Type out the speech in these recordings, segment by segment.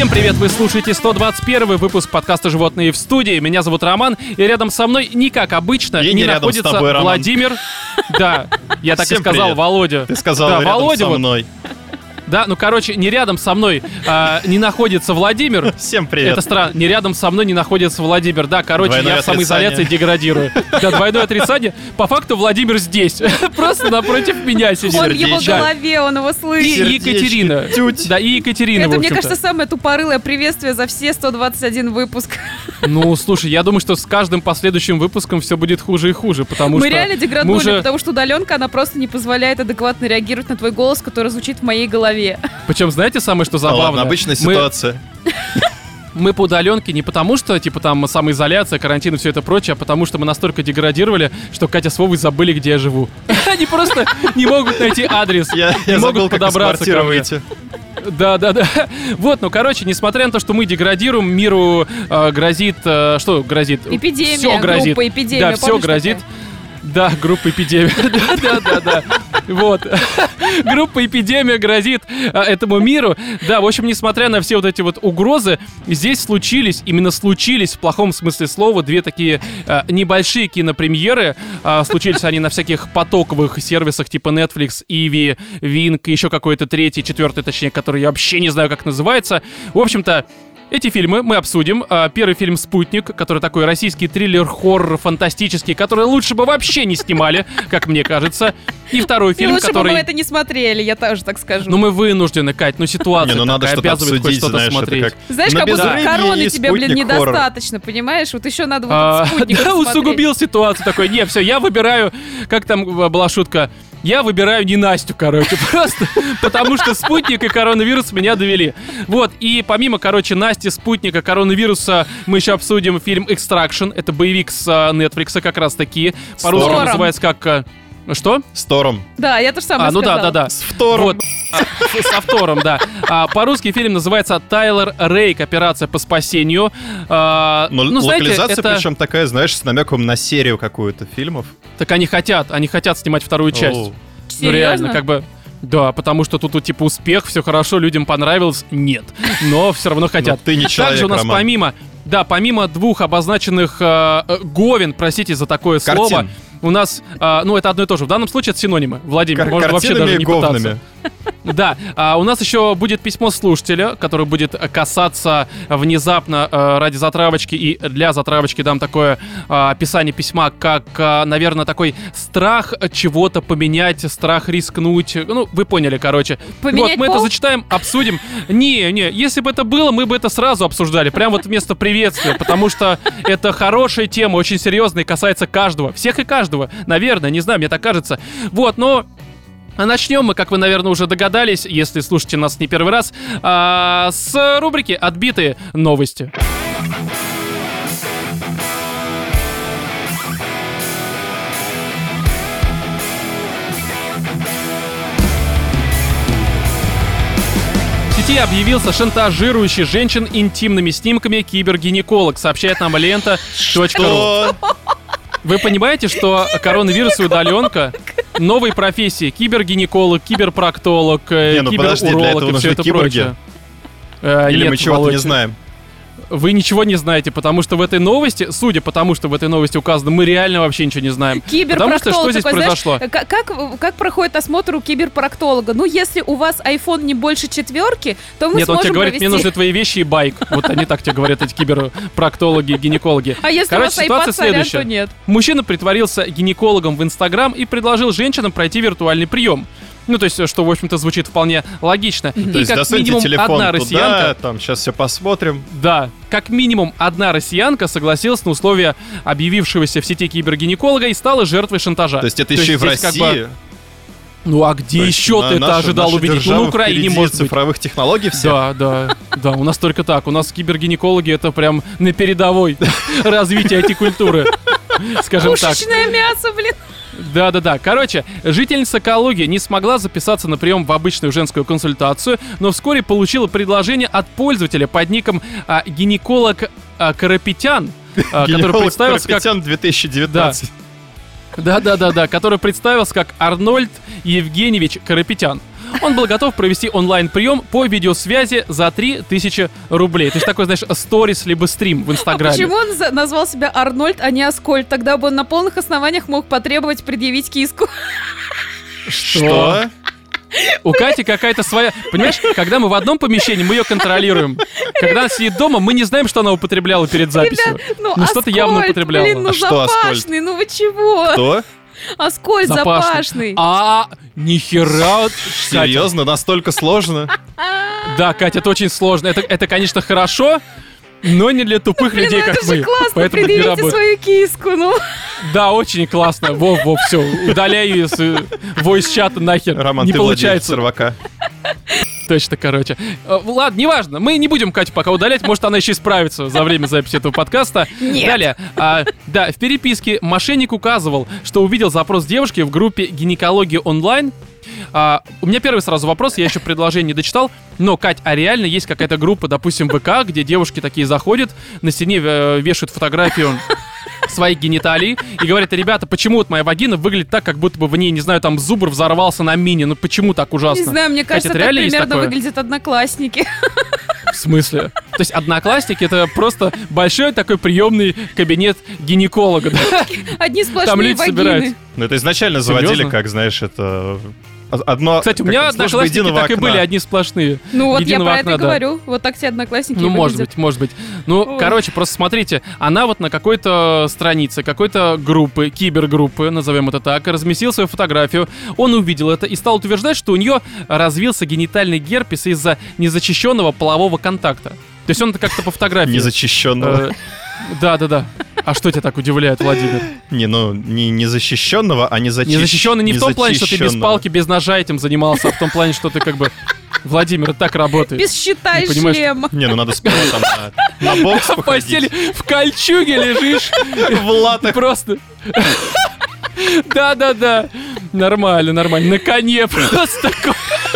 Всем привет, вы слушаете 121 выпуск подкаста «Животные в студии». Меня зовут Роман, и рядом со мной, не как обычно, не находится тобой, Владимир. Да, я так Всем и сказал, привет. Володя. Ты сказал, да, рядом Володя со мной. Да, не рядом со мной не находится Владимир. Всем привет. Это странно, не рядом со мной не находится Владимир. Да, Двойное я в самоизоляции деградирую. Да, двойное отрицание. По факту Владимир здесь. Просто напротив меня сидит. Он в его голове, он его И слышит. Екатерина. Да, и Екатерина, Это, в мне общем-то. кажется, самое тупорылое приветствие за все 121 выпуск. Ну, слушай, я думаю, что с каждым последующим выпуском все будет хуже и хуже, потому Мы что... реально деграднули, потому что удаленка, она просто не позволяет адекватно реагировать на твой голос, который звучит в моей голове. Причем, знаете, самое что забавно? Ладно, обычная ситуация. Мы по удаленке не потому, что, там, самоизоляция, карантин и все это прочее, а потому что мы настолько деградировали, что Катя с Вовой забыли, где я живу. Они просто не могут найти адрес, Я не забыл, могут как из подобраться ко квартиры мне. выйти. Да. Вот, несмотря на то, что мы деградируем, миру грозит... что грозит? Эпидемия, Все грозит. группа «Эпидемия», Да, все помнишь грозит. такая? Да, группа «Эпидемия». Да. Вот. Группа «Эпидемия» грозит этому миру. Да, в общем, несмотря на все вот эти вот угрозы, здесь случились в плохом смысле слова, две такие небольшие кинопремьеры. Случились они на всяких потоковых сервисах типа Netflix, Ivi, Wink, еще какой-то третий, четвертый, точнее, который я вообще не знаю, как называется. В общем-то, эти фильмы мы обсудим. Первый фильм «Спутник», который такой российский триллер-хоррор фантастический, который лучше бы вообще не снимали, как мне кажется. И второй фильм, лучше который... бы мы это не смотрели, я тоже так скажу. Ну мы вынуждены, Кать, ситуация Не, такая, надо что-то обязывает хоть обсудить, что-то знаешь, смотреть. это как... Знаешь, на как будто безрыбье короны и тебе, блин, «Спутник» хоррор. недостаточно, понимаешь? Вот еще надо вот этот «Спутник» Да, посмотреть. усугубил ситуацию такой. Не, все, я выбираю, как там была шутка, я выбираю не Настю, просто потому что спутник и коронавирус меня довели. Вот, и помимо, Насти, спутника, коронавируса, мы еще обсудим фильм «Extraction», это боевик с Netflix, как раз таки, по-русски он называется как... Что? С Тором. Да, я тоже самое сказала. Да. С втором. Вот. Со втором, да. По-русски фильм называется «Тайлер Рейк. Операция по спасению». Локализация, причем такая, знаешь, с намеком на серию какую-то фильмов. Так они хотят снимать вторую часть. Оу. Ну реально, Серьезно? Да, потому что тут типа успех, все хорошо, людям понравилось. Нет. Но все равно хотят. Но ты не человек, Также у нас Роман. помимо двух обозначенных говен, простите за такое Картин. слово, у нас, это одно и то же. В данном случае это синонимы, Владимир, можно вообще Картинами даже и не говнами. пытаться. Да, у нас еще будет письмо слушателя, которое будет касаться внезапно ради затравочки, и для затравочки дам такое описание письма, как, наверное, такой страх чего-то поменять, страх рискнуть. Ну, вы поняли, короче. Поменять вот, мы пол? это зачитаем, обсудим. Не, если бы это было, мы бы это сразу обсуждали, прям вот вместо приветствия, потому что это хорошая тема, очень серьезная и касается каждого, всех и каждого, наверное, не знаю, мне так кажется. Вот, но... А начнем мы, как вы, наверное, уже догадались, если слушаете нас не первый раз, с рубрики «Отбитые новости». В сети объявился шантажирующий женщин интимными снимками кибергинеколог, сообщает нам лента.ру. Что? Вы понимаете, что коронавирус и удаленка — новые профессии: кибергинеколог, киберпроктолог, подожди, для этого киберуролог и нужны все это киборги. прочее. Или Нет, мы чего-то Володь, не знаем? Вы ничего не знаете, потому что в этой новости, судя по тому, что в этой новости указано, мы реально вообще ничего не знаем. Потому что что здесь такой, произошло? Знаешь, как проходит осмотр у киберпроктолога? Ну, если у вас iPhone не больше 4, то мы Нет, он сможем тебе говорит, провести. мне нужны твои вещи и байк. Вот они так тебе говорят, эти киберпроктологи и гинекологи. А если Короче, у вас ситуация iPad, сорян, следующая. то нет. Мужчина притворился гинекологом в Инстаграм и предложил женщинам пройти виртуальный прием. Ну, то есть, что, в общем-то, звучит вполне логично. То И есть как досуньте минимум телефон одна туда, россиянка... там, сейчас все посмотрим. Да, как минимум одна россиянка согласилась на условия объявившегося в сети кибергинеколога и стала жертвой шантажа. То есть это еще и в здесь как России? бы- Ну а где еще ты это ожидал увидеть? Ну, на Украине, может быть. цифровых технологий все. Да, у нас только так. У нас кибергинекологи — это прям на передовой развития IT-культуры, скажем так. Пушечное мясо, блин. Да. Короче, жительница Калуги не смогла записаться на прием в обычную женскую консультацию, но вскоре получила предложение от пользователя под ником гинеколог Карапетян, который представился как... Карапетян 2019. Да, который представился как Арнольд Евгеньевич Карапетян. он был готов провести онлайн-прием по видеосвязи за 3000 рублей. То есть такой, знаешь, сторис либо стрим в Инстаграме. Почему он назвал себя Арнольд, а не Аскольд? Тогда бы он на полных основаниях мог потребовать предъявить киску. Что? У Кати какая-то своя... Понимаешь, когда мы в одном помещении, мы ее контролируем. Когда она сидит дома, мы не знаем, что она употребляла перед записью. Ребят, но что-то явно употребляла. Блин, ну Запашный, ну вы чего? Кто? Аскольд Запашный. Нихера. Серьезно, настолько сложно? Да, Катя, это очень сложно. Это, конечно, хорошо, но не для тупых людей, как мы. Это же классно, поэтому предъявите свою киску, ну. Да, очень классно. Во, все, удаляй ее с войс-чата нахер. Роман, не ты получается. Сервака. Точно, короче. Ладно, неважно. Мы не будем Катю пока удалять. Может, она еще исправится за время записи этого подкаста. Нет. Далее. Да, в переписке мошенник указывал, что увидел запрос девушки в группе «Гинекология онлайн». У меня первый сразу вопрос, я еще предложение не дочитал. Но, Кать, а реально есть какая-то группа, допустим, ВК, где девушки такие заходят, на стене вешают фотографию своих гениталий и говорят: ребята, почему вот моя вагина выглядит так, как будто бы в ней, не знаю, там зубр взорвался на мине. Ну почему так ужасно? Не знаю, мне кажется, Катя, так примерно выглядят Одноклассники. В смысле? То есть Одноклассники — это просто большой такой приемный кабинет гинеколога. Да? Одни сплошные Там люди вагины. собираются. Ну это изначально заводили, как, знаешь, это... Кстати, у меня Одноклассники так и были, одни сплошные. Ну вот я Единого про окна, это да. говорю. Вот так все Одноклассники Ну, выглядят. может быть. Ну, короче, просто смотрите, она вот на какой-то странице, какой-то группы, кибергруппы, назовем это так, разместил свою фотографию, он увидел это и стал утверждать, что у нее развился генитальный герпес из-за незащищенного полового контакта. То есть он это как-то по фотографии. Незащищенного. Да. А что тебя так удивляет, Владимир? Не незащищенного, а незащищенного. Незащищенный не в том плане, что ты без палки, без ножа этим занимался, а в том плане, что ты как бы... Владимир, это так работает. Без щита и шлема. Не, ну надо сперва там на бокс в постели в кольчуге лежишь. В латах. Просто... Да. Нормально. На коне просто такой.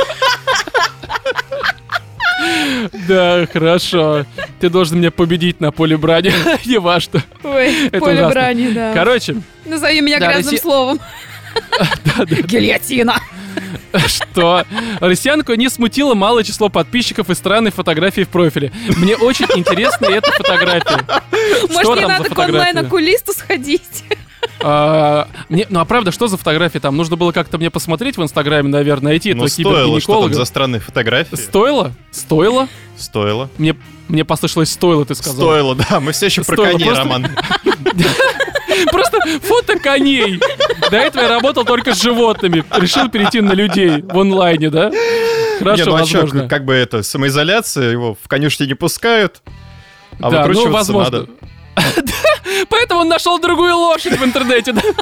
Да, хорошо. Ты должен меня победить на поле брани. Не важно. Ой, это поле ужасно. брани, да. Короче. Назови меня грязным словом. Гильотина. Что? Россиянку не смутило малое число подписчиков и странной фотографии в профиле. Мне очень интересна эта фотография. Может, не надо к онлайн-окулисту сходить? Ну а правда, что за фотография там? Нужно было как-то мне посмотреть в Инстаграме, наверное, найти этого кибергинеколога. Что там за странные фотографии? Стоило? Мне послышалось «стоило», ты сказал. Стоило, да, мы все еще про коней, Роман. Просто фото коней. До этого я работал только с животными. Решил перейти на людей в онлайне, да? Хорошо, возможно. Как бы это, самоизоляция, его в конюшне не пускают, а выкручиваться надо. Поэтому он нашел другую лошадь в интернете, да?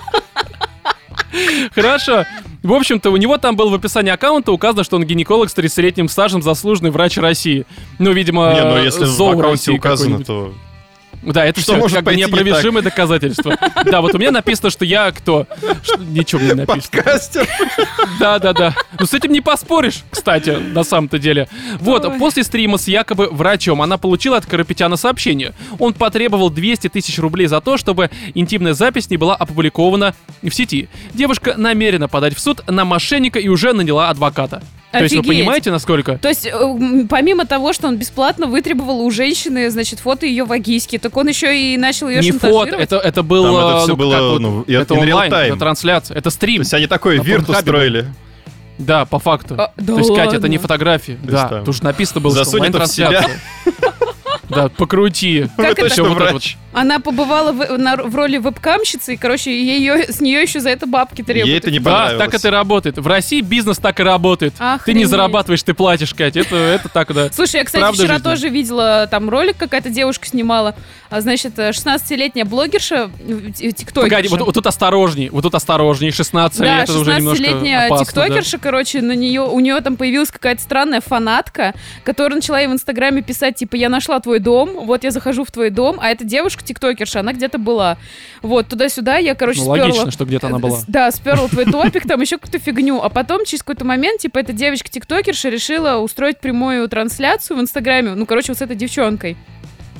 Хорошо. В общем-то, у него там был в описании аккаунта указано, что он гинеколог с 30-летним стажем, заслуженный врач России. Ну, видимо, если в аккаунте указано, то... Да, это что все может как бы неопровержимое доказательство. Да, вот у меня написано, что я кто? Ничего мне написано. Подкастер. Да. Ну, с этим не поспоришь, кстати, на самом-то деле. Вот, после стрима с якобы врачом она получила от Карапетяна сообщение. Он потребовал 200 тысяч рублей за то, чтобы интимная запись не была опубликована в сети. Девушка намерена подать в суд на мошенника и уже наняла адвоката. То есть вы понимаете, насколько? То есть, помимо того, что он бесплатно вытребовал у женщины, значит, фото ее вагиски, так он еще и начал ее шантажировать. Не фото, это было... Это все было, это онлайн, это трансляция, это стрим. То есть они такой вирт устроили. Да, по факту. То есть, Катя, это не фотографии. Да, потому что написано было, что онлайн-трансляция. Да, покрути. Как это? Врач. Она побывала в роли вебкамщицы, и, короче, с нее еще за это бабки требуют. Ей это не понравилось. Да, так это и работает. В России бизнес так и работает. Охренеть. Ты не зарабатываешь, ты платишь, Кать. Это так, да. Слушай, я, кстати, вчера тоже видела, там ролик какая-то девушка снимала. Значит, 16-летняя блогерша, тиктокерша. Погоди, вот тут осторожней, 16 лет, это уже немножко опасно. 16-летняя тиктокерша, короче, у нее там появилась какая-то странная фанатка, которая начала ей в Инстаграме писать, типа, я нашла твой дом, вот я захожу в твой дом, а эта девушка тиктокерша, она где-то была. Вот, туда-сюда я, короче, сперла... логично, что где-то она была. Да, сперла твой топик, там еще какую-то фигню, а потом через какой-то момент, типа, эта девочка-тиктокерша решила устроить прямую трансляцию в Инстаграме, ну, короче, вот с этой девчонкой.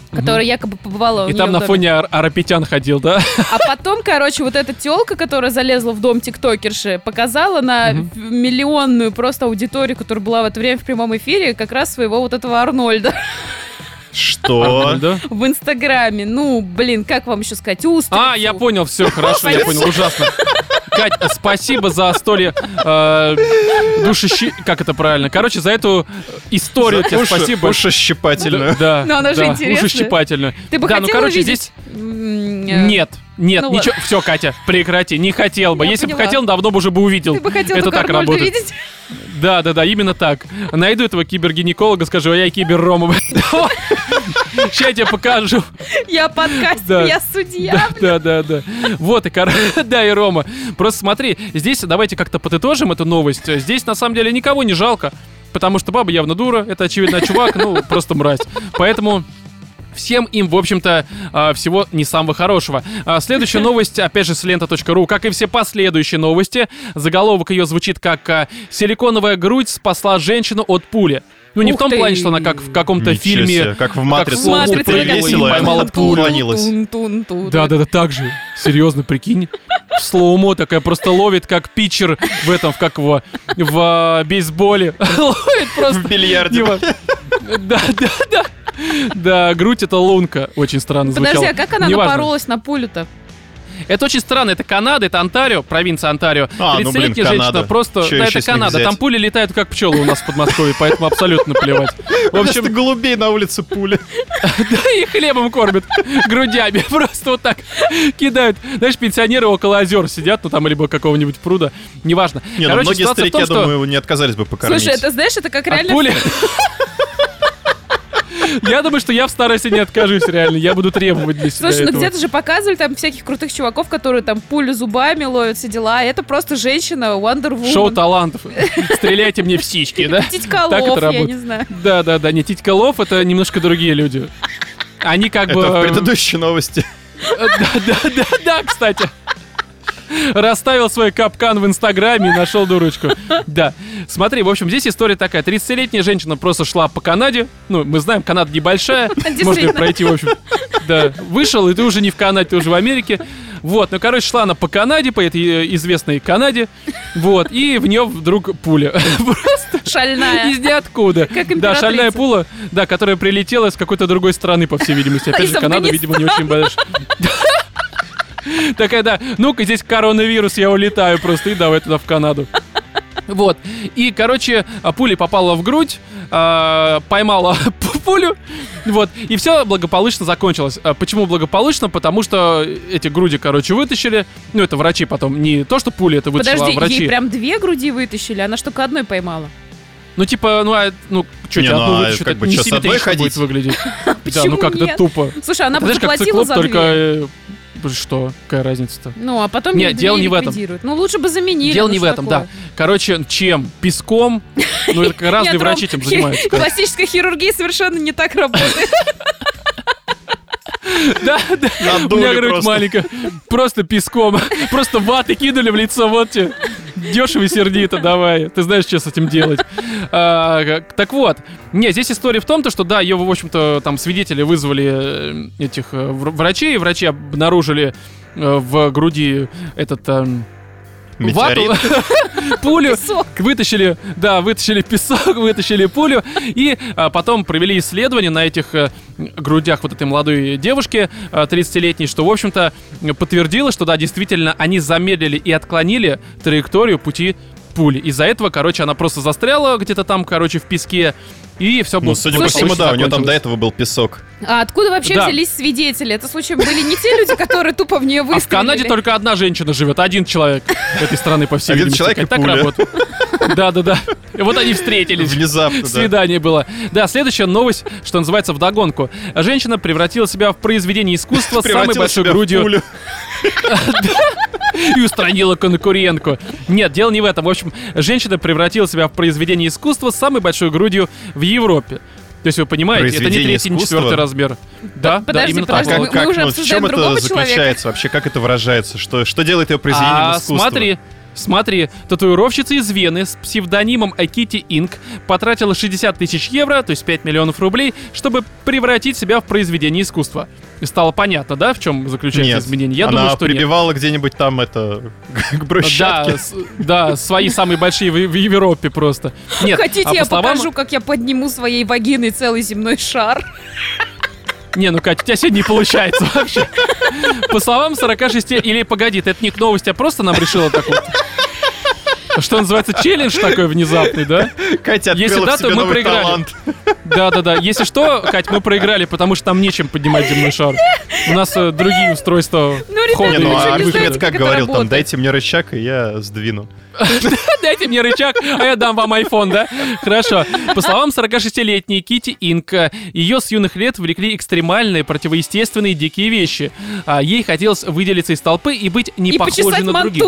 которая якобы побывала у И нее там в на доме. фоне Арапетян ходил, да? А потом, короче, вот эта тёлка, которая залезла в дом тиктокерши, показала на миллионную просто аудиторию, которая была в это время в прямом эфире, как раз своего вот этого Арнольда. Что? В Инстаграме. Ну, блин, как вам еще сказать? Устрицу. Я понял, все, хорошо, я понял, ужасно. Кать, спасибо за столь как это правильно? Короче, за эту историю тебе спасибо. Ушещипательную. Да, но она же интересная. Ушещипательную. Ты бы хотела увидеть? Нет, Ну ничего. Все, Катя, прекрати, не хотел бы. Я Если бы поняла. хотел, давно бы уже бы увидел. Ты бы хотел Это только так Арнольда работает. видеть? Да, именно так. Найду этого кибергинеколога, скажу, а я кибер-рома. Сейчас я тебе покажу. Я подкастер, Да. я судья. Да. Вот, да, и Рома. Просто смотри, здесь давайте как-то подытожим эту новость. Здесь, на самом деле, никого не жалко, потому что баба явно дура, это очевидно, а чувак, ну, просто мразь. Поэтому... Всем им, в общем-то, всего не самого хорошего. Следующая новость, опять же, с лента.ру. Как и все последующие новости, заголовок ее звучит как «Силиконовая грудь спасла женщину от пули». Ну, не Ух в том ты. плане, что она как в каком-то Ничего фильме... себе, как в «Матрице». в «Матрице», Превесила, как поймала пулю. уклонилась. Да, так же. Серьезно, прикинь. В слоумо такая просто ловит, как питчер в бейсболе. Ловит просто. В бильярде. Да. Да, грудь — это лунка. Очень странно звучало. Подожди, а как она Неважно. напоролась на пулю-то? Это очень странно. Это Канада, это Онтарио, провинция Онтарио. 30-летняя женщина Канада. просто... Чё Да, еще это с них Канада. взять? Там пули летают, как пчелы у нас в Подмосковье, поэтому абсолютно плевать. В Вместо общем, голубей на улице пули. да, и хлебом кормят, грудями. Просто вот так кидают. Знаешь, пенсионеры около озер сидят, ну там, либо какого-нибудь пруда. Неважно. Не, ну Короче, многие ситуация в старики, том, я что думаю, не отказались бы покормить. Слушай, это, знаешь, это как от реально... пули... Я думаю, что я в старости не откажусь, реально. Я буду требовать для себя Слушай, ну этого. где-то же показывали там всяких крутых чуваков, которые там пулю зубами ловят, все дела. А это просто женщина, Wonder Woman. Шоу талантов. Стреляйте мне в сиськи, да? Титька Так это Лов, я работает. не знаю. Да. Не Титька Лов, это немножко другие люди. Они как бы... Это в предыдущей новости. Да, кстати. Расставил свой капкан в Инстаграме и нашел дурочку. Да. Смотри, в общем, здесь история такая. 30-летняя женщина просто шла по Канаде. Ну, мы знаем, Канада небольшая. Можно ее пройти, в общем. Да. Вышел, и ты уже не в Канаде, ты уже в Америке. Вот, ну, короче, шла она по Канаде, по этой известной Канаде. Вот, и в нее вдруг пуля. Просто Шальная. из ниоткуда. Как Да, императрица. шальная пуля, да, которая прилетела с какой-то другой страны, по всей видимости. Опять Из же, Канада, видимо, не очень большая. Такая, да, ну-ка, здесь коронавирус, я улетаю просто, и давай туда в Канаду. Вот. И, короче, пуля попала в грудь, поймала пулю, вот, и все благополучно закончилось. Почему благополучно? Потому что эти груди, короче, вытащили. Ну, это врачи потом. Не то, что пуля это вытащила, Подожди, а врачи. ей прям 2 груди вытащили, она ж только одной поймала. Ну, типа, что Не, тебе ну, одну а вытащить, как это бы, чё, с одной несимметрично будет ходить? выглядеть. Да, Почему ну как, это нет? тупо. Слушай, она бы Знаешь, как заплатила циклоп, за только... 2. Что? Какая разница-то? Ну, а потом Нет, дело не в этом. ликвидируют. Ну, лучше бы заменили. Дело ну не в что этом, такое? да. Короче, чем? Песком? Ну, это разные Нет, врачи Ром, этим занимаются. Пластическая хирургия совершенно не так работает. Да. У меня грудь просто. маленькая. Просто песком. Просто ваты кинули в лицо. Вот тебе. Дешево и сердито, давай. Ты знаешь, что с этим делать. Так вот. Не, здесь история в том, что да, ее, в общем-то, там свидетели вызвали этих врачей. Врачи обнаружили в груди этот... Метеорит. вату, пулю, Песок. вытащили песок, вытащили пулю, и потом провели исследование на этих грудях вот этой молодой девушки, 30-летней, что, в общем-то, подтвердило, что, да, действительно, они замедлили и отклонили траекторию пути пули. Из-за этого, короче, она просто застряла где-то там, короче, в песке, и все было. Ну, судя по всему, да, у нее там до этого был песок. А откуда вообще Да. взялись свидетели? Это, случайно, были не те люди, которые тупо в нее А выстрелили? в Канаде только одна женщина живет, один человек этой страны, по всей Один видимости. человек и Так пуля. работает. Да. И вот они встретились. Внезапно, да. Свидание было. Да, следующая новость, что называется, вдогонку. Женщина превратила себя в произведение искусства с самой Превратила большой себя в грудью пулю. и устранила конкурентку. Нет, дело не в этом. В общем, женщина превратила себя в произведение искусства с самой большой грудью в Европе. То есть вы понимаете, это не Произведение третий, не искусства? четвертый размер. Да, Подожди, именно подожди, так. мы уже в обсуждаем чем это другого человека. заключается вообще? Как это выражается? Что делает ее произведением искусства? Смотри, Смотри, татуировщица из Вены с псевдонимом Kitty Ink потратила 60 тысяч евро, то есть 5 миллионов рублей, чтобы превратить себя в произведение искусства. И стало понятно, да, в чем заключается изменение? Я думаю, что прибивала где-нибудь там к брусчатке. Да, свои самые большие в Европе просто. Нет, хотите, я покажу, как я подниму своей вагиной целый земной шар? Не, ну, Катя, у тебя сегодня не получается вообще. По словам 46... Или, погоди, это не к новости, а просто нам решила такую... Что называется, челлендж такой внезапный, да? Катя открыла в себе новый талант. Да. Если что, Кать, мы проиграли, потому что там нечем поднимать земной шар. У нас другие устройства. А Архимед как говорил, там, дайте мне рычаг, и я сдвину. Дайте мне рычаг, а я дам вам iPhone, да? Хорошо. По словам 46-летней Kitty Ink, ее с юных лет влекли экстремальные, противоестественные, дикие вещи. Ей хотелось выделиться из толпы и быть не похожей на других.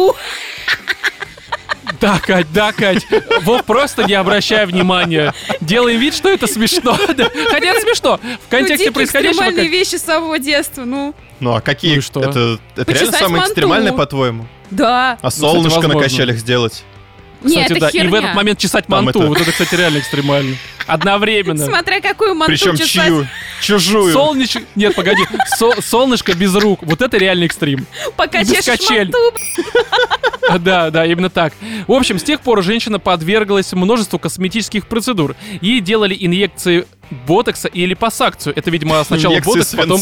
Да, Кать, Вов, просто не обращай внимания. Делаем вид, что это смешно. Хотя это смешно. В контексте происходящего... экстремальные вещи с самого детства, Ну, а какие? Что? Это реально самое экстремальное, по-твоему? Да. А солнышко на качелях сделать? Кстати, нет, да. херня. И в этот момент чесать манту. Вот это, кстати, реально экстремально. Одновременно. Смотря какую манту чесать. Причем чью? Чужую. Солнышко... Нет, погоди. Солнышко без рук. Вот это реальный экстрим. Пока чешешь манту. Да, именно так. В общем, с тех пор женщина подверглась множеству косметических процедур. Ей делали инъекции ботокса и липосакцию. Это, видимо, сначала ботокс, потом...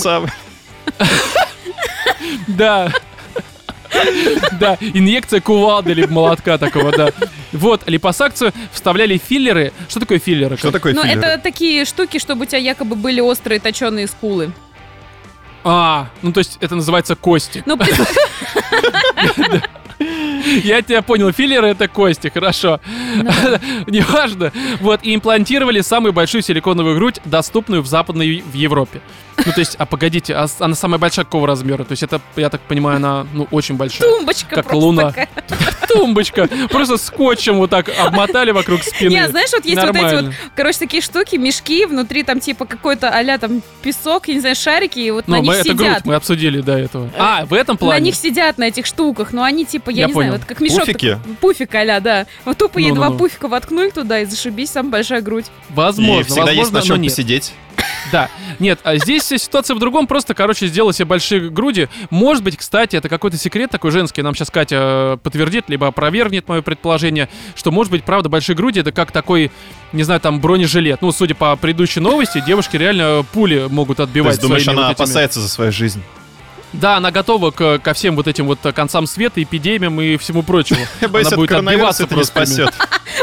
Да. Да, инъекция кувалды или молотка такого, да. Вот, липосакцию, вставляли филлеры. Что такое филлеры? Что такое филлеры? Ну, это такие штуки, чтобы у тебя якобы были острые точеные скулы. Ну то есть это называется кости. Ну, Я тебя понял, филлеры — это кости, хорошо. Неважно. Вот, и имплантировали самую большую силиконовую грудь, доступную в Западной в Европе. Ну, то есть, погодите, она самая большая какого размера? То есть это, я так понимаю, она, очень большая. Тумбочка как просто луна. Такая. Тумбочка. Просто скотчем вот так обмотали вокруг спины. Не, знаешь, вот есть Нормально. вот эти вот, такие штуки, мешки, внутри там типа какой-то а-ля там песок, я не знаю, шарики, и вот на них это сидят. грудь, мы обсудили до этого. В этом плане? На них сидят, на этих штуках, но они типа, я не понял. знаю, вот как мешок. Пуфики? Пуфик а-ля, да. Вот тупо ей 2 пуфика воткнули туда, и зашибись, самая большая грудь. Возможно, и всегда есть на чем посидеть. Да, нет, здесь ситуация в другом, просто, сделай себе большие груди. Может быть, кстати, это какой-то секрет такой женский, нам сейчас Катя подтвердит, либо опровергнет мое предположение, что, может быть, правда, большие груди — это как такой, не знаю, там, бронежилет. Ну, судя по предыдущей новости, девушки реально пули могут отбивать. То есть, думаешь, она опасается за свою жизнь? Да, она готова ко всем вот этим вот концам света, эпидемиям и всему прочему. Я боюсь, она будет отбиваться это не спасет.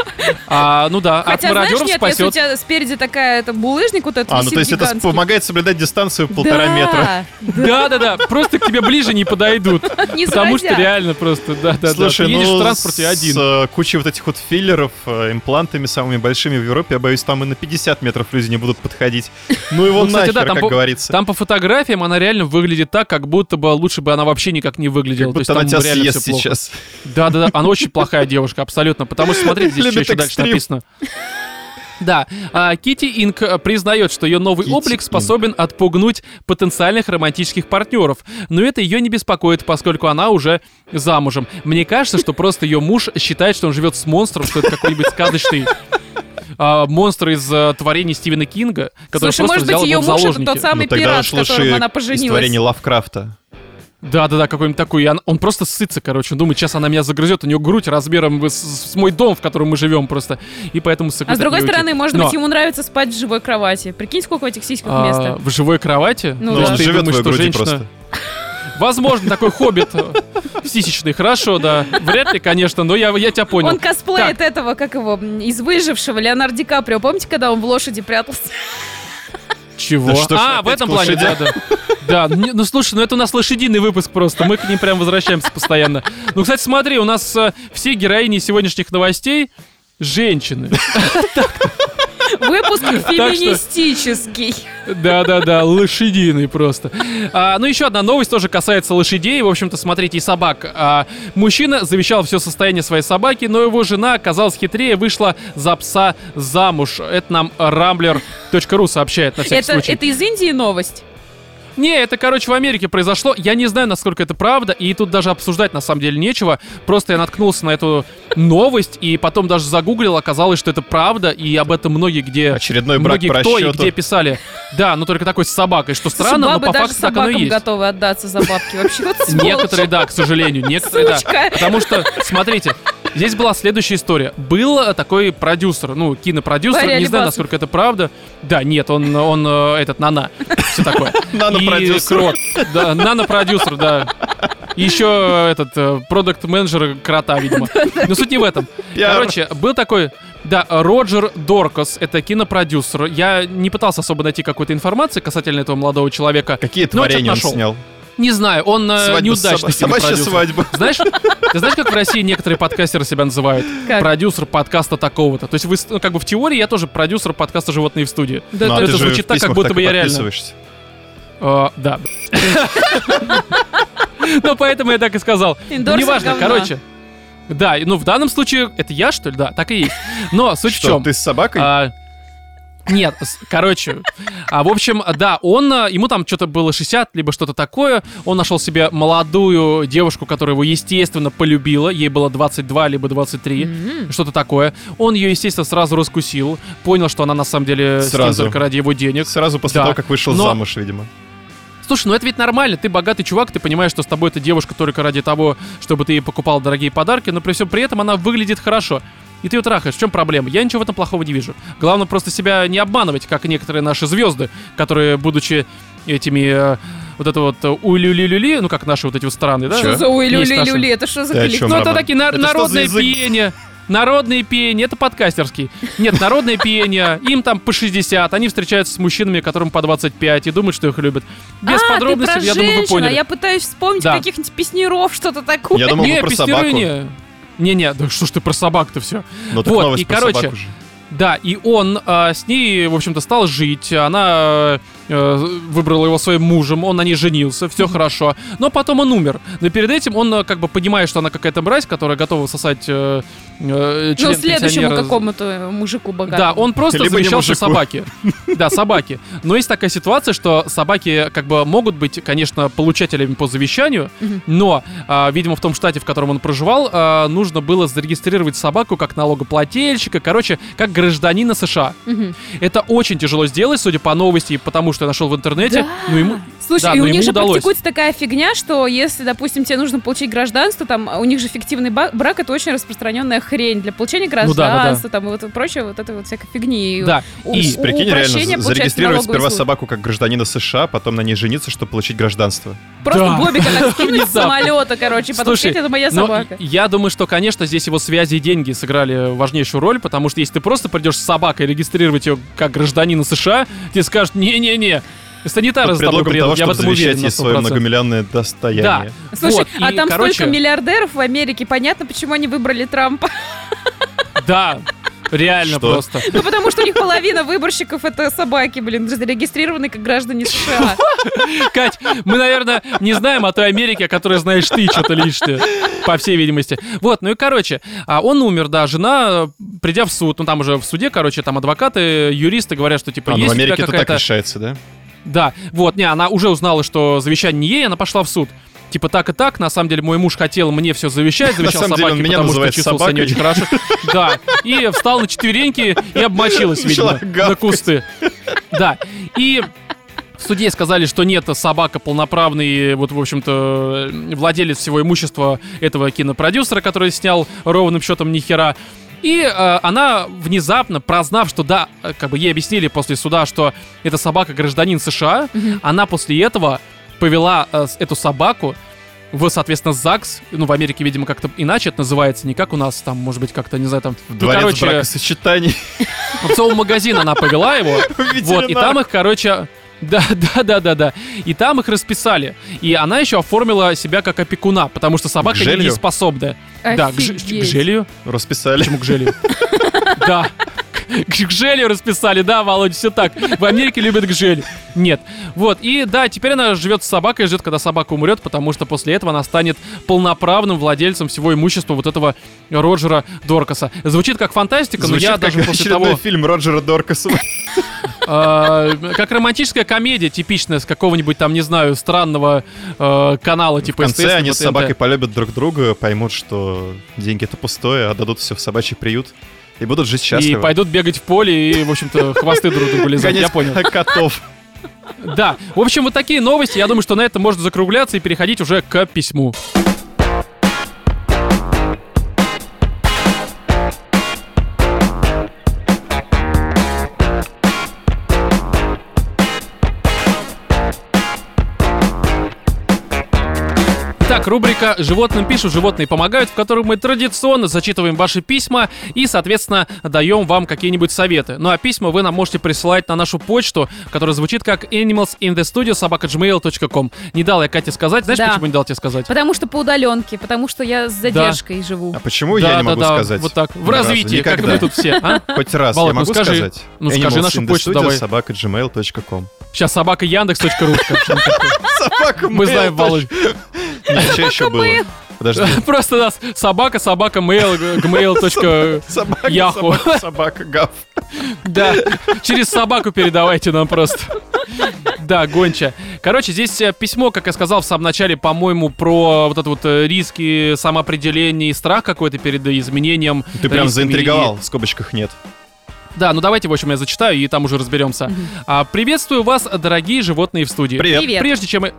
Ну да, хотя, от мародеров знаешь, спасет. если у тебя спереди такая, булыжник вот этот висит, то есть гигантский. это помогает соблюдать дистанцию 1,5 метра. Да, просто к тебе ближе не подойдут. Потому что реально просто, да. Слушай, ты едешь в транспорте один. С кучей вот этих вот филлеров, имплантами самыми большими в Европе, я боюсь, там и на 50 метров люди не будут подходить. Ну его нахер, как говорится. Там по фотографиям она реально выглядит так, как будто бы лучше бы она вообще никак не выглядела. Как будто она тебя съест сейчас. Да, она очень плохая девушка, абсолютно. Потому что, смотрите, здесь что еще дальше написано. Да, Kitty Ink признает, что ее новый облик способен отпугнуть потенциальных романтических партнеров, но это ее не беспокоит, поскольку она уже замужем. Мне кажется, что просто ее муж считает, что он живет с монстром, что это какой-нибудь сказочный монстр из творений Стивена Кинга, который просто взял его в заложники. Слушай, может быть, ее муж — это тот самый пират, с которым она поженилась. Из творений Лавкрафта. Да, какой-нибудь такой. И он просто ссытся, короче. Он думает, сейчас она меня загрызет. У нее грудь размером с мой дом, в котором мы живем просто. И поэтому сыкнет. А с другой стороны, может быть, ему нравится спать в живой кровати. Прикинь, сколько в этих сиськах места. В живой кровати? Ну, да. Он живет в твоей груди просто. Возможно, такой хоббит сисечный. Хорошо, да. Вряд ли, конечно, но я тебя понял. Он косплеит этого, как его, из «Выжившего» Леонардо Ди Каприо. Помните, когда он в лошади прятался? Чего? В этом плане, да. Ну, слушай, это у нас лошадиный выпуск просто. Мы к ним прям возвращаемся постоянно. Ну, кстати, смотри, у нас все героини сегодняшних новостей женщины. Выпуск феминистический. Да, лошадиный просто. Ну, еще одна новость тоже касается лошадей. В общем-то, смотрите, и собак. Мужчина завещал все состояние своей собаки, но его жена оказалась хитрее, вышла за пса замуж. Это нам Rambler.ru сообщает на всякий случай. Это из Индии новость? Не, это, короче, в Америке произошло. Я не знаю, насколько это правда, и тут даже обсуждать на самом деле нечего. Просто я наткнулся на эту новость, и потом даже загуглил, оказалось, что это правда, и об этом многие где... Очередной брак многие по кто и расчету. где писали. Да, ну только такой с собакой, что странно, но Бабы по даже факту так оно и собакам есть. готовы отдаться за бабки. Вообще вот сволочь. Некоторые, да, к сожалению, некоторые, Сучка. да. Потому что, смотрите, здесь была следующая история. Был такой продюсер, ну, кинопродюсер, Варя не знаю, Алибасов. насколько это правда. Да, нет, он этот, нано, все такое. Нано-продюсер. И крот. Да, нано-продюсер, да. И еще этот, продакт-менеджер крота, видимо. Но суть не в этом. Короче, был такой... Да, Роджер Доркас, это кинопродюсер. Я не пытался особо найти какой-то информации касательно этого молодого человека. Какие но творения он нашел. снял? Не знаю, он неудачный Собачья кинопродюсер. свадьба. Ты знаешь, как в России некоторые подкастеры себя называют? Как? Продюсер подкаста такого-то. То есть вы, ну, как бы в теории я тоже продюсер подкаста «Животные в студии». Да, Ну, а ты- ты это же звучит в так, как письмах будто бы и я реально. подписываешься. Да. Ну, поэтому я так и сказал. Эндорсер Неважно, говна. короче. Да, ну в данном случае это я, что ли? Да, так и есть. Но суть в Что, чем? ты с собакой? Нет, короче, в общем, да, ему там что-то было 60, либо что-то такое, он нашел себе молодую девушку, которая его, естественно, полюбила, ей было 22, либо 23, что-то такое, он ее, естественно, сразу раскусил, понял, что она на самом деле с ним Сразу. только ради его денег. Сразу после да. того, как вышел Но- замуж, видимо. Слушай, ну это ведь нормально, ты богатый чувак, ты понимаешь, что с тобой эта девушка только ради того, чтобы ты ей покупал дорогие подарки, но при всем при этом она выглядит хорошо. И ты ее трахаешь. В чем проблема? Я ничего в этом плохого не вижу. Главное просто себя не обманывать, как и некоторые наши звезды, которые, будучи этими вот это вот ули-люли-люли, ну как наши вот эти вот страны, да? Чё? Что за Есть наши. уи-люли-люли? Это что за Ты о коллектив? чём? Ну это Роман? такие Это что за народные язык? пения. Народные пения, это подкастерский. Нет, народные пения, им там по 60, они встречаются с мужчинами, которым по 25, и думают, что их любят. Без ты подробностей, про я думаю, вы женщин, поняли. а я пытаюсь вспомнить Да. каких-нибудь песнеров, что-то такое. Я думал, Не, вы про песняры собаку. не, да что ж ты про собак-то все. Ну так Вот, новость и, про короче, собаку же. Да, и он с ней, в общем-то, стал жить, она выбрала его своим мужем, он на ней женился, все хорошо, но потом он умер. Но перед этим он, как бы, понимая, что она какая-то мразь, которая готова сосать член Ну, следующему пенсионера. какому-то мужику богатому. Да, он просто Либо не завещался мужику. собаке. Да, собаке. Но есть такая ситуация, что собаки как бы могут быть, конечно, получателями по завещанию, но, видимо, в том штате, в котором он проживал, нужно было зарегистрировать собаку как налогоплательщика, короче, как гражданина США. Мгм. Это очень тяжело сделать, судя по новости и потому, что я нашел в интернете. Да. Ну, ему... Слушай, Да, и но у ему них же удалось. практикуется такая фигня, что если, допустим, тебе нужно получить гражданство, там у них же фиктивный брак — это очень распространенная хрень для получения Ну да, да, да. гражданства, там и вот прочее, вот этой вот всякой фигни. Да, и Прикинь, упрощение реально, получается зарегистрировать налоговой сперва службы. собаку как гражданина США, потом на ней жениться, чтобы получить гражданство. Просто Да. Бобика так скинуть с Внезапно. самолета, короче, потом Слушай, сказать, это моя но собака. я думаю, что, конечно, здесь его связи и деньги сыграли важнейшую роль, потому что если ты просто придешь с собакой регистрировать ее как гражданина США, тебе скажут, не-не-не, санитары Под за тобой предлогом приедут, того, я в чтобы этом завещать уверен на ей свое 100%. многомиллионное достояние. Слушай, Вот, а и, там короче, столько миллиардеров в Америке, понятно, почему они выбрали Трампа. Да, реально Что? просто. Ну, потому что у них половина выборщиков — это собаки, блин, зарегистрированные как граждане США. Кать, мы, наверное, не знаем о той Америке, о которой знаешь ты что-то лишнее, по всей видимости. Вот, ну и, короче, он умер, да, жена, придя в суд, ну там уже в суде, короче, там адвокаты, юристы говорят, что, типа, Ну, есть в у тебя Америке это так какая-то... решается, да? Да, вот, не, она уже узнала, что завещание не ей, она пошла в суд. Типа так и так, на самом деле мой муж хотел мне все завещать, завещал самом деле, собаке, он меня потому что называет чувствовал себя не очень хорошо. Да, и встал на четвереньки и обмочилась, видимо, Начала гавкать. на кусты. Да, и в суде сказали, что нет, собака полноправный, вот, в общем-то, владелец всего имущества этого кинопродюсера, который снял ровным счетом ни хера. И она внезапно, прознав, что да, как бы ей объяснили после суда, что эта собака гражданин США, она после этого повела эту собаку в, соответственно, ЗАГС. Ну, в Америке, видимо, как-то иначе это называется, не как у нас, там, может быть, как-то, не знаю, там... Дворец бракосочетаний. в зоомагазин она повела его. Вот, и там их, короче... Да. И там их расписали. И она еще оформила себя как опекуна, потому что собака желью? недееспособная. Да, к Офигеть. желью. Расписали. Почему к желью? Да. К желью расписали, да, Володя, все так. В Америке любят к желью. Нет. Вот, и да, теперь она живет с собакой, ждет, когда собака умрет, потому что после этого она станет полноправным владельцем всего имущества вот этого Роджера Доркаса. Звучит как фантастика, Звучит но я как даже после очередной того... фильм Роджера Доркаса. Как романтическая комедия типичная с какого-нибудь там, не знаю, странного канала типа В конце СТС, они либо с собакой ТНТ. полюбят друг друга, поймут, что деньги это пустое, отдадут все в собачий приют и будут жить И счастливо. пойдут бегать в поле и, в общем-то, хвосты друг другу лизать. Я понял. Котов. Да. В общем, вот такие новости. Я думаю, что на этом можно закругляться и переходить уже к письму. Итак, рубрика «Животным пишут, животные помогают», в которой мы традиционно зачитываем ваши письма и, соответственно, даем вам какие-нибудь советы. Ну а письма вы нам можете присылать на нашу почту, которая звучит как animalsinthestudio@gmail.com. Не дал я Кате сказать. Знаешь, Да. почему не дал тебе сказать? Потому что по удаленке, потому что я с задержкой живу. А почему я не могу сказать? Вот так. В Ни разу, развитии, как и никогда. мы тут все. А? Хоть раз Володь, я могу ну скажи. сказать? Ну скажи нашу почту, давай. @gmail.com. Сейчас собака Яндекс.ру. Собака Мы знаем, Володь. Что еще было? Подожди. Просто нас собака, mail, gmail. Собака, Яху. собака, гав. Да, через собаку передавайте нам просто. Да, гонча. Короче, здесь письмо, как я сказал в самом начале, по-моему, про вот это вот риски самоопределения и страх какой-то перед изменением. Ты прям рисками. заинтриговал, в скобочках нет. Да, ну давайте, в общем, я зачитаю, и там уже разберемся. Приветствую вас, дорогие животные в студии. Привет. Привет. Прежде чем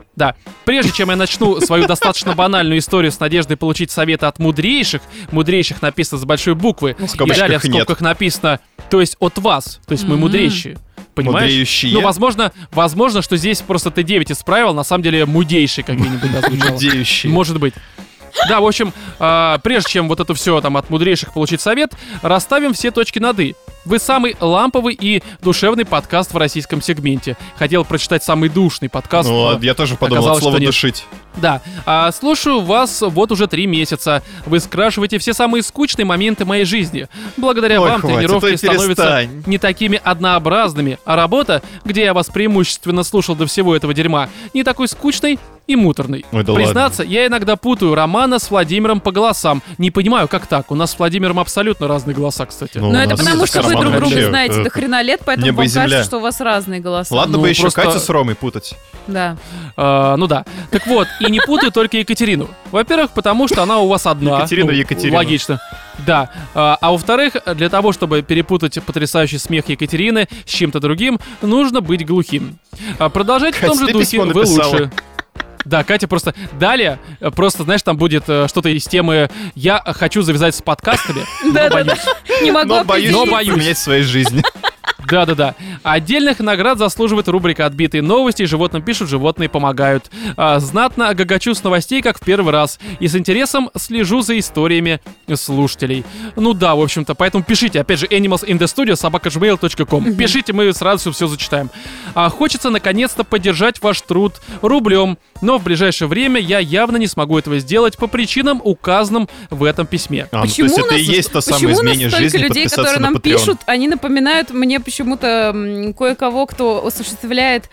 я начну свою достаточно банальную историю с надеждой получить советы от мудрейших написано с большой буквы, В и скобочках далее в нет. скобках написано, то есть от вас, то есть мы мудрейшие. Понимаешь? Мудреющие. Ну, возможно, что здесь просто ты 9 исправил, на самом деле мудейший как-нибудь да, звучало. Мудеющие. Может быть. Да, в общем, прежде чем вот это все там от мудрейших получить совет, расставим все точки над «и». Вы самый ламповый и душевный подкаст в российском сегменте. Хотел прочитать самый душный подкаст. Ну, я тоже подумал оказалось, от слова что нет. «душить». Да, слушаю вас вот уже 3 месяца. Вы скрашиваете все самые скучные моменты моей жизни. Благодаря Ой, вам хватит, тренировки ой, становятся перестань. не такими однообразными, а работа, где я вас преимущественно слушал до всего этого дерьма, не такой скучной и муторной. Ой, да Признаться, я иногда путаю Романа с Владимиром по голосам. Не понимаю, как так. У нас с Владимиром абсолютно разные голоса, кстати. Ну, Но у это нас потому, это что вы Роман друг друга вообще, знаете до хрена лет, поэтому небо вам и земля. кажется, что у вас разные голоса. Ладно Ну, бы еще просто- Катю с Ромой путать. Да. Ну да. Так вот, и не путаю только Екатерину. Во-первых, потому что она у вас одна. Екатерина Ну, Екатерина. Логично. Да. А во-вторых, для того, чтобы перепутать потрясающий смех Екатерины с чем-то другим, нужно быть глухим. Продолжайте в том Катя, же ты духе, письмо вы написала. лучше. Да, Катя просто... Далее, просто, знаешь, там будет что-то из темы «Я хочу завязать с подкастами». но Да-да-да. боюсь». Не могу Но боюсь, Но определить. боюсь. поменять в своей жизни. Да-да-да. Отдельных наград заслуживает рубрика «Отбитые новости». Животным пишут, животные помогают. Знатно гагачу с новостей, как в первый раз. И с интересом слежу за историями слушателей. Ну да, в общем-то. Поэтому пишите, опять же, animalsinthestudio@gmail.com. Пишите, мы сразу все зачитаем. Хочется наконец-то поддержать ваш труд рублем. Но в ближайшее время я явно не смогу этого сделать по причинам, указанным в этом письме. А, ну, то Почему есть у это нас, и есть то самое почему у нас изменение столько жизни, людей, подписаться которые на нам Patreon. пишут, они напоминают мне почему-то кое-кого, кто осуществляет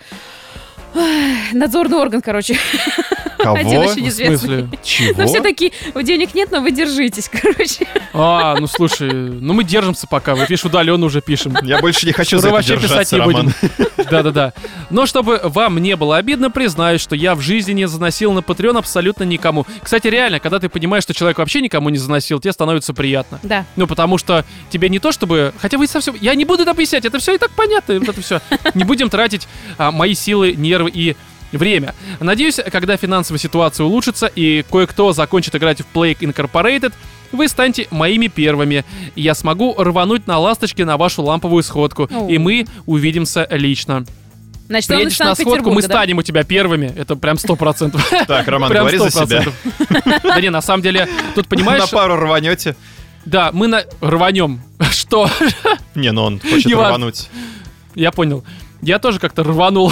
надзорный орган, короче. Один Кого? очень В известный. смысле? Чего? Ну, все такие, денег нет, но вы держитесь, короче. Ну слушай, ну мы держимся пока. Вы пишешь, удаленно уже пишем. Я больше не хочу за Уже это вообще писать держаться, не Роман. будем. Да-да-да. Но чтобы вам не было обидно, признаюсь, что я в жизни не заносил на Patreon абсолютно никому. Кстати, реально, когда ты понимаешь, что человек вообще никому не заносил, тебе становится приятно. Да. Ну, потому что тебе не то чтобы... Хотя вы совсем... Я не буду это объяснять, это все и так понятно. Вот это все. Не будем тратить мои силы, нервы и время. Надеюсь, когда финансовая ситуация улучшится и кое-кто закончит играть в Plague Incorporated, вы станете моими первыми. И я смогу рвануть на ласточке на вашу ламповую сходку. О. И мы увидимся лично. Значит, он из Приедешь на сходку, мы Санкт-Петербурга, да? станем у тебя первыми. Это прям 100%. Так, Роман, Прям говори за себя. 100%. Да не, на самом деле, тут понимаешь... На пару рванете. Да, мы рванем. Что? Не, ну он хочет Не важно. рвануть. Я понял. Я тоже как-то рванул.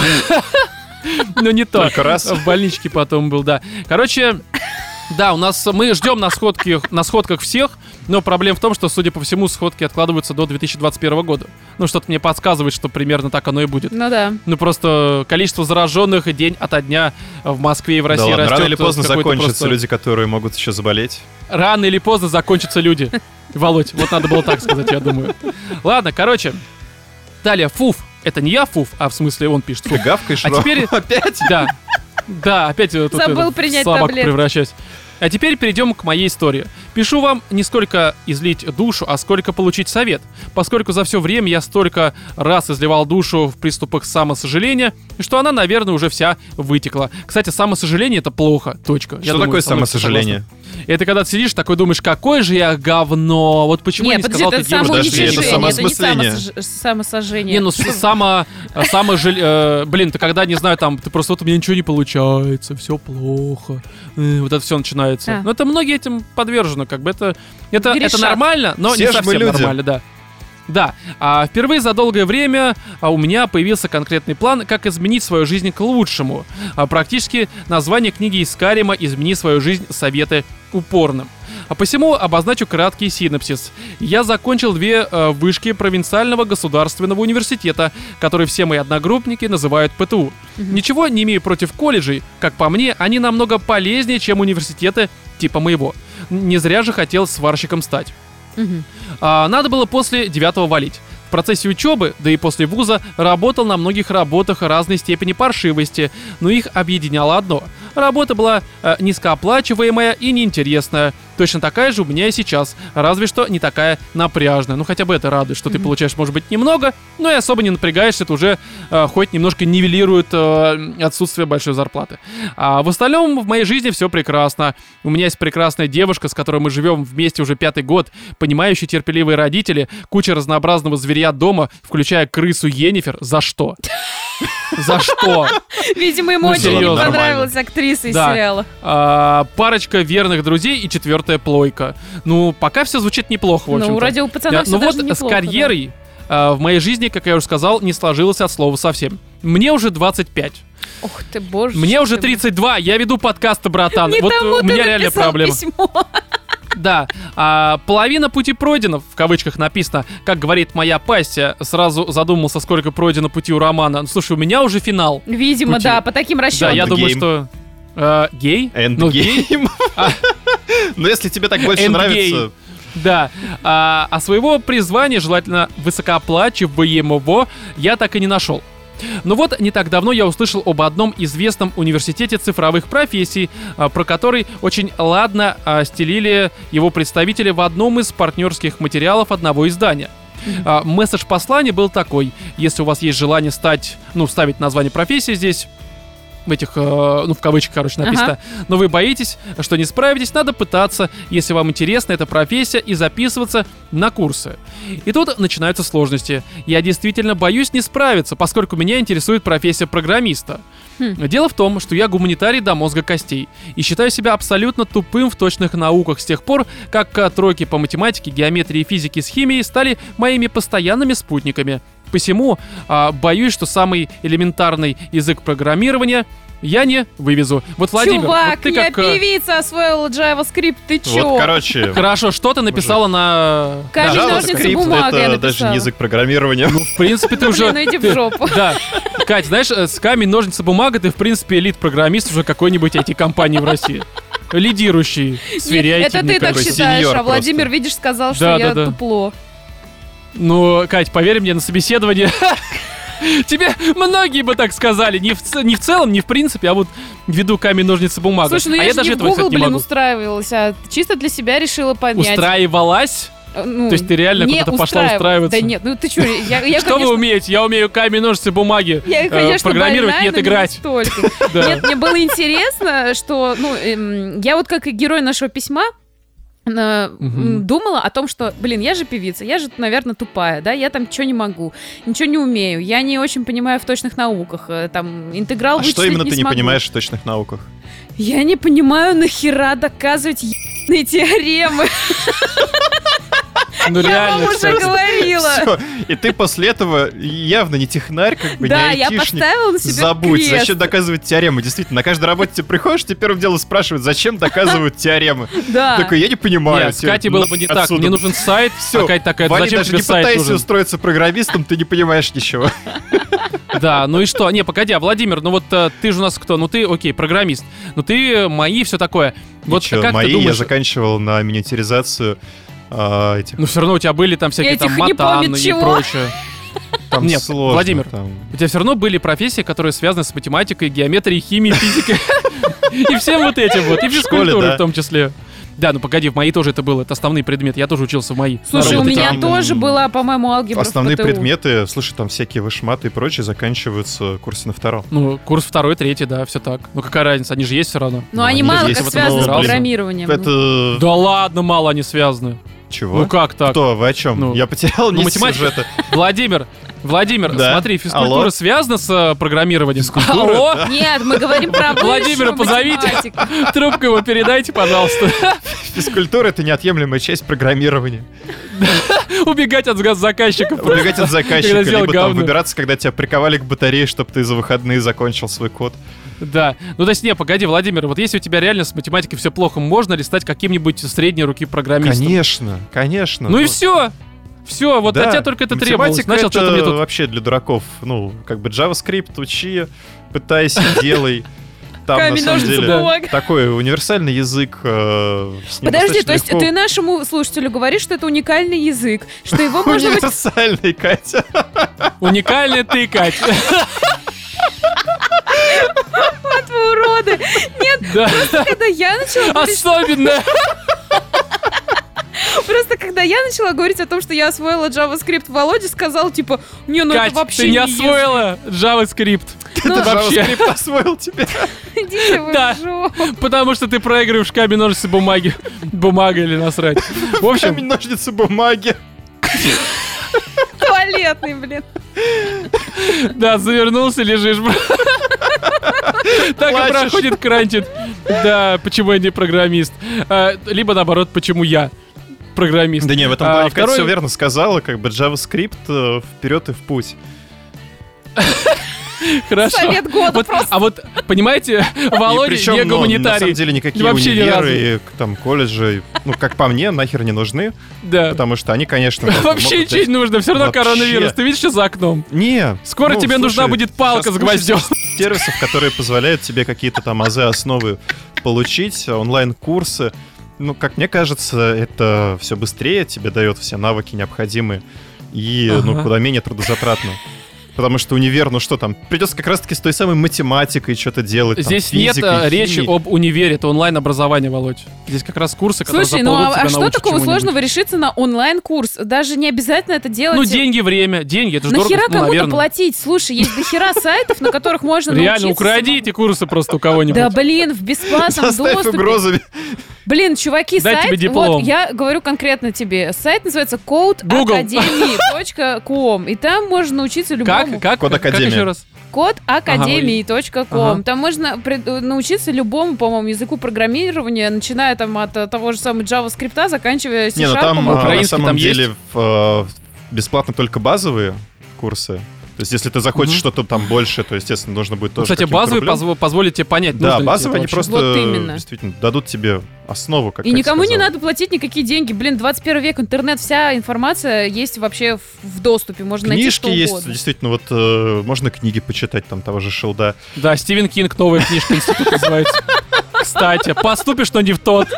Но не то. Только раз. В больничке потом был, да. Короче, да, мы ждем на сходках всех, но проблема в том, что, судя по всему, сходки откладываются до 2021 года. Ну, что-то мне подсказывает, что примерно так оно и будет. Ну да. Ну, просто количество зараженных день ото дня в Москве и в Да России ладно, растет. рано или поздно какой-то закончатся просто- люди, которые могут еще заболеть. Рано или поздно закончатся люди. Володь, вот надо было так сказать, я думаю. Ладно, короче. Далее, Фуф. это не я фуф, а в смысле он пишет фуф. Ты гавкаешь, А теперь... опять? Да, опять тут Забыл принять собаку таблетки. превращаюсь. А теперь перейдем к моей истории. Пишу вам не сколько излить душу, а сколько получить совет. Поскольку за все время я столько раз изливал душу в приступах самосожаления, что она, наверное, уже вся вытекла. Кстати, самосожаление — это плохо. Точка. Что такое самосожаление? Это когда ты сидишь такой, думаешь, какое же я говно. Вот почему я Нет, не подожди, сказал это ты девушке. Подожди, это самоуничижение, самосмысление. это не самосожжение. Не, ну блин, ты когда, не знаю, там, ты просто вот у меня ничего не получается, все плохо. Вот это все начинается. А. Но это многие этим подвержены, как бы это Грешат. нормально, но Все не ж мы совсем люди. нормально, да. Да, впервые за долгое время у меня появился конкретный план, как изменить свою жизнь к лучшему. Практически название книги из Карима «Измени свою жизнь. Советы упорным». Посему обозначу краткий синопсис. Я закончил 2 вышки провинциального государственного университета, которые все мои одногруппники называют ПТУ. Ничего не имею против колледжей, как по мне, они намного полезнее, чем университеты типа моего. Не зря же хотел сварщиком стать. Надо было после 9-го валить. В процессе учебы, да и после вуза, работал на многих работах разной степени паршивости, но их объединяло одно. Работа была низкооплачиваемая и неинтересная. Точно такая же у меня и сейчас, разве что не такая напряжная. Ну хотя бы это радует, что ты получаешь, может быть, немного, но и особо не напрягаешься, это уже хоть немножко нивелирует отсутствие большой зарплаты. А в остальном в моей жизни все прекрасно. У меня есть прекрасная девушка, с которой мы живем вместе уже 5-й год, понимающие терпеливые родители, куча разнообразного зверя дома, включая крысу Йеннифер. За что? За что? Видимо, ему Ну, очень не серьезно. понравилась актриса из Да. сериала. Парочка верных друзей и 4-я плойка. Ну, пока все звучит неплохо, в общем-то. Ну, ради у пацана все Ну даже вот неплохо. с карьерой в моей жизни, как я уже сказал, не сложилось от слова совсем. Мне уже 25. Да. Ух ты, боже. Мне уже ты 32. Я веду подкасты, братан. Не Вот тому у ты меня реально написал проблема. письмо. Да, половина пути пройдена, в кавычках написано, как говорит моя пассия. Сразу задумался, сколько пройдено пути у Романа. Ну, слушай, у меня уже финал. Видимо, Пути. да, по таким Да, расчетам. я думаю, Endgame. что... Гей? Ну, гей. Эндгейм. Ну, если тебе так больше Endgame. нравится... Да, а своего призвания, желательно высокооплачиваемого, я так и не нашел. Но вот не так давно я услышал об одном известном университете цифровых профессий, про который очень ладно стелили его представители в одном из партнерских материалов одного издания. Месседж послания был такой: если у вас есть желание стать, вставить название профессии здесь, в этих, в кавычках, короче, написано, но вы боитесь, что не справитесь, надо пытаться, если вам интересна эта профессия, и записываться на курсы. И тут начинаются сложности. Я действительно боюсь не справиться, поскольку меня интересует профессия программиста. Дело в том, что я гуманитарий до мозга костей и считаю себя абсолютно тупым в точных науках с тех пор, как тройки по математике, геометрии, физике с химией стали моими постоянными спутниками. Посему боюсь, что самый элементарный язык программирования я не вывезу. Вот, Владимир, Чувак, вот ты я как... певица, освоила JavaScript, ты чё? Вот, короче... Хорошо, что ты написала на... Камень, Да, ножницы, JavaScript бумага я это даже написала. не язык программирования. в принципе, ты уже... Блин, ну иди в жопу. Да. Кать, знаешь, с камень, ножницы, бумага ты, в принципе, элит-программист уже какой-нибудь IT-компании в России. Лидирующий в сфере Нет, IT, это мне ты так кажется. считаешь, Сеньор а Владимир, просто. видишь, сказал, что Да, я да, да. тупло. Ну, Кать, поверь мне, на собеседовании тебе многие бы так сказали. Не в целом, не в принципе, а вот ввиду камень, ножницы, бумага. Слушай, ну а я же даже не в этого, Google, кстати, не блин, могу. устраивалась, а чисто для себя решила понять. Устраивалась? Ну, То есть ты реально не куда-то пошла устраивалась. устраиваться? Да нет, ну ты что, я Что вы конечно, умеете? Я умею камень, ножницы, бумаги. я, конечно, программировать, больная, нет, но не играть. настолько. Да. Нет, мне было интересно, что, я вот как и герой нашего письма думала о том, что, блин, я же певица, я же, наверное, тупая, да, я там ничего не могу, ничего не умею, я не очень понимаю в точных науках, там, интеграл А что вычислить именно ты не смогу. понимаешь в точных науках? Я не понимаю, нахера доказывать ебаные теоремы. Ну Я реально, вам уже кстати. говорила. Всё. И ты после этого явно не технарь, как бы, Да, не я айтишник. поставила на себе Забудь, крест. зачем доказывать теоремы? Действительно, на каждой работе ты приходишь, тебе первым делом спрашивают, зачем доказывают теоремы. Да. Такой, я не понимаю. Нет, с Катей было бы не так. Отсюда. Мне нужен сайт. Всё, А Катя такая, Ваня, зачем даже тебе не сайт пытайся нужен? устроиться программистом, ты не понимаешь ничего. Да, ну и что? Не, погоди, а Владимир, ну вот ты же у нас кто? Ну ты, окей, программист. Ну ты мои, все такое. Вот Ничего, как мои ты я думаешь? заканчивал на миниатюризацию этих. Ну все равно у тебя были там всякие Этих там не матаны помнит и чего. прочее. там Нет, сложно. Владимир, там. у тебя все равно были профессии, которые связаны с математикой, геометрией, химией, физикой. И всем вот этим вот. И физкультурой в том числе. Да, ну погоди, в моей тоже это было. Это основные предметы. Я тоже учился в моей. Слушай, у меня тоже была, по-моему, алгебра в Основные ПТУ. предметы, слушай, там всякие вышматы и прочее заканчиваются курсы на втором. Ну, курс второй, третий, да, все так. Ну какая разница, они же есть все равно. Но они мало есть как вот связаны с много, блин. программированием. Это... Да ладно, мало они связаны. Чего? Ну как так? Кто? Вы о чем? Ну, Я потерял нить математика. сюжета. Владимир, Да. смотри, физкультура Алло. связана с программированием. Физкультура? Алло, Нет, мы говорим про Владимира высшую позовите. математику. трубку его передайте, пожалуйста. Физкультура — это неотъемлемая часть программирования. Убегать от заказчиков. Убегать от заказчика, Когда сделал либо там говно. выбираться, когда тебя приковали к батарее, чтобы ты за выходные закончил свой код. Да. Ну, то есть, не, погоди, Владимир, вот если у тебя реально с математикой все плохо, можно ли стать каким-нибудь средней руки программистом? Конечно, конечно. Ну и все. Все, вот Да, от тебя только это требовалось. математика Начал это что-то мне тут... вообще для дураков. Ну, как бы JavaScript учи, пытайся, делай. Там, Камень, на самом ножницы, деле, бумага. такой универсальный язык. С ним Подожди, достаточно то есть легко. ты нашему слушателю говоришь, что это уникальный язык, что его можно быть... Универсальный, Катя. Уникальный ты, Кать. Вы уроды! Нет, Да. когда я начала говорить, Особенно. просто когда я начала говорить о том, что я освоила JavaScript, Володя сказал, типа, не, ну Кать, это вообще ты не язык. освоила JavaScript. Ну, Ты вообще. JavaScript освоил тебе. Идите вы Да. в жопу. Потому что ты проигрываешь камень, ножницы, бумаги. Бумага или насрать. В общем, Камень, ножницы, бумаги. Туалетный, блин. да, завернулся, лежишь. Так и Плачешь. проходит крантит. Да, почему я не программист. Либо наоборот, почему я программист. Да не, в этом плане Катя второй- все верно сказала, как бы JavaScript вперед и в путь. Хорошо. Совет года Вот, просто. а вот, понимаете, Володя И причем, не ну, на гуманитарий. самом деле никакие Вообще ни разу. универы, там, колледжи, ну, как по мне, нахер не нужны, Да. потому что они, конечно... как бы Вообще могут ничего не нужно, все равно Вообще. коронавирус. Ты видишь, что за окном? Не. Скоро ну, тебе нужна слушай, будет палка сейчас с гвоздем. куча сервисов, которые позволяют тебе какие-то там азы, основы получить, онлайн-курсы. Ну, как мне кажется, это все быстрее, тебе дает все навыки необходимые и, ну, Ага. куда менее трудозатратно. Потому что универ, ну что там, придется как раз-таки с той самой математикой что-то делать. там, Здесь нет физикой, речи химией. об универе, это онлайн-образование, Володь. Здесь как раз курсы, которые Слушай, за ну полгода а тебя что научат такого чему-нибудь. сложного решиться на онлайн-курс? Даже не обязательно это делать. Ну, деньги, время, деньги, это же Нахера дорого, ну, кому-то наверное. платить? Слушай, есть дохера сайтов, на которых можно Реально, научиться украдите курсы просто у кого-нибудь. Да, блин, в бесплатном Заставь доступе. угрозами. Блин, чуваки, Дай сайт, тебе диплом. вот я говорю конкретно тебе, сайт называется Google. codeacademy.com, и там можно научиться любому. Как? Код Как Академия. еще раз? codeacademy.com. Ага. Там можно научиться любому, по-моему, языку программирования, начиная там от того же самого JavaScript, заканчивая Не, ну C-Sharp. там на украинский самом там деле бесплатно только базовые курсы. То есть, если ты захочешь Мгм. что-то там больше, то, естественно, нужно будет тоже Кстати, каким-то базовые рублем. позволят тебе понять, Да, нужно ли тебе базовые это они вообще. просто Вот именно. действительно дадут тебе основу, как И Катя никому не сказала. надо платить никакие деньги. Блин, 21 век, интернет, вся информация есть вообще в доступе. Можно найти Книжки что есть, угодно. действительно, вот можно книги почитать, там того же Шелда. Да, Стивен Кинг, новая книжка, институт называется. Кстати, поступишь, но не в тот.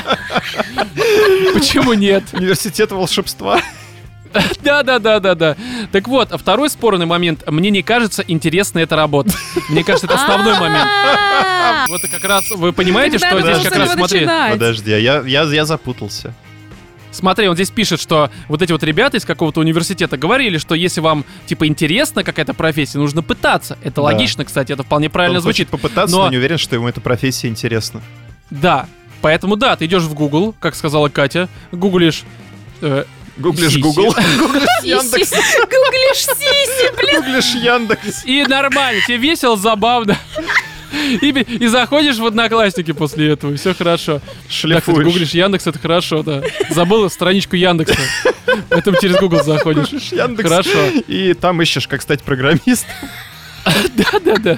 Почему нет? Университет волшебства. Да. Так вот, второй спорный момент. Мне не кажется интересной эта работа. Мне кажется, это основной момент. А-а-а! Вот как раз вы понимаете, Тогда что мы здесь должны как раз, его смотри, начинать. Подожди, я запутался. смотри, он здесь пишет, что вот эти вот ребята из какого-то университета говорили, что если вам, типа, интересна какая-то профессия, нужно пытаться. Это Да. логично, кстати, это вполне правильно Он звучит. хочет попытаться, но- но не уверен, что ему эта профессия интересна. Да, поэтому да, ты идешь в Google, как сказала Катя, гуглишь... Гуглишь Сиси. Google, гуглишь Яндекс, Гуглишь сиси, блин. гуглишь Яндекс. И нормально, тебе весело, забавно. И заходишь в Одноклассники после этого, и все хорошо. Да, кстати, Шлифуешь. гуглишь Яндекс, это хорошо, да. Забыл страничку Яндекса. Поэтому через Google заходишь. Гуглишь Яндекс. Хорошо. И там ищешь, как стать программистом. Да.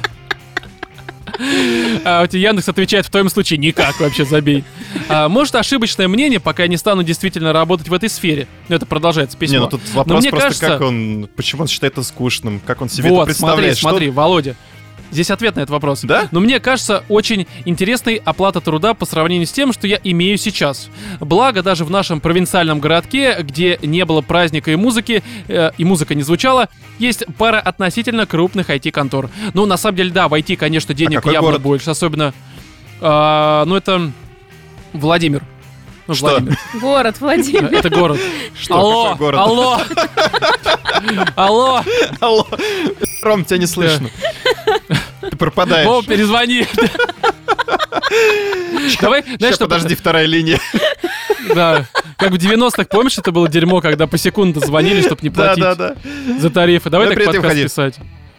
А у тебя Яндекс отвечает в твоем случае никак, вообще забей. Может, ошибочное мнение, пока я не стану действительно работать в этой сфере. Но это продолжается письмо. Не, ну тут Но вопрос мне просто, кажется- как он, почему он считает это скучным, как он себе это Вот, представляет. смотри, Володя. Здесь ответ на этот вопрос. Да? Но мне кажется, очень интересной оплата труда по сравнению с тем, что я имею сейчас. Благо, даже в нашем провинциальном городке, где не было праздника и музыки, и музыка не звучала, есть пара относительно крупных IT-контор. Ну, на самом деле, да, в IT, конечно, денег какой явно город? больше. Особенно, ну, это Владимир. Ну, Что? Владимир. Город Владимир. Это город. Что, Алло, какой город? алло. Алло. Алло, Ром, тебя не слышно. Ты пропадаешь. Вова, перезвони. Давай, знаешь, Сейчас, что... подожди, вторая линия. Да. Как в 90-х, помнишь, это было дерьмо, когда по секунду звонили, чтобы не платить Да. за тарифы. Давай Да, так привет, подкаст уходи. писать.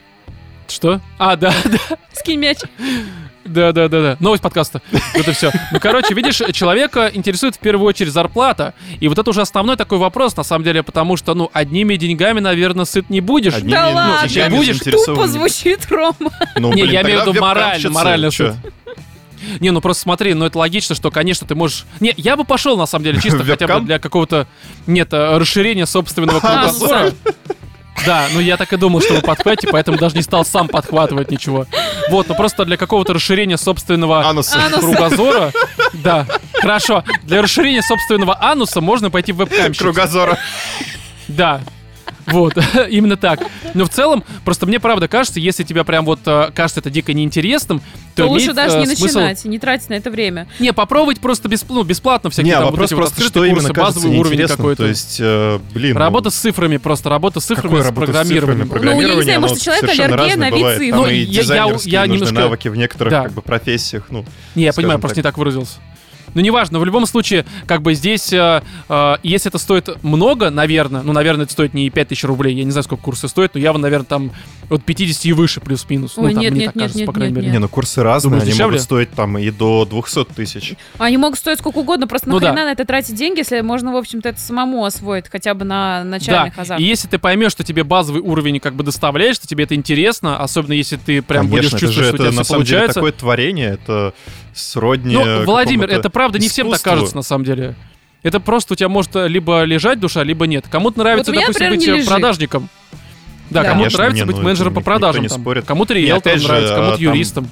Что? А, да. Скинь мяч. Да. Новость подкаста. Это все. Ну, короче, видишь, человека интересует в первую очередь зарплата. И вот это уже основной такой вопрос, на самом деле, потому что, ну, одними деньгами, наверное, сыт не будешь. Одними, Да ну, ладно, деньгами будешь заинтересован тупо не- звучит, Рома. Ну, Не, блин, я имею в тогда виду вебкамщица, морально чё? Не, ну просто смотри, ну это логично, что, конечно, ты можешь... Не, я бы пошел, на самом деле, чисто хотя бы Вебкам? для какого-то... Нет, расширения собственного кругозора. Да, ну я так и думал, что вы подхватите, поэтому даже не стал сам подхватывать ничего. Вот, ну просто для какого-то расширения собственного Ануса. кругозора. Да, хорошо. Для расширения собственного ануса можно пойти в вебкамщицу. Кругозора. Да. Вот, именно так. Но в целом, просто мне правда кажется, если тебе прям вот кажется это дико неинтересным, то То лучше имеет, даже не смысл... начинать, не тратить на это время. Не, попробовать просто бесплатно всякие Не, там вот вопрос эти вот просто, открытые что именно курсы, кажется базовый уровень неинтересным. какой-то. То есть, блин, Работа с цифрами просто, работа с цифрами, какой с работа с программированием. цифрами? Ну, я не знаю, Программирование, может, оно у человека совершенно аллергия разное на вид бывает. цифр. Там Ну, и я дизайнерские нужны немножко- навыки в некоторых Да. как бы профессиях. Ну, Не, я скажем понимаю, просто так. не так выразился. Ну, неважно, в любом случае, как бы здесь, если это стоит много, наверное, ну, наверное, это стоит не 5000 рублей, я не знаю, сколько курсы стоят, но явно, наверное, там от 50 и выше плюс-минус. Ой, Ну, там, нет, мне нет, так кажется, нет, по крайней нет, мере. не, ну курсы разные, Думаешь, они дешевле? могут стоить там и до 200 тысяч. Они могут стоить сколько угодно, просто Ну нахрена да. на это тратить деньги, если можно, в общем-то, это самому освоить, хотя бы на Да, начальных азах. и если ты поймешь, что тебе базовый уровень как бы доставляет, что тебе это интересно, особенно если ты прям Конечно, будешь это чувствовать, же что у тебя это, на все самом деле получается. такое творение, это сродни Ну, Владимир, какому-то это правда не всем так искусству. кажется, на самом деле. Это просто у тебя может либо лежать душа, либо нет. Кому-то нравится, Вот у меня, допустим, например, быть не лежит. продажником. Да, Да. кому-то Конечно, нравится не, быть ну, менеджером это по продажам. никто не там. спорит. Кому-то И риэлтором опять же, нравится, кому-то там юристом.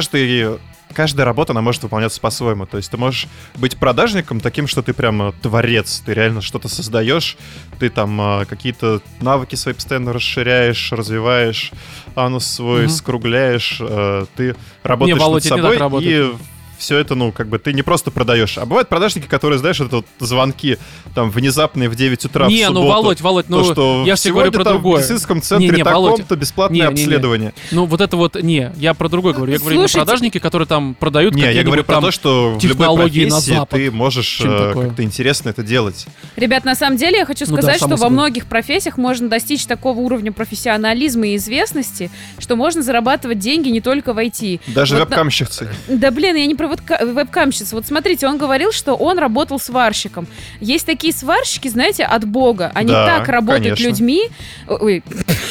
Каждая работа, она может выполняться по-своему. То есть ты можешь быть продажником таким, что ты прям творец, ты реально что-то создаешь, ты там какие-то навыки свои постоянно расширяешь, развиваешь, анус свой Мгм. скругляешь, ты работаешь Володь, над это не собой, так работает. и все это, ну, как бы ты не просто продаешь. А бывают продажники, которые, знаешь, это вот звонки там внезапные в 9 утра Не, в ну, субботу. Володь, ну, То, что я же тебе говорю сегодня про там другое. в медицинском центре Не, Володь. таком-то бесплатное Не. обследование. Ну, вот это вот, не, я про другое говорю. Я говорю именно Слушайте. продажники, которые там продают Не, я какие-нибудь говорю про там... то, что в любой технологии на профессии Запад. ты можешь Чем такое? как-то интересно это делать. Ребят, на самом деле я хочу Ну да, сказать, само что во собой. многих профессиях можно достичь такого уровня профессионализма и известности, что можно зарабатывать деньги не только в IT. Даже Вот вебкамщицы. Да блин, я не про вебкамщиц. Вот смотрите, он говорил, что он работал сварщиком. Есть такие сварщики, знаете, от бога. Они Да, так работают конечно. людьми. Ой,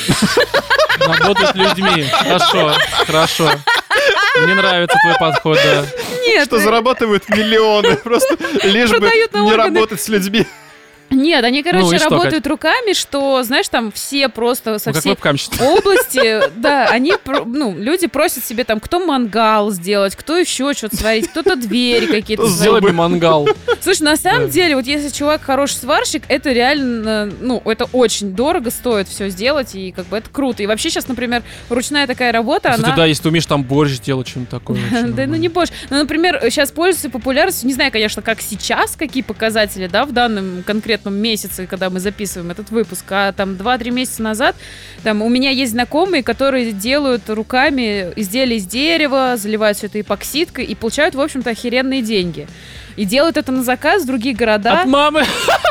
Работают людьми. Хорошо. Мне нравится твой подход, да. нет. Что зарабатывают миллионы, просто лишь бы Продают на не органы. работать с людьми. Нет, они, короче, Ну и что, работают руками, что, знаешь, там все просто со Ну, как всей вебкамщица. области, да, они, люди просят себе там, кто мангал сделать, кто еще что-то сварить, кто-то двери какие-то Сделай сварить. мне мангал. Слушай, на самом деле, вот если чувак хороший сварщик, это реально, ну, это очень дорого стоит все сделать, и как бы это круто. И вообще сейчас, например, ручная такая работа, Кстати, она... да, если ты умеешь там борщ делать, что-нибудь такое. вообще Да, ну нормально. не больше. Ну, например, сейчас пользуется популярностью, не знаю, конечно, как сейчас, какие показатели, да, в данном конкретном месяце, когда мы записываем этот выпуск, а там 2-3 месяца назад, там у меня есть знакомые, которые делают руками изделия из дерева, заливают все это эпоксидкой и получают, в общем-то, охеренные деньги. И делают это на заказ в другие города. От мамы.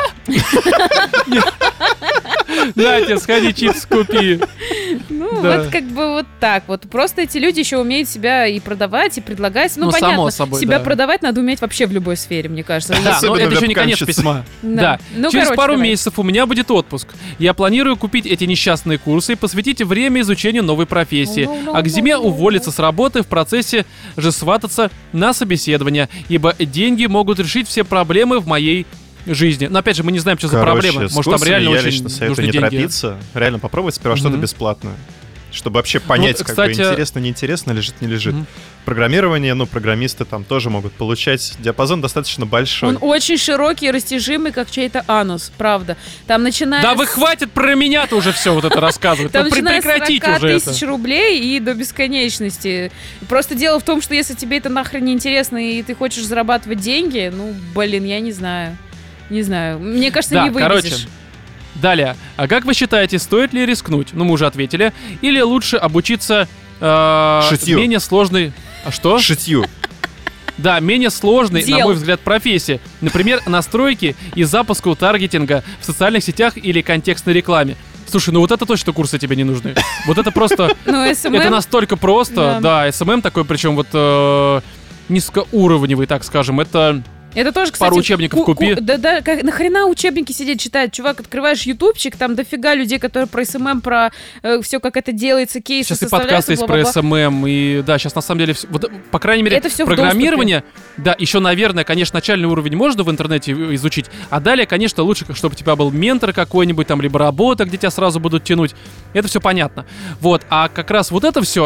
Надя, сходи, чипс купи. Ну, Да. вот как бы вот так вот. Просто эти люди еще умеют себя и продавать, и предлагать. Ну, Ну, понятно, само собой, себя да. продавать надо уметь вообще в любой сфере, мне кажется. Да, но Особенно это еще не конец вебкамщицы. письма. Да. Ну, Через короче, пару давай. месяцев у меня будет отпуск. Я планирую купить эти несчастные курсы и посвятить время изучению новой профессии. А к зиме уволиться с работы в процессе же свататься на собеседование, ибо деньги могут решить все проблемы в моей жизни. Но опять же, мы не знаем, что за проблемы. с Может, там курсами реально я очень лично советую нужны не деньги. торопиться. Реально попробовать сперва что-то Мгм. бесплатное. чтобы вообще понять, Вот, как бы кстати, интересно, неинтересно, лежит, не лежит. Программирование, программисты там тоже могут получать. Диапазон достаточно большой. Он очень широкий и растяжимый, как чей-то анус, правда. Там начинается... Да вы хватит про меня-то уже все вот это рассказывать. Там Ну, начиная с 40 прекратите уже это. тысяч рублей и до бесконечности. Просто дело в том, что если тебе это нахрен не интересно и ты хочешь зарабатывать деньги, я не знаю. Не знаю. Мне кажется, Да, не вывезешь. короче, далее. А как вы считаете, стоит ли рискнуть? Ну, мы уже ответили. Или лучше обучиться Шитью. менее сложной... А что? Шитью. Да, менее сложной, на Дел. мой взгляд, профессии. Например, настройки и запуску таргетинга в социальных сетях или контекстной рекламе. Слушай, вот это точно курсы тебе не нужны. Вот это просто... Ну, СММ... Это настолько просто. Да, СММ такой, причем низкоуровневый, так скажем. Это тоже, кстати... Пару учебников купи. Да, нахрена учебники сидеть читать? Чувак, открываешь ютубчик, там дофига людей, которые про СММ, про все, как это делается, кейсы Сейчас и составляются, подкасты есть про СММ, и да, сейчас на самом деле, по крайней мере, Это всё в программирование, да, еще, наверное, конечно, начальный уровень можно в интернете изучить, а далее, конечно, лучше, чтобы у тебя был ментор какой-нибудь, там, либо работа, где тебя сразу будут тянуть, это все понятно. Вот, а как раз вот это все,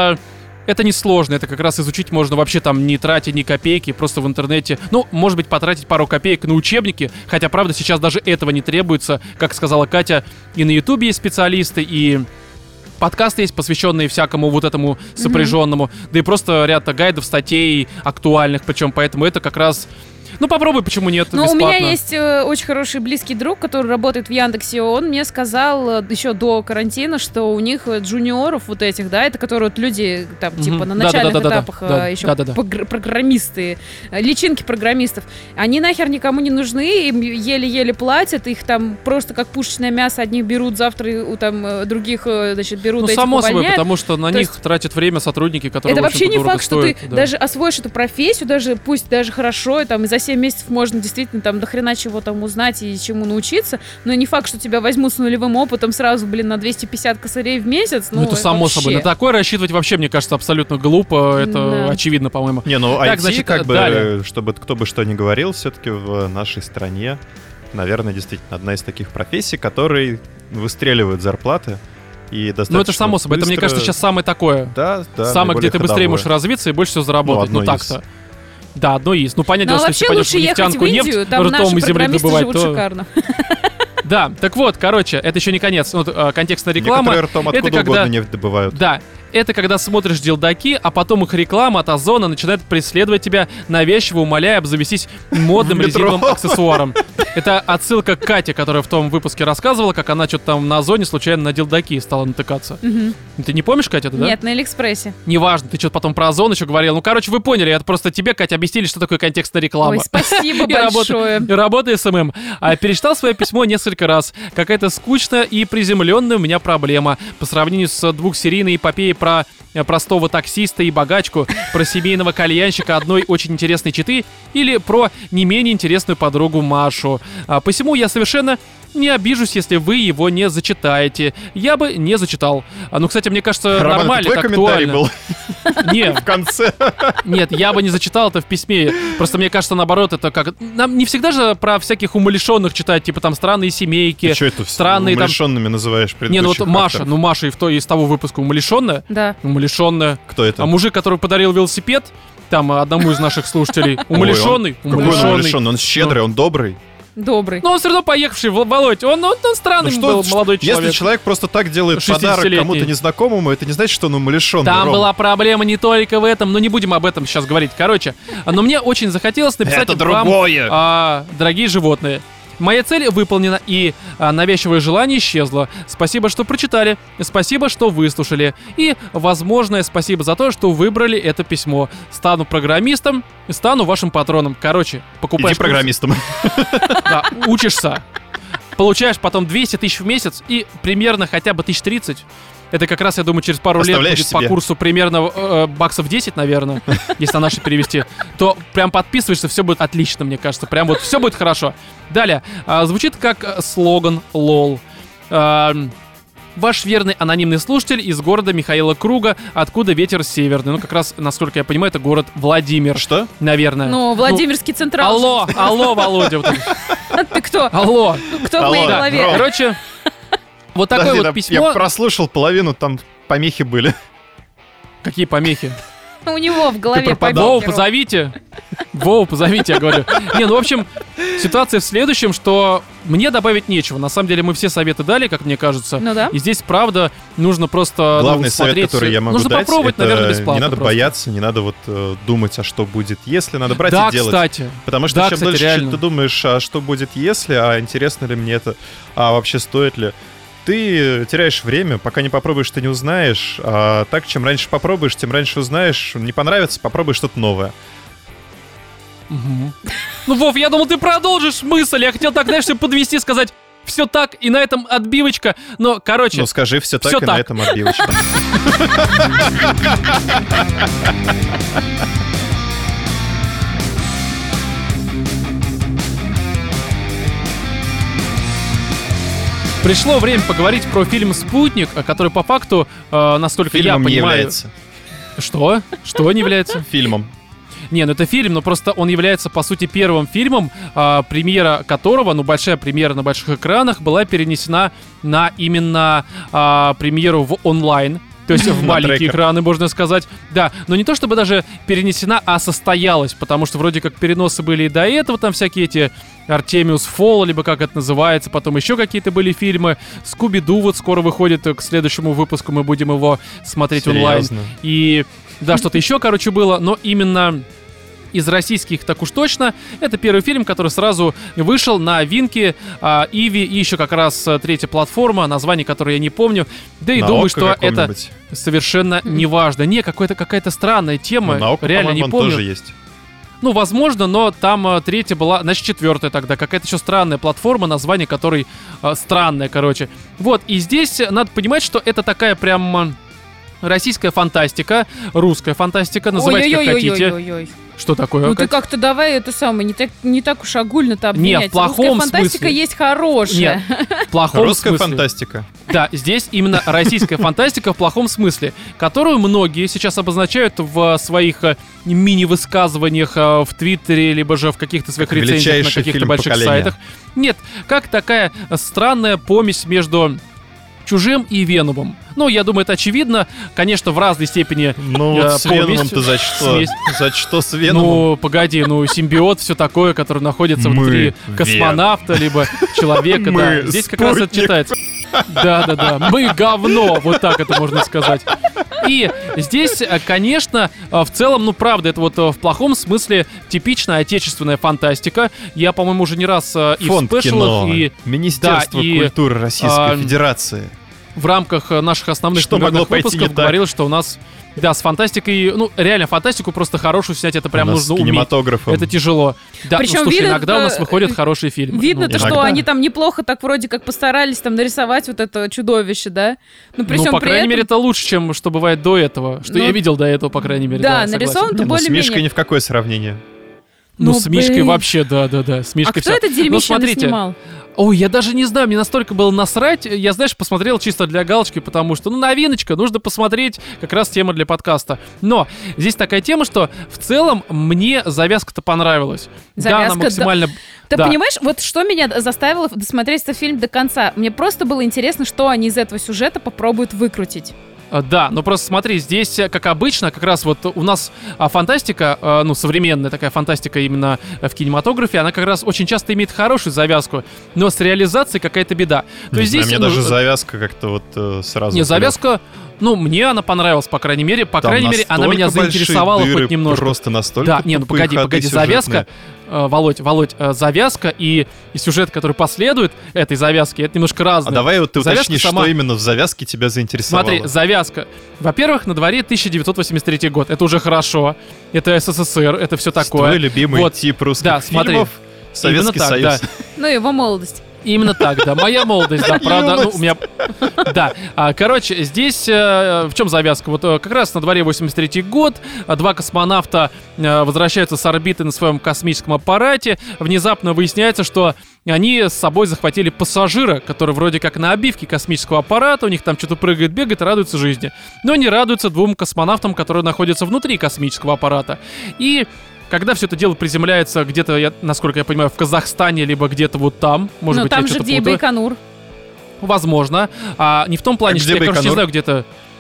это несложно, это как раз изучить можно вообще там не тратя ни копейки, просто в интернете, может быть, потратить пару копеек на учебники, хотя, правда, сейчас даже этого не требуется, как сказала Катя, и на Ютубе есть специалисты, и подкасты есть, посвященные всякому вот этому сопряженному, да и просто ряд гайдов, статей актуальных, причем, поэтому это как раз... попробуй, почему нет, Ну, бесплатно. у меня есть очень хороший близкий друг, который работает в Яндексе. Он мне сказал еще до карантина, что у них джуниоров вот этих, да, это которые вот люди там типа на начальных этапах еще программисты, личинки программистов. Они нахер никому не нужны, им еле-еле платят, их там просто как пушечное мясо одних берут, завтра у там других, значит, берут, этих само увольняют. собой, потому что на То них есть тратят время сотрудники, которые это в общем-то, вообще не дорого факт, что ты стоят, да. даже освоишь эту профессию, даже пусть даже хорошо, и там и за 7 месяцев можно действительно там до хрена чего там узнать и чему научиться, но не факт, что тебя возьмут с нулевым опытом сразу, на 250 косарей в месяц. Это само вообще. собой. На такое рассчитывать вообще, мне кажется, абсолютно глупо. Это очевидно, по-моему. Не, Так, IT, значит, как бы, далее. чтобы кто бы что ни говорил, все-таки в нашей стране, наверное, действительно одна из таких профессий, которые выстреливают зарплаты. И достаточно Это само собой. Это, мне кажется, сейчас самое такое. Да. Самое, где ты быстрее ходовое. можешь развиться и больше всего заработать. одно Так-то. Да, одно из. Понятно, Ну, а что вообще если пойдешь в лучше ехать в нефтянку Индию, нефть там ртом наши из земли программисты добывать, живут то... шикарно. Да, так вот, короче, это еще не конец. Контекстная реклама. Некоторые ртом это откуда когда... угодно нефть добывают. Да, это когда смотришь делдаки, а потом их реклама от Озона начинает преследовать тебя, навязчиво умоляя обзавестись модным В метро. резиновым аксессуаром. Это отсылка к Кате, которая в том выпуске рассказывала, как она что-то там на Озоне случайно на делдаки стала натыкаться. Ты не помнишь, Катя, это, да? Нет, на Алиэкспрессе. Неважно, ты что-то потом про Озон еще говорил. Вы поняли, это просто тебе, Катя, объяснили, что такое контекстная реклама. Ой, спасибо И большое. работа СММ. Перечитал свое письмо несколько раз. Какая-то скучная и приземленная у меня проблема. По сравнению с двухсерийной эпопеей про простого таксиста и богачку, про семейного кальянщика одной очень интересной четы или про не менее интересную подругу Машу. Посему я совершенно не обижусь, если вы его не зачитаете. Я бы не зачитал. Кстати, мне кажется, Роман, нормально, это это твой комментарий актуально. был Нет, в конце. нет, я бы не зачитал это в письме. Просто мне кажется, наоборот, это как... Нам не всегда же про всяких умалишенных читать, типа там странные семейки. Ты что это странные там... умалишенными называешь Не, предыдущих Маша, авторов? Маша из того выпуска умалишенная. Да. Умалишенная. Кто это? А мужик, который подарил велосипед, там одному из наших слушателей, умалишенный. Какой он умалишенный? Он щедрый, он добрый. Добрый. Но он все равно поехавший, Володь. Он странный был молодой человек. Если человек просто так делает подарок 60-летний. кому-то незнакомому, это не значит, что он умалишенный. Там Ром. была проблема не только в этом, но не будем об этом сейчас говорить. Короче, но мне очень захотелось написать Это вам, другое. дорогие животные. Моя цель выполнена, и навязчивое желание исчезло. Спасибо, что прочитали, спасибо, что выслушали, и возможное спасибо за то, что выбрали это письмо. Стану программистом, стану вашим патроном. Короче, покупаешь... Иди программистом. Да, учишься, получаешь потом 200 тысяч в месяц и примерно хотя бы 1030. Это как раз, я думаю, через пару лет Оставляешь будет себе. по курсу примерно баксов 10, наверное, если на наши перевести. То прям подписываешься, все будет отлично, мне кажется. Прям вот все будет хорошо. Далее. Звучит как слоган «Лол». Ваш верный анонимный слушатель из города Михаила Круга, откуда ветер северный. Как раз, насколько я понимаю, это город Владимир. Что? Наверное. Владимирский Централ. Алло, Володя. Ты кто? Алло. Кто в моей Алло, голове? Ром. Короче, вот такое Подожди, вот там письмо. Я прослушал половину, там помехи были. Какие помехи? У него в голове Вову позовите. Вову позовите, я говорю. Не, ну, в общем, ситуация в следующем, что мне добавить нечего. На самом деле мы все советы дали, как мне кажется. Ну да. И здесь, правда, нужно просто Главный совет, смотреть. который я могу нужно дать, попробовать, это наверное, бесплатно. не надо просто. бояться, не надо вот думать, а что будет, если. Надо брать Да, и делать. кстати. Потому что Да, чем кстати, дольше реально. ты думаешь, а что будет если, а интересно ли мне это, а вообще стоит ли, ты теряешь время, пока не попробуешь, ты не узнаешь. А так, чем раньше попробуешь, тем раньше узнаешь. Не понравится, попробуй что-то новое. Мгм. Ну, Вов, я думал, ты продолжишь мысль. Я хотел так, знаешь, чтобы подвести, сказать, все так, и на этом отбивочка. Но, короче, Ну, скажи все так, всё и так. на этом отбивочка. пришло время поговорить про фильм «Спутник», который по факту, насколько я Фильмом не понимаю... является. Что? Что не является? Фильмом. Не, ну это фильм, но просто он является, по сути, первым фильмом, премьера которого, ну, большая премьера на больших экранах, была перенесена на именно премьеру в онлайн. То есть в На маленькие трекер. экраны, можно сказать. Да, но не то чтобы даже перенесена, а состоялась, потому что вроде как переносы были и до этого, там всякие эти Артемиус Фолл, либо как это называется, потом еще какие-то были фильмы. Скуби-Ду вот скоро выходит, к следующему выпуску мы будем его смотреть онлайн. Серьезно? И да, что-то еще, короче, было, но именно из российских так уж точно. Это первый фильм, который сразу вышел на Винке, Иви и еще как раз третья платформа, название которой я не помню. Да и На думаю, Око что это каком-нибудь? совершенно не важно. Не, какая-то странная тема, Ну, на Око, реально не по-моему, он помню. тоже есть. Ну, возможно, но там третья была, значит, четвертая тогда. Какая-то еще странная платформа, название которой странное, короче. Вот, и здесь надо понимать, что это такая прям российская фантастика, русская фантастика, называйте как хотите. Ой-ой-ой. Что такое? Ну ты Кать? как-то давай это самое, не так уж огульно-то Не, обвинять. в плохом Русская фантастика смысле. есть хорошая. Нет, в плохом Русская смысле. фантастика. Да, здесь именно российская фантастика в плохом смысле, которую многие сейчас обозначают в своих мини-высказываниях в Твиттере, либо же в каких-то своих Как рецензиях на величайший каких-то фильм больших поколения. сайтах. Нет, как такая странная помесь между Чужим и Веномом. Ну, я думаю, это очевидно. Конечно, в разной степени Ну вот с помесь, Веномом-то за что? смесь. За что с Веномом? Ну, погоди, симбиот, все такое, который находится Мы внутри Вен. космонавта, либо человека, Мы да. Здесь как раз это спутник. читается. Да. Мы говно, вот так это можно сказать. И здесь, конечно, в целом, ну, правда, это вот в плохом смысле типичная отечественная фантастика. Я, по-моему, уже не раз и Фонд в спешлах, кино. и Министерство да, и, культуры Российской а, Федерации. в рамках наших основных Что могло номерных пойти выпусков не так? говорил, что у нас, да, с фантастикой, ну, реально, фантастику просто хорошую снять, это прям У нас нужно с уметь. кинематографом. Это тяжело. Да, Причем ну, слушай, видно, иногда у нас выходят хорошие фильмы. Видно-то, Ну, что иногда. они там неплохо так вроде как постарались там нарисовать вот это чудовище, да? Но при Ну, всем по при крайней этом... мере, это лучше, чем что бывает до этого. Что Ну, я видел до этого, по крайней мере. да, согласен. нарисован Не, ну, с более-менее. Мишкой ни в какое сравнение. Ну, Ну, с Мишкой блин. вообще, да. С А Мишкой кто всё. это Ну, дерьмище смотрите. снимал? Ой, я даже не знаю, мне настолько было насрать. Я, знаешь, посмотрел чисто для галочки, потому что, ну, новиночка, нужно посмотреть, как раз тема для подкаста. Но здесь такая тема, что в целом мне завязка-то понравилась. Да, она Завязка, да. максимально... Ты Да. понимаешь, вот что меня заставило досмотреть этот фильм до конца? Мне просто было интересно, что они из этого сюжета попробуют выкрутить. Да, но просто смотри, здесь, как обычно, как раз вот у нас фантастика, ну, современная такая фантастика именно в кинематографе, она как раз очень часто имеет хорошую завязку, но с реализацией какая-то беда. То Не есть знаю, здесь... мне ну, даже завязка как-то вот сразу... Не, завязка, ну, мне она понравилась, по крайней мере. По Там крайней мере, она меня настолько большие заинтересовала дыры, хоть немножко. Просто настолько Да, не, ну тупые погоди, ходы завязка, сюжетные. Володь, завязка и сюжет, который последует этой завязке, это немножко разное. А давай вот ты Завязка уточни, сама- что именно в завязке тебя заинтересовало. Смотри, завязка. Во-первых, на дворе 1983 год. Это уже хорошо. Это СССР, это все такое. Твой любимый Вот. тип русских Да, смотри. фильмов — Советский Именно так, Союз. да. Ну, его молодость. Именно так, да. Моя молодость, да, правда. Ну, у меня... Да. Короче, здесь в чем завязка? Вот как раз на дворе 83-й год. Два космонавта возвращаются с орбиты на своем космическом аппарате. Внезапно выясняется, что они с собой захватили пассажира, который вроде как на обивке космического аппарата, у них там что-то прыгает, бегает и радуется жизни. Но не радуются двум космонавтам, которые находятся внутри космического аппарата. И когда все это дело приземляется где-то, насколько я понимаю, в Казахстане, либо где-то вот там, может Ну, быть, там я же что-то где и путаю. Байконур. Возможно. Не в том плане, А что где я, конечно, не Байконур? знаю, где-то...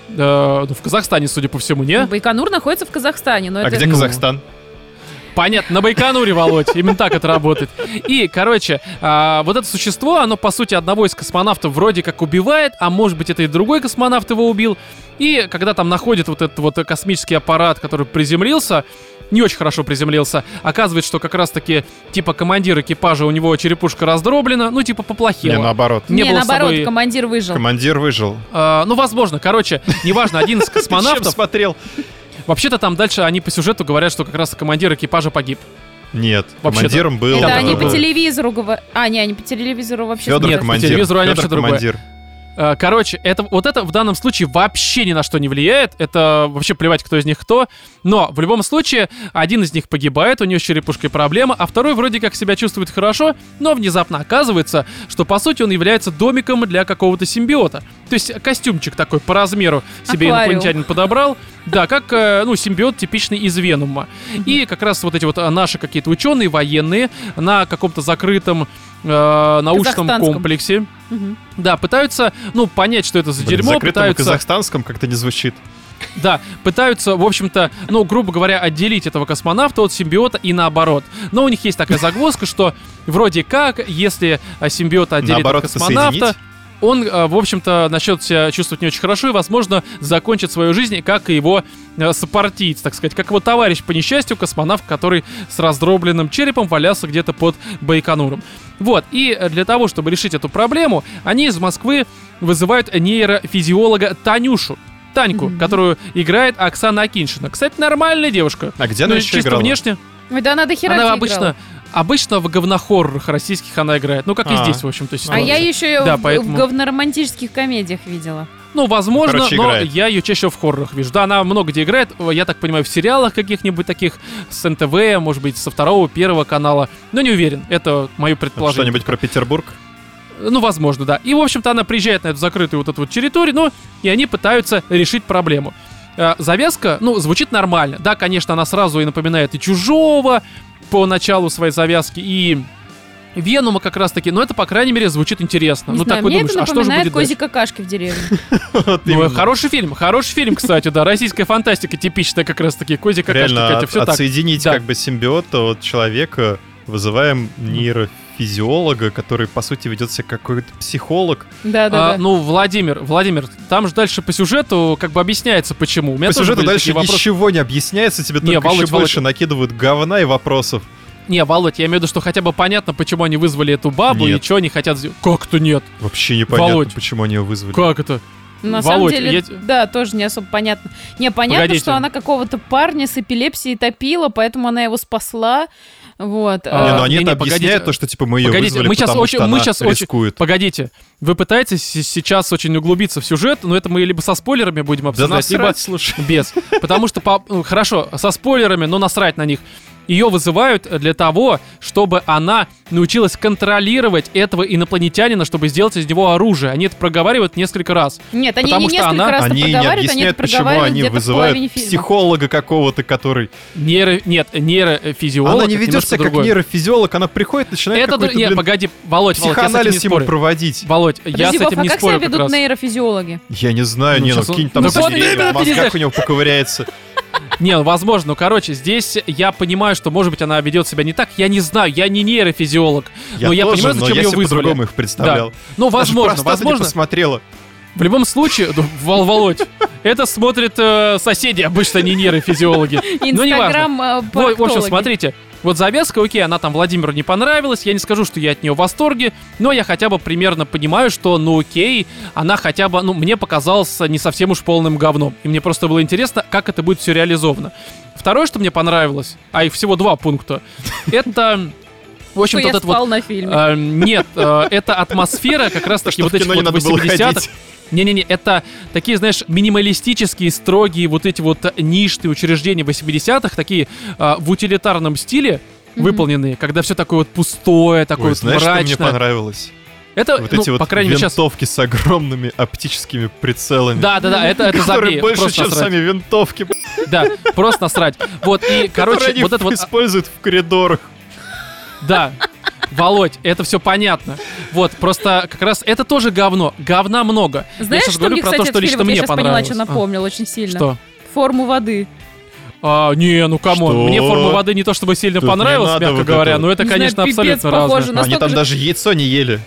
в Казахстане, судя по всему, не? Байконур находится в Казахстане, но А это... где Казахстан? Понятно, на Байконуре, Володь, именно так это работает. И, короче, вот это существо, оно, по сути, одного из космонавтов вроде как убивает, а может быть, это и другой космонавт его убил. И когда там находит вот этот вот космический аппарат, который приземлился, не очень хорошо приземлился, оказывается, что как раз-таки, типа, командир экипажа, у него черепушка раздроблена, ну, типа, поплохело. Не, наоборот. Не, было с наоборот, собой- командир выжил. Командир выжил. Ну, возможно, короче, неважно, один из Ты чем космонавтов. смотрел? Вообще-то там дальше они по сюжету говорят, что как раз командир экипажа погиб. Нет, Вообще-то. командиром был... Это Да, они да, по да. телевизору говорят. А, не, они по телевизору вообще... Федор Нет, смотрят. по командир. телевизору они Федор вообще другое. командир. Короче, вот это в данном случае вообще ни на что не влияет. Это вообще плевать, кто из них кто. Но в любом случае, один из них погибает, у него с черепушкой проблема, а второй вроде как себя чувствует хорошо, но внезапно оказывается, что по сути он является домиком для какого-то симбиота. То есть костюмчик такой по размеру себе Аквариум. инопланетянин подобрал. Да, как, симбиот типичный из Венума. И как раз вот эти вот наши какие-то ученые, военные, на каком-то закрытом научном Казахстанском. комплексе, Мгм. да, пытаются, закрытым что это за Блин, дерьмо, закрытым пытаются, казахстанском как-то не звучит. да, пытаются, в общем-то, грубо говоря, отделить этого космонавта от симбиота и наоборот. Но у них есть такая загвоздка, что вроде как, если симбиота отделить Наоборот, от это космонавта, соединить? он, в общем-то, начнет себя чувствовать не очень хорошо и, возможно, закончит свою жизнь, как и его сопартиец, так сказать, как его товарищ по несчастью, космонавт, который с раздробленным черепом валялся где-то под Байконуром. Вот, и для того, чтобы решить эту проблему, они из Москвы вызывают нейрофизиолога Танюшу, Таньку, которую играет Оксана Акиньшина. Кстати, нормальная девушка. А где она еще чисто играла? внешне. Ой, да она до хера Она играла. обычно в говнохоррорах российских она играет. Ну, как и А. здесь, в общем-то, А ситуация. я еще ее Да, в поэтому- говноромантических комедиях видела. Ну, возможно, Короче, но играет. я ее чаще в хоррорах вижу. Да, она много где играет, я так понимаю, в сериалах каких-нибудь таких с НТВ, может быть, со второго, первого канала. Но не уверен, это мое предположение. Что-нибудь про Петербург? Ну, возможно, да. И, в общем-то, она приезжает на эту закрытую вот эту вот территорию, и они пытаются решить проблему. Завязка, звучит нормально. Да, конечно, она сразу и напоминает и «Чужого» по началу своей завязки, и Венума как раз-таки, но это, по крайней мере, звучит интересно. Не Ну, знаю, так вы мне думаешь, это а что же напоминает будет дальше? кози-какашки в деревне. Вот Ну, именно. хороший фильм, кстати, да, российская фантастика типичная как раз-таки, кози какашки, Реально, Катя, все так. отсоединить Да. как бы симбиота от человека, вызываем нейрофизиолога, который, по сути, ведет себя как какой-то психолог. Да-да-да. Владимир, там же дальше по сюжету как бы объясняется, почему. У меня По тоже сюжету были дальше такие вопросы. ничего не объясняется, тебе Не, только Володь, еще больше накидывают говна и вопросов. Не, Володь, я имею в виду, что хотя бы понятно, почему они вызвали эту бабу Нет. и что они хотят сделать. Как это нет? Вообще непонятно, Володь. почему они ее вызвали. Как это? На Володь, самом деле, я- да, тоже не особо понятно. Не, понятно, Погодите. что она какого-то парня с эпилепсией топила, поэтому она его спасла. Вот. Не, ну они не-не, это объясняют, погодите. то, что типа мы ее Погодите, вызвали, мы сейчас потому очень- что мы она сейчас очень- рискует. Погодите, вы пытаетесь сейчас очень углубиться в сюжет, но это мы либо со спойлерами будем Да обсуждать, либо насрать, слушай. без. Потому что, хорошо, со спойлерами, но насрать на них. Ее вызывают для того, чтобы она научилась контролировать этого инопланетянина, чтобы сделать из него оружие. Они это проговаривают несколько раз. Нет, они потому не что несколько она- раз это Они не проговаривают, они это объясняют, почему проговаривают они где-то в вызывают половине фильма. психолога какого-то, который... Нейрофизиолог. Она не это ведет немножко себя как другое. нейрофизиолог, она приходит, начинает Это, какой-то, нет, блин, погоди, Володь, я с этим психоанализ не ему спорю. проводить. Володь, я с Подожди, Вов, этим а не как спорю себя как ведут раз. нейрофизиологи? Я не знаю, Ну, не, ну сейчас он- какие-нибудь там Ну, вот в именно, мозгах у него поковыряется. Не, возможно, короче, здесь я понимаю, что, может быть, она ведет себя не так. Я не знаю, я не нейрофизиолог. Я но я тоже, понимаю, но зачем я ее себе вызвали. по-другому их представлял. Ну, Даже возможно, простата не возможно. посмотрела. В любом случае, Володь, это смотрят соседи, обычно не нейрофизиологи. Ну, неважно. Инстаграм В общем, смотрите, вот завязка, окей, она там Владимиру не понравилась, я не скажу, что я от нее в восторге, но я хотя бы примерно понимаю, что, окей, она хотя бы, мне показалась не совсем уж полным говном, и мне просто было интересно, как это будет все реализовано. Второе, что мне понравилось, а их всего 2 пункта, это... В что общем-то, я вот этот спал вот... на фильме. Нет, это атмосфера как раз-таки Что вот в этих кино не вот надо было 80-х. ходить. Не-не-не, это такие, знаешь, минималистические, строгие вот эти вот нишные учреждения 80-х, такие в утилитарном стиле выполненные, когда все такое вот пустое, такое Ой, вот знаешь, что мне мрачное. понравилось? Это, Вот эти вот по крайней мере, сейчас... винтовки с огромными оптическими прицелами. Да, это Которые забей, больше, просто чем насрать. сами винтовки, Да, просто насрать. Вот, и, которые короче, они вот это вот... используют в коридорах. Да, Володь, это все понятно. Вот, просто как раз это тоже говно. Говна много. Знаешь, я сейчас что говорю мне, про кстати, то, что этот лично фильм, вот мне я сейчас поняла, понравилось. что напомнил очень сильно. Что? Форму воды. Не, ну камон. Что? Мне форма воды не то чтобы сильно Тут не понравилась, надо мягко вот говоря, это но это, Не конечно, знаю, пипец абсолютно похоже разное. на Они там настолько же- даже яйцо не ели.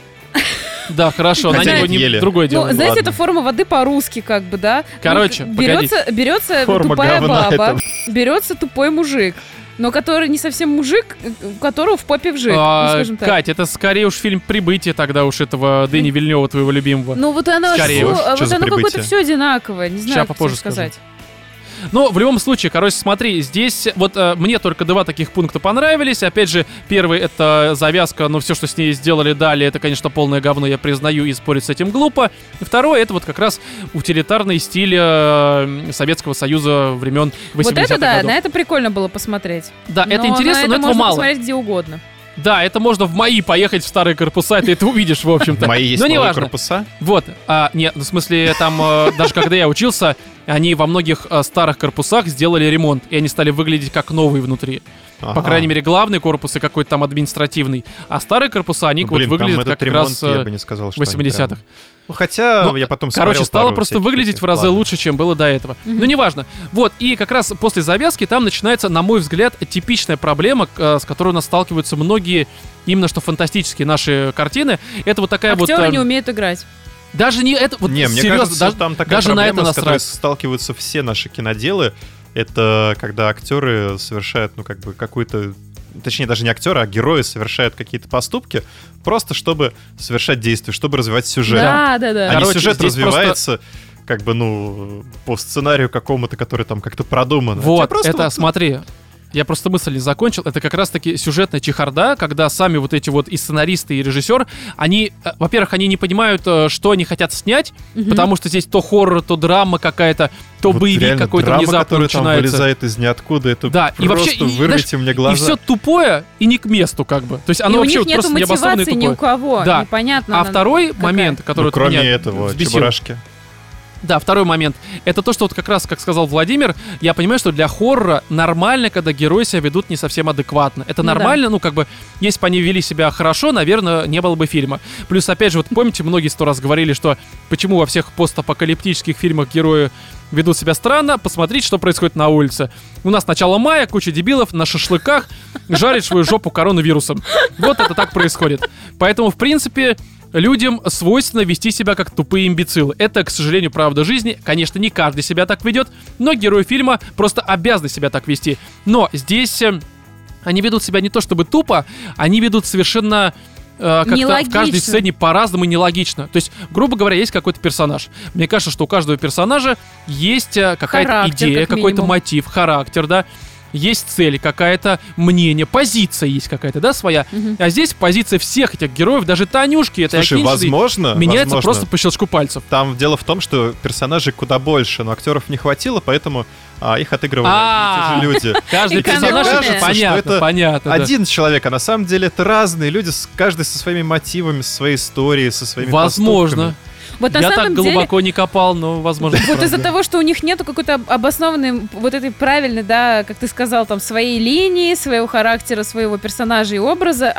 Да, хорошо, на Хотя него нет, ели. другое дело. Ну, знаете, ладно. это форма воды по-русски, как бы, да? Короче, Ну, берется Форма тупая говна баба, это. берется тупой мужик, но который не совсем мужик, у которого в попе вжик, ну, скажем так. Кать, это скорее уж фильм «Прибытие» тогда уж этого Дэни Вильнева, твоего любимого. Ну вот оно Скорее всё- уж, что вот за оно какое-то прибытие? все одинаковое, не знаю, Ща как попозже тебе сказать. Ну, в любом случае, короче, смотри, здесь вот мне только два таких пункта понравились. Опять же, первый — это завязка, но все, что с ней сделали далее, это, конечно, полное говно, я признаю, и спорить с этим глупо. И второе — это вот как раз утилитарный стиль Советского Союза времен 80-х Вот это да, годов. на это прикольно было посмотреть. Да, это Но интересно, на но это этого можно мало. посмотреть где угодно. Да, это можно в МАИ поехать в старые корпуса, и ты это увидишь, в общем-то. Мои есть Но новые неважно. корпуса. Вот, нет, ну, в смысле, там, даже когда я учился, они во многих старых корпусах сделали ремонт, и они стали выглядеть как новые внутри. По Ага. крайней мере, главный корпус и какой-то там административный. А старые корпуса, они Ну, вот блин, там выглядят этот как ремонт, раз я бы не сказал, что они 80-х. прям- Ну, хотя Ну, я потом Короче, смотрел стало пару просто всяких выглядеть этих. в разы Ладно. лучше, чем было до этого. Ну, неважно. Вот, и как раз после завязки там начинается, на мой взгляд, типичная проблема, с которой у нас сталкиваются многие именно что фантастические наши картины. Это вот такая Актеры вот... не умеют играть. Даже не это... Вот Не, мне серьезно, кажется, даже, там такая даже на проблема, это с которой насрать. сталкиваются все наши киноделы. Это когда актеры совершают, ну, как бы, какую-то... Точнее, даже не актеры, а герои совершают какие-то поступки, просто чтобы совершать действия, чтобы развивать сюжет. Да. А Короче, не сюжет здесь развивается, как бы, ну, по сценарию какому-то, который там как-то продуман. А тебе Вот, просто это, вот- смотри, я просто мысль не закончил. Это как раз-таки сюжетная чехарда, когда сами вот эти вот и сценаристы, и режиссер, они, во-первых, они не понимают, что они хотят снять, потому что здесь то хоррор, то драма какая-то, то вот боевик реально какой-то драма, внезапно которая там начинается. вылезает из ниоткуда, это Да, и просто вообще, и, вырвите знаешь, мне глаза. И все тупое и не к месту, как бы. То есть И оно у вообще них вот нету просто необоснованно и мотивации ни у тупое. кого. Да. Непонятно. А второй какая. момент, который Ну, вот кроме меня этого, взбесил. Чебурашки. Да, второй момент. Это то, что вот как раз, как сказал Владимир, я понимаю, что для хоррора нормально, когда герои себя ведут не совсем адекватно. Это Ну да. нормально, ну как бы, если бы они вели себя хорошо, наверное, не было бы фильма. Плюс, опять же, вот помните, многие 100 раз говорили, что почему во всех постапокалиптических фильмах герои ведут себя странно, посмотрите, что происходит на улице. У нас начало мая, куча дебилов на шашлыках жарит свою жопу коронавирусом. Вот это так происходит. Поэтому, в принципе, людям свойственно вести себя как тупые имбецилы. Это, к сожалению, правда жизни. Конечно, не каждый себя так ведет, но герои фильма просто обязаны себя так вести. Но здесь они ведут себя не то чтобы тупо, они ведут совершенно как-то в Нелогично. каждой сцене по-разному и нелогично. То есть, грубо говоря, есть какой-то персонаж. Мне кажется, что у каждого персонажа есть какая-то Характер, идея, как какой-то минимум. мотив, характер, да. Есть цель какая-то, мнение, позиция есть какая-то, да, своя. А здесь позиция всех этих героев, даже Танюшки, это Слушай, возможно, меняется возможно. просто по щелчку пальцев. Там дело в том, что персонажей куда больше, но актеров не хватило, поэтому их отыгрывали А. те же люди. Каждый Экономия. персонаж, Кажется, что понятно, это понятно. да. Один человек, а на самом деле это разные люди, каждый со своими мотивами, со своей историей, со своими Возможно. Вот на Я так самом деле, глубоко не копал, но возможно. вот правда. из-за того, что у них нету какой-то обоснованной, вот этой правильной, да, как ты сказал, там, своей линии, своего характера, своего персонажа и образа,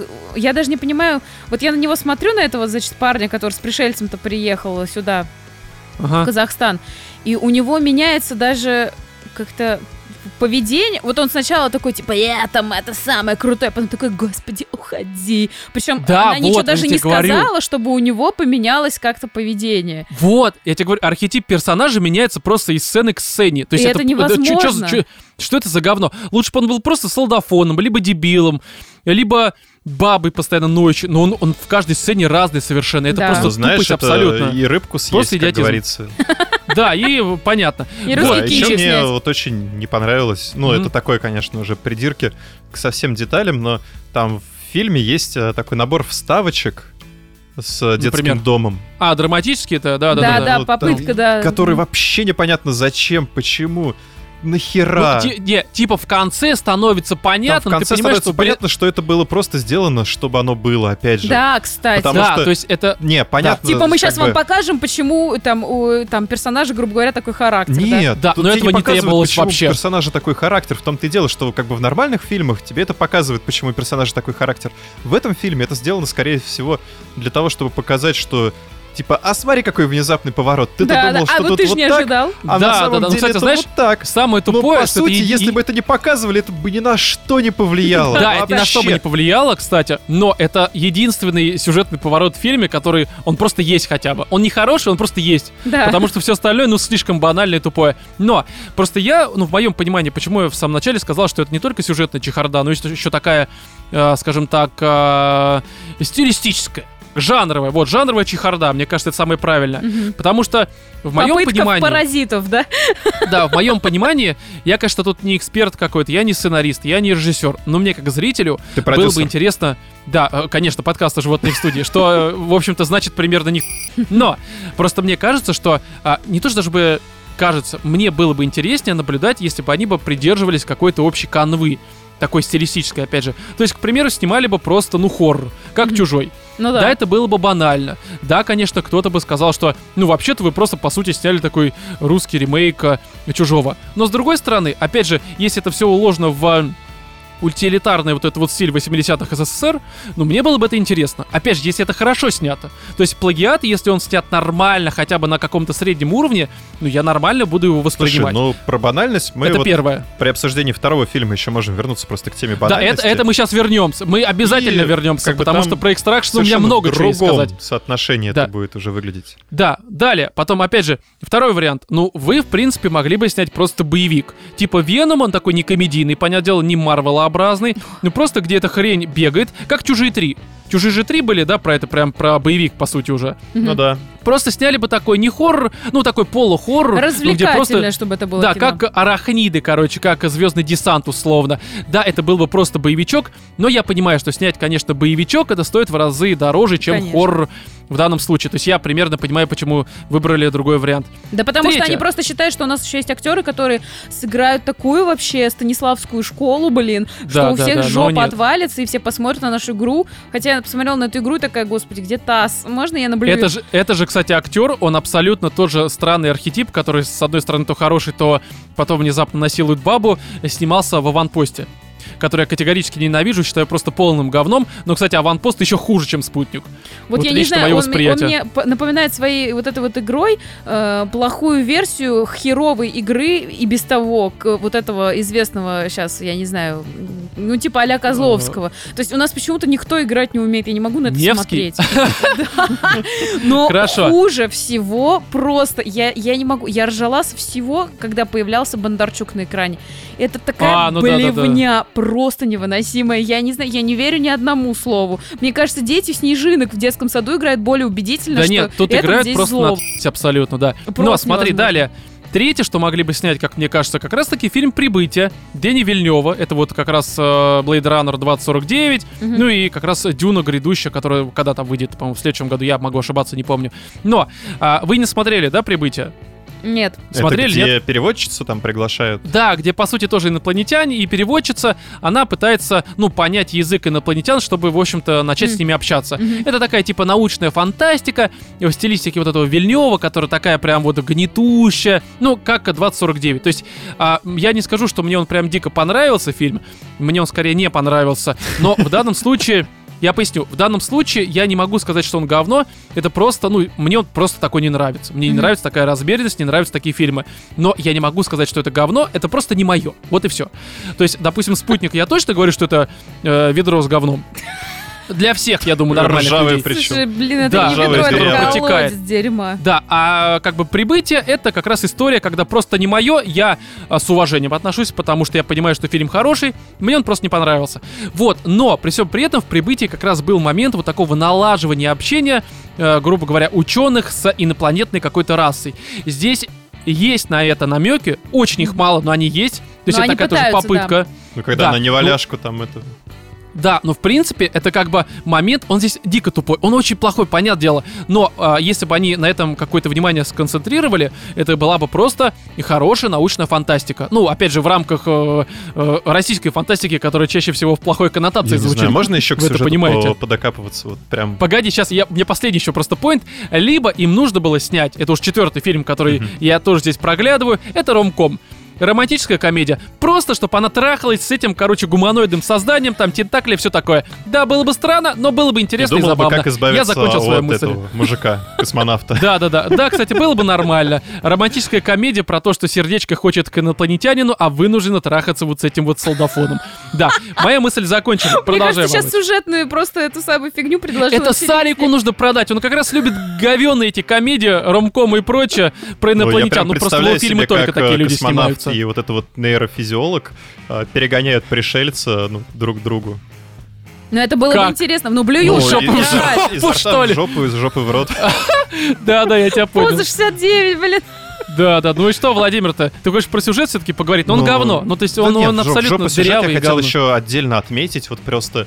я даже не понимаю, вот я на него смотрю, на этого, значит, парня, который с пришельцем-то приехал сюда, в Ага. Казахстан, и у него меняется даже как-то поведение. Вот он сначала такой, типа, я там это самое крутое, потом такой, господи, уходи. Причем Да, она ничего вот, даже я не тебе говорю. сказала, чтобы у него поменялось как-то поведение. Вот, я тебе говорю, архетип персонажа меняется просто из сцены к сцене. То есть И это невозможно. Что это за говно? Лучше бы он был просто солдафоном, либо дебилом, либо бабой постоянно ночью. Но он в каждой сцене разный совершенно. Это Да. просто Ну, знаешь, тупость это абсолютно. и рыбку съесть, Просто как идиотизм. говорится. Да, и понятно. И Вот. русский А кинчик еще мне снять. вот очень не понравилось, ну, Мгм. это такое, конечно, уже придирки к совсем деталям, но там в фильме есть такой набор вставочек с детским Например? домом, А, драматически это, да. Да, вот там, попытка, да. который вообще непонятно зачем, почему. нахера? Типа в конце становится понятно, в конце ты понимаешь, становится понятно, что это было просто сделано, чтобы оно было, опять же. Да, кстати. Потому что... то есть это... Не, понятно. Типа мы сейчас как вам бы- покажем, почему там у персонажа, грубо говоря, такой характер. да? Нет, Да, тут но тебе этого не показывают, требовалось почему вообще. у персонажа такой характер. В том-то и дело, что как бы в нормальных фильмах тебе это показывает, почему у персонажа такой характер. В этом фильме это сделано, скорее всего, для того, чтобы показать, что типа, а смотри, какой внезапный поворот. Ты-то Да, думал, да. что А вот тут ты же вот не так, ожидал. а Да, на самом да, да. Ну, деле кстати, это знаешь, вот так. самое Но тупое, по что это сути, если бы это не показывали, это бы ни на что не повлияло. Да, это ни на что бы не Вообще. повлияло, кстати, но это единственный сюжетный поворот в фильме, который, он просто есть хотя бы. Он не хороший, он просто есть. Да. Потому что все остальное, ну, слишком банальное и тупое. Но просто я, ну, в моем понимании, почему я в самом начале сказал, что это не только сюжетная чехарда, но еще такая, скажем так, стилистическая. Жанровая, вот, жанровая чехарда, мне кажется, это самое правильное. Потому что в моем Попытка понимании... паразитов, да? Да, в моем понимании, я, конечно, тут не эксперт какой-то, я не сценарист, я не режиссер, но мне, как зрителю, Ты было продюсер. бы интересно... Да, конечно, подкаст «Животные в студии», что, в общем-то, значит примерно не... Но просто мне кажется, что... Не то, что даже бы кажется, мне было бы интереснее наблюдать, если бы они бы придерживались какой-то общей канвы, такой стилистической, опять же. То есть, к примеру, снимали бы просто, ну, хоррор, как «Чужой». Ну Да, да. это было бы банально. Да, конечно, кто-то бы сказал, что, ну, вообще-то вы просто, по сути, сняли такой русский ремейк «Чужого». Но, с другой стороны, опять же, если это все уложено в утилитарный вот этот вот стиль 80-х СССР, ну, мне было бы это интересно. Опять же, если это хорошо снято. То есть плагиат, если он снят нормально, хотя бы на каком-то среднем уровне, ну, я нормально буду его Слушай, воспринимать. ну про банальность мы это вот первое. при обсуждении второго фильма еще можем вернуться просто к теме Да, банальности. это мы сейчас вернемся. Мы обязательно И вернемся, как бы потому там что про экстракшн у меня Совершенно много в чего есть другом сказать. соотношении Да. это будет уже выглядеть. Да, далее, потом, опять же, второй вариант. Ну, вы, в принципе, могли бы снять просто боевик. Типа Веном, он такой не комедийный, понятное дело, не Марвелообразный, ну просто где эта хрень бегает, как Чужие 3. Чужие же 3 были, да, про это прям про боевик, по сути, уже. Ну да. Просто сняли бы такой не хоррор, ну такой полухоррор. ну, где Развлекательное, просто... чтобы это было Да, кино. как арахниды, короче, как звездный десант, условно. Да, это был бы просто боевичок, но я понимаю, что снять, конечно, боевичок, это стоит в разы дороже, чем Конечно. хоррор в данном случае. То есть я примерно понимаю, почему выбрали другой вариант. Да потому что Третье. они просто считают, что у нас еще есть актеры, которые сыграют такую вообще Станиславскую школу, блин, что у да, всех да, но жопа нет. отвалится, и все посмотрят на нашу игру. Хотя я посмотрела на эту игру и такая, господи, где таз? Можно я наблюю? Это же, кстати, актер, он абсолютно тот же странный архетип, который, с одной стороны, то хороший, то потом внезапно насилует бабу, снимался в «Аванпосте», который я категорически ненавижу, считаю просто полным говном. Но, кстати, «Аванпост» еще хуже, чем «Спутник». Вот я не лично знаю, мое он восприятие. мне напоминает своей вот этой вот игрой плохую версию херовой игры и без того вот этого известного сейчас, я не знаю, ну типа а-ля Козловского. То есть у нас почему-то никто играть не умеет, я не могу на это Невский? смотреть. Да. Но Хорошо. хуже всего просто, я не могу, я ржала со всего, когда появлялся Бондарчук на экране. Это такая ну да-да-да. блевня, просто невыносимая. Я не знаю, я не верю ни одному слову. Мне кажется, дети снежинок в детском саду играют более убедительно, Да что нет, тут это играют здесь просто зло. на абсолютно, да. Просто Но смотри, невозможно. далее. Третье, что могли бы снять, как мне кажется, как раз-таки фильм «Прибытие» Дэни Вильнёва. Это вот как раз Blade Runner 2049, ну и как раз «Дюна» грядущая, которая когда там выйдет, по-моему, в следующем году, я могу ошибаться, не помню. Но вы не смотрели, да, «Прибытие»? Нет. Смотрели, это где нет? переводчицу там приглашают. Да, где, по сути, тоже инопланетяне, и переводчица, она пытается, ну, понять язык инопланетян, чтобы, в общем-то, начать с ними общаться. Это такая, типа, научная фантастика, в стилистике вот этого Вильнёва, которая такая прям вот гнетущая, ну, как 2049. То есть, я не скажу, что мне он прям дико понравился, фильм, мне он скорее не понравился, но в данном случае... Я поясню, в данном случае я не могу сказать, что он говно, это просто, ну, мне он просто такой не нравится. Мне не нравится такая размеренность, не нравятся такие фильмы. Но я не могу сказать, что это говно, это просто не мое. Вот и все. То есть, допустим, «Спутник», я точно говорю, что это ведро с говном. Для всех, я думаю, нормальных Ржавые людей. причем. Слушай, блин, это Да, не ржавое ведро, это зря. колодец Протекает. дерьма. Да, а как бы «Прибытие» — это как раз история, когда просто не мое, я с уважением отношусь, потому что я понимаю, что фильм хороший, мне он просто не понравился. Вот, но при всем при этом в «Прибытии» как раз был момент вот такого налаживания общения, грубо говоря, ученых с инопланетной какой-то расой. Здесь есть на это намеки, очень их мало, но они есть. То есть Но это они такая тоже пытаются, попытка. Ну, когда Да, на неваляшку там это... Да, но в принципе это как бы момент, он здесь дико тупой, он очень плохой, понятное дело, но если бы они на этом какое-то внимание сконцентрировали, это была бы просто и хорошая научная фантастика. Ну, опять же, в рамках российской фантастики, которая чаще всего в плохой коннотации Я не звучит. знаю, можно еще к Вы это сюжету понимаете? подокапываться? Вот прям... Погоди, сейчас мне последний еще просто поинт. Либо им нужно было снять, это уж 4-й фильм, который я тоже здесь проглядываю, это ромком. Романтическая комедия. Просто, чтобы она трахалась с этим, гуманоидным созданием, там тентакли и все такое. Да, было бы странно, но было бы интересно и думал бы, забавно. как избавиться Я закончил свою от мысль. этого мужика, космонавта. Да, кстати, было бы нормально. Романтическая комедия про то, что сердечко хочет к инопланетянину, а вынуждено трахаться вот с этим вот солдафоном. Да, моя мысль закончена. Мне Продолжаем. кажется, сейчас сюжетную просто эту самую фигню предложила. Это Сарику нужно продать. Он как раз любит говёные эти комедии, ромкомы и прочее про Ну, я инопланетян. прям Ну, просто представляю в фильмы себе, только как такие люди космонавт снимаются. и вот это вот нейрофизиолог перегоняют пришельца друг к другу. Ну, это было Как? бы интересно. Ну, блюют. из жопы в жопу, Изо рта что ли? в жопу, из жопы в рот. Да, я тебя понял. Поза 69, блин. Да. Ну и что, Владимир-то? Ты хочешь про сюжет все-таки поговорить? Но он говно. Ну, то есть он абсолютно жопа сюжет дырявый я и хотел говно. еще отдельно отметить, вот просто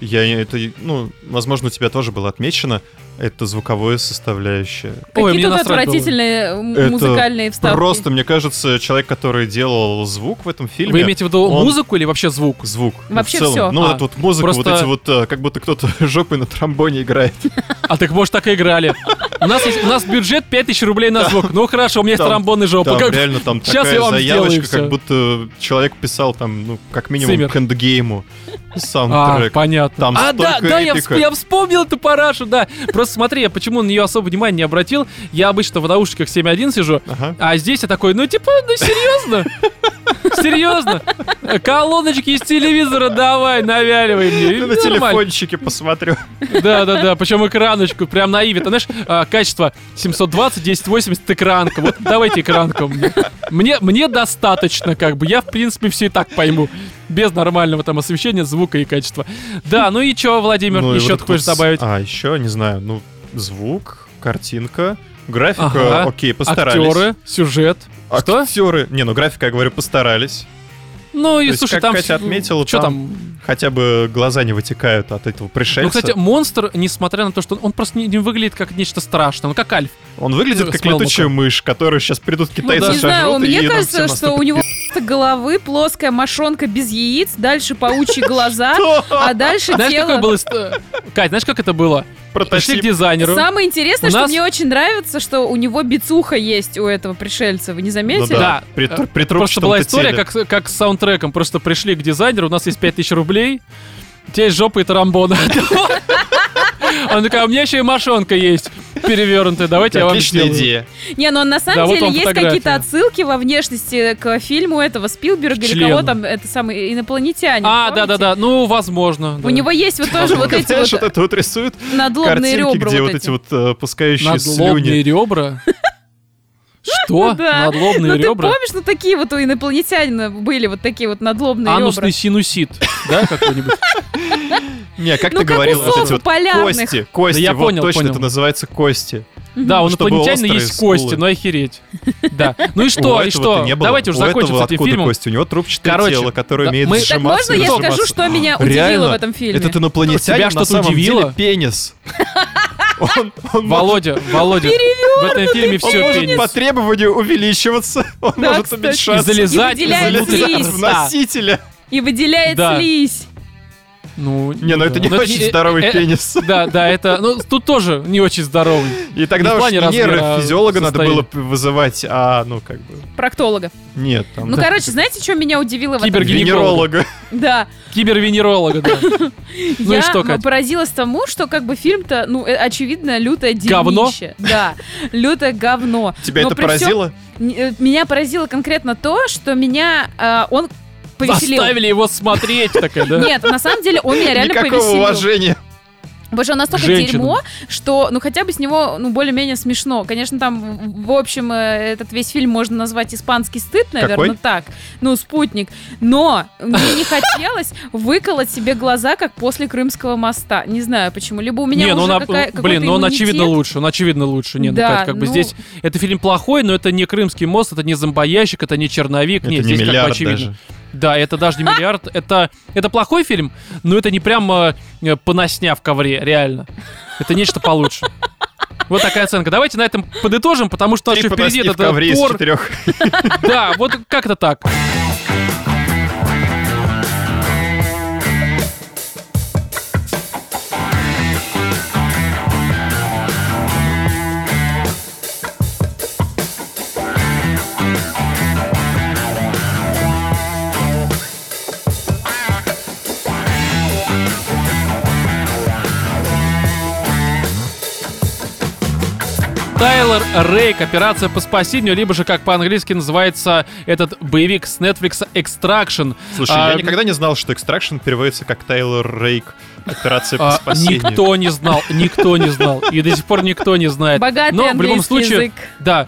возможно, у тебя тоже было отмечено, это звуковое составляющее. Ой, Какие мне тут насрать было. отвратительные музыкальные вставки. Просто, мне кажется, человек, который делал звук в этом фильме... Вы имеете в виду он- музыку или вообще звук? Звук. Вообще в целом. всё. Ну, А, вот эту вот музыку, просто- вот эти вот, как будто кто-то жопой на тромбоне играет. А так, может, так и играли. У нас бюджет 5000 рублей на звук. Ну, хорошо, у меня есть Там- тромбон и жопа. Там Как- реально там Сейчас я такая вам сделаю, заявочка, и всё. как будто человек писал там, ну, как минимум, Циммер. к эндгейму А, саундтрек. понятно. Там да, столько я эпика. вспомнил эту парашу, да. Просто смотри, я почему на нее особо внимания не обратил. Я обычно в наушниках 7.1 сижу, Ага. а здесь я такой, ну серьезно? Серьезно? Колоночки из телевизора давай, навяливай мне. И На нормально. телефончике посмотрю. Да, причем экраночку, прям на Иве. Ты знаешь, качество 720, 1080 экранка. Вот давайте экранку мне. Мне достаточно, как бы. Я, в принципе, все и так пойму. Без нормального там освещения, звука и качества. Да, ну и чё, Владимир, Ну, и еще вот ты хочешь это вот добавить? еще, не знаю, звук, картинка, графика, Ага. окей, постарались. Актеры, сюжет. Что? Актеры, графика, я говорю, постарались. Ну и То есть, слушай, как там... Катя отметила, Что там там? хотя бы глаза не вытекают от этого пришельца. Ну, кстати, монстр, несмотря на то, что он просто не выглядит как нечто страшное, он как Альф. Он выглядит как с Мелмаком. летучая мышь, которую сейчас придут китайцы, да. Не знаю, сожрут, и мне нам кажется, всем что наступит у него головы, плоская мошонка без яиц, дальше паучьи глаза, а дальше Знаешь, тело. какое было... Кать, знаешь, как это было? Пришли к прототип. дизайнеру. Самое интересное, У что нас- мне очень нравится, что у него бицуха есть у этого пришельца. Вы не Ну заметили? да, Да. при Просто трубчатом была история, теле. как с саундтреком. Просто пришли к дизайнеру, у нас есть 5000 рублей, у тебя есть жопа и тромбон. Он такой, а у меня еще и мошонка есть перевернутая, давайте я вам Отличная сделаю. идея. Не, ну на Да, самом вот деле вам есть фотография. какие-то отсылки во внешности к фильму этого Спилберга или Члену. кого там, это самый инопланетянин. А, помните? да, ну, возможно. У него есть вот тоже вот эти Знаешь, вот вот это вот рисуют надлобные картинки, ребра где вот вот эти. эти вот пускающие Надлобные слюни. ребра? Что? Да. Надлобные Ну ты ребра? помнишь, ну такие вот у инопланетянина были вот такие вот надлобные ребра. Анусный синусит, да, какой-нибудь? Не, как Ну, ты как говорил, у вот эти сов вот полярных. кости, Да я вот понял, точно понял. это называется кости. Да, у Чтобы инопланетянина острые есть кости, скулы. ну охереть. Да. Ну и У что, и этого-то что? не было. Давайте уже У закончим этого с этим откуда фильмом. кости? У него трубчатое Короче, тело, которое да, умеет мы- Так сжиматься можно и я скажу, разжиматься. что меня удивило Реально, в этом фильме? этот инопланетянин Тебя на что-то самом удивило? деле пенис. Он Володя, в этом фильме все может пенис. по требованию увеличиваться, он Да, может кстати. И уменьшаться. залезать, И выделяет внутрь слизь. В крста. носителя. И выделяет Да. слизь. Ну, Не, ну это не ну, очень здоровый пенис. Да, это, ну, тут тоже не очень здоровый. И тогда Не в уж плане не размера, нейрофизиолога надо состояния. было вызывать, как бы... Проктолога. Нет, там... Ну, короче, знаете, что меня удивило в этом Киберги- фильме? Венеролога. Да. Кибервенеролога, да. Ну и Я что, Кать? поразилась тому, что как бы фильм-то, ну, очевидно, лютое Говно? дерьмище. Да, лютое говно. Тебя Но это при всем- поразило? Меня поразило конкретно то, что меня он повеселил. Заставили его смотреть, такая, да? Нет, на самом деле он меня реально Никакого повеселил. уважения. Потому что он настолько Женщинам. дерьмо, что, ну, хотя бы с него, ну, более-менее смешно. Конечно, там, в общем, этот весь фильм можно назвать испанский стыд, наверное, Какой? так. Ну, «Спутник». Но мне не хотелось выколоть себе глаза, как после Крымского моста. Не знаю почему. Либо у меня Не, ну уже он, какой-то блин, ну он иммунитет. очевидно лучше. Не, ну Да, Кать, как бы ну- здесь, это фильм плохой, но это не Крымский мост, это не зомбоящик, это не черновик, Это нет, не здесь как бы миллиард очевидно. даже. Да, это даже не миллиард. Это плохой фильм, но это не прям поносня в ковре, реально. Это нечто получше. Вот такая оценка. Давайте на этом подытожим, потому что еще впереди этот Тор. Из 4. Да, вот как-то так. Тайлер Рейк, операция по спасению, либо же, как по-английски называется этот боевик с Netflix, Extraction. Слушай, я никогда не знал, что Extraction переводится как Тайлер Рейк, операция по спасению. Никто не знал, и до сих пор никто не знает. Богатый но в любом случае, язык. Да,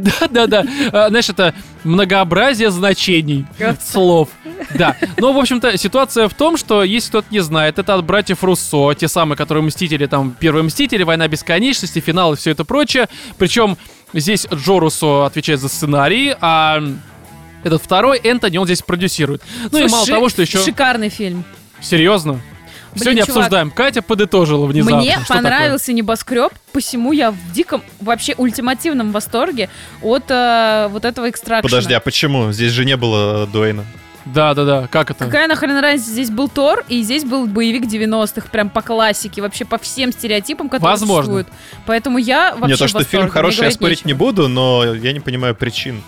знаешь, это многообразие значений слов. Да, но, в общем-то, ситуация в том, что, если кто-то не знает, это от братьев Руссо, те самые, которые Мстители, там, Первые Мстители, Война Бесконечности, Финал и все это прочее. Причем здесь Джо Руссо отвечает за сценарий, а этот второй, Энтони, он здесь продюсирует. Ну и мало того, что еще... Шикарный фильм. Серьезно? Все не чувак, обсуждаем. Катя подытожила внезапно. Мне Что понравился такое? «Небоскреб», посему я в диком, вообще ультимативном восторге от вот этого экстракшена. Подожди, а почему? Здесь же не было Дуэйна. Да, как это? Какая нахрен разница? Здесь был Тор, и здесь был боевик 90-х, прям по классике, вообще по всем стереотипам, которые существуют. Поэтому я вообще Не, то, что в восторге, фильм хороший, я спорить нечего. не буду, но я не понимаю причин.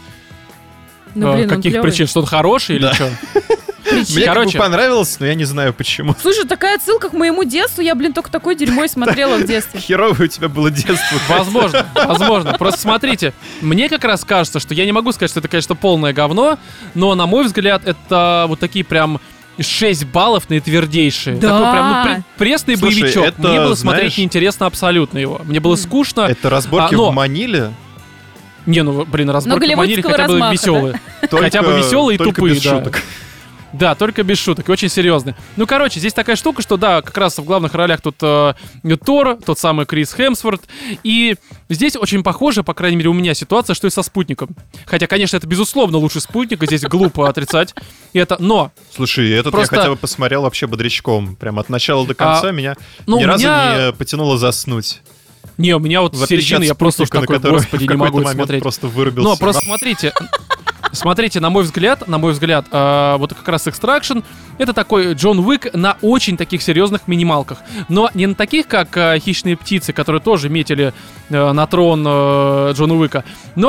Ну, блин, он каких клёвый. причин? Что он хороший или Да. что? Мне как бы Короче. понравилось, но я не знаю почему. Слушай, такая отсылка к моему детству, я, блин, только такое дерьмо и смотрела в детстве. Херовое у тебя было детство. Возможно. Просто смотрите, мне как раз кажется, что я не могу сказать, что это, конечно, полное говно, но, на мой взгляд, это вот такие прям 6 баллов наитвердейшие. Да. Такой прям пресный Слушай, боевичок. это, Мне было знаешь, смотреть неинтересно абсолютно его. Мне было скучно. Это разборки но- в Маниле. Не, ну, блин, разборки в Маниле голливудского хотя бы размаха, веселые. Только- Хотя бы веселые и только тупые, без да. шуток. Да, только без шуток, и очень серьезный. Ну, короче, здесь такая штука, что, да, как раз в главных ролях тут Тор, тот самый Крис Хемсворт, и здесь очень похоже, по крайней мере, у меня ситуация, что и со «Спутником». Хотя, конечно, это, безусловно, лучший «Спутник», и здесь глупо отрицать это, но... Слушай, этот Просто- я хотя бы посмотрел вообще бодрячком. Прям от начала до конца меня ну, ни разу меня- не потянуло заснуть. Не, у меня вот В с отличие середины от я просто уж «Спутника», такой, на который господи, в не могу какой-то это момент смотреть. просто вырубился. Но просто смотрите, на мой взгляд, вот как раз Extraction это такой Джон Уик на очень таких серьезных минималках. Но не на таких, как «Хищные птицы», которые тоже метили на трон Джона Уика.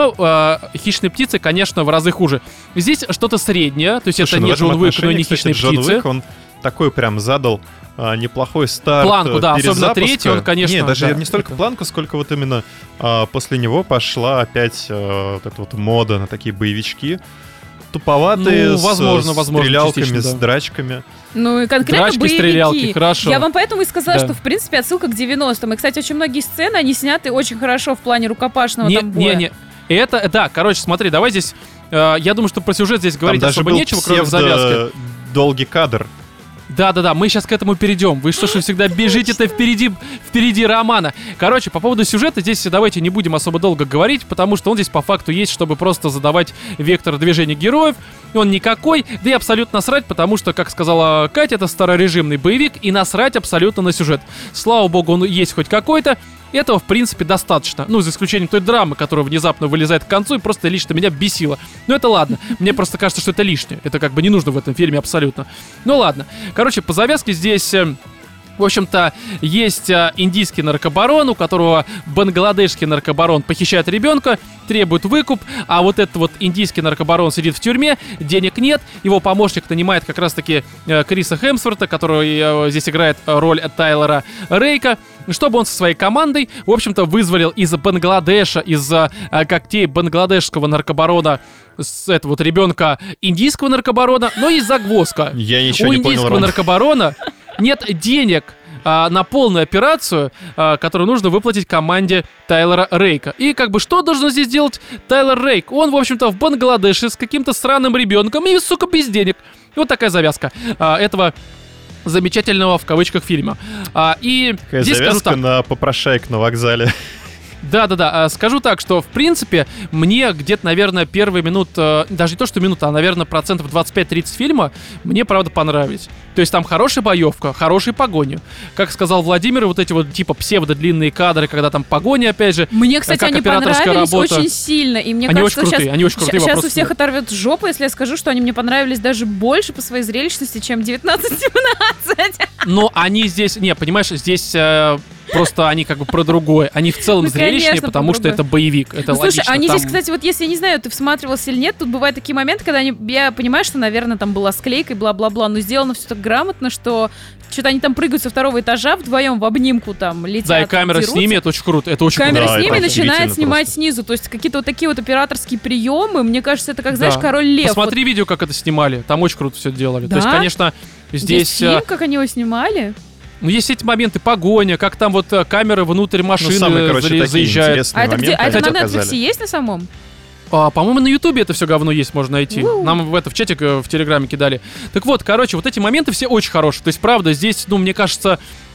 Но «Хищные птицы», конечно, в разы хуже. Здесь что-то среднее, то есть Слушай, это ну не в этом Джон Уик, но и не отношении, кстати, «Хищные Джон птицы». Уик, он такой прям задал неплохой старт. Планку, да, особенно перезапуска. третий, он, конечно, Не, даже да, не столько это- планку, сколько вот именно после него пошла опять вот эта вот мода на такие боевички. Туповатые, Ну, с возможно, стрелялками, частично, с да. драчками. Ну и конкретно Драчки, боевики. стрелялки, хорошо. Я вам поэтому и сказала, Да. что, в принципе, отсылка к 90-м. И, кстати, очень многие сцены, они сняты очень хорошо в плане рукопашного там боя. Не. Это, да, короче, смотри, давай здесь... я думаю, что про сюжет здесь Там говорить даже особо был нечего, кроме завязки. долгий кадр. Да, мы сейчас к этому перейдем. Вы что ж вы всегда бежите-то впереди романа. Короче, по поводу сюжета здесь давайте не будем особо долго говорить, потому что он здесь по факту есть, чтобы просто задавать вектор движения героев. Он никакой, да и абсолютно насрать, потому что, как сказала Катя, это старорежимный боевик, и насрать абсолютно на сюжет. Слава богу, он есть хоть какой-то. Этого, в принципе, достаточно. Ну, за исключением той драмы, которая внезапно вылезает к концу и просто лично меня бесила. Но это ладно. Мне просто кажется, что это лишнее. Это как бы не нужно в этом фильме абсолютно. Ну ладно. Короче, по завязке здесь... В общем-то, есть индийский наркобарон, у которого бангладешский наркобарон похищает ребенка, требует выкуп, а вот этот вот индийский наркобарон сидит в тюрьме, денег нет, его помощник нанимает как раз-таки Криса Хемсворта, который здесь играет роль Тайлера Рейка, чтобы он со своей командой, в общем-то, вызволил из Бангладеша, из когтей бангладешского наркобарона с этого вот ребенка индийского наркобарона, но есть загвоздка. Я ничего У не понял, индийского Ром. наркобарона нет денег на полную операцию, которую нужно выплатить команде Тайлера Рейка. И как бы что должен здесь делать Тайлер Рейк? Он, в общем-то, в Бангладеше с каким-то сраным ребенком и, сука, без денег. И вот такая завязка этого замечательного, в кавычках, фильма. И Такая здесь скажу завязка так. на попрошаек на вокзале. Да-да-да, скажу так, что, в принципе, мне где-то, наверное, первые минут, даже не то, что минута, а, наверное, процентов 25-30 фильма мне, правда, понравились. То есть там хорошая боевка, хорошие погони. Как сказал Владимир, вот эти вот типа псевдодлинные кадры, когда там погони, опять же. Мне, кстати, как они операторская понравились работа. очень сильно. И мне Они кажется, очень крутые, они очень крутые, сейчас у вопросов всех нет. оторвет жопу, если я скажу, что они мне понравились даже больше по своей зрелищности, чем 19-17. Но они здесь, не, понимаешь, здесь просто они как бы про другое. Они в целом Ну, зрелищнее, конечно, потому что про это боевик. Это Ну, слушай, логично. они Там- здесь, кстати, вот если, я не знаю, ты всматривался или нет, тут бывают такие моменты, когда я понимаю, что, наверное, там была склейка и бла-бла-бла, но сделано все так грамотно, что что-то они там прыгают со второго этажа вдвоем в обнимку там летят. Да, и камера дерутся. с ними, это очень круто. Это очень Камера круто. Да, с ними это начинает офигительно снимать просто. снизу. То есть какие-то вот такие вот операторские приемы. Мне кажется, это как, знаешь, Да. король лев. Посмотри видео, как это снимали. Там очень круто все делали. То Да? есть, конечно, Вот здесь... есть фильм, как они его снимали. Ну, есть эти моменты погоня, как там вот камера внутрь машины самые, короче, такие заезжает. интересные А это где? моменты А это они на Netflix показали. есть на самом? По-моему, на Ютубе это все говно есть, можно найти. Уу. Нам в чатик в Телеграме кидали. Так вот, короче, вот эти моменты все очень хорошие. То есть, правда, здесь, ну, мне кажется,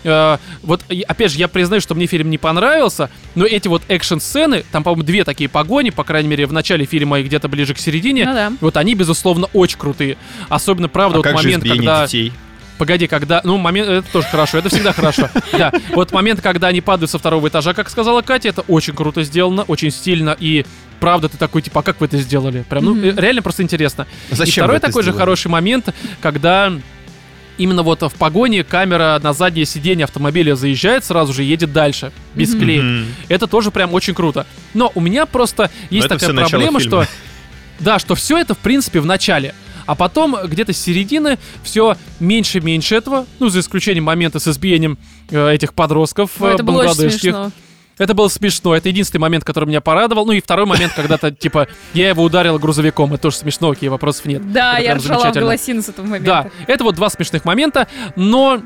вот, опять же, я признаю, что мне фильм не понравился, но эти вот экшн-сцены, там, по-моему, две такие погони, по крайней мере, в начале фильма и где-то ближе к середине, Ну да. вот они, безусловно, очень крутые. Особенно, правда, А вот как же момент, избиение когда... детей? Погоди, когда... Ну, момент... Это тоже хорошо, это всегда хорошо. Да, вот момент, когда они падают со второго этажа, как сказала Катя, это очень круто сделано, очень стильно, и правда ты такой, типа, а как вы это сделали? Прям, ну, реально просто интересно. Зачем И второй вы это такой же сделали? хороший момент, когда именно вот в погоне камера на заднее сиденье автомобиля заезжает, сразу же едет дальше, без клеек. Мгм. Это тоже прям очень круто. Но у меня просто есть это такая всё начало проблема, фильма. что... Да, что все это, в принципе, в начале. А потом, где-то с середины, все меньше и меньше этого, ну, за исключением момента с избиением этих подростков Ну, это было очень бангладешских. смешно. Это было смешно, это единственный момент, который меня порадовал. Ну и второй момент, когда-то, типа, я его ударил грузовиком, это тоже смешно, окей, вопросов нет. Да, Это я прям ржала в замечательно. голосину с этого Да, момента. это вот два смешных момента, но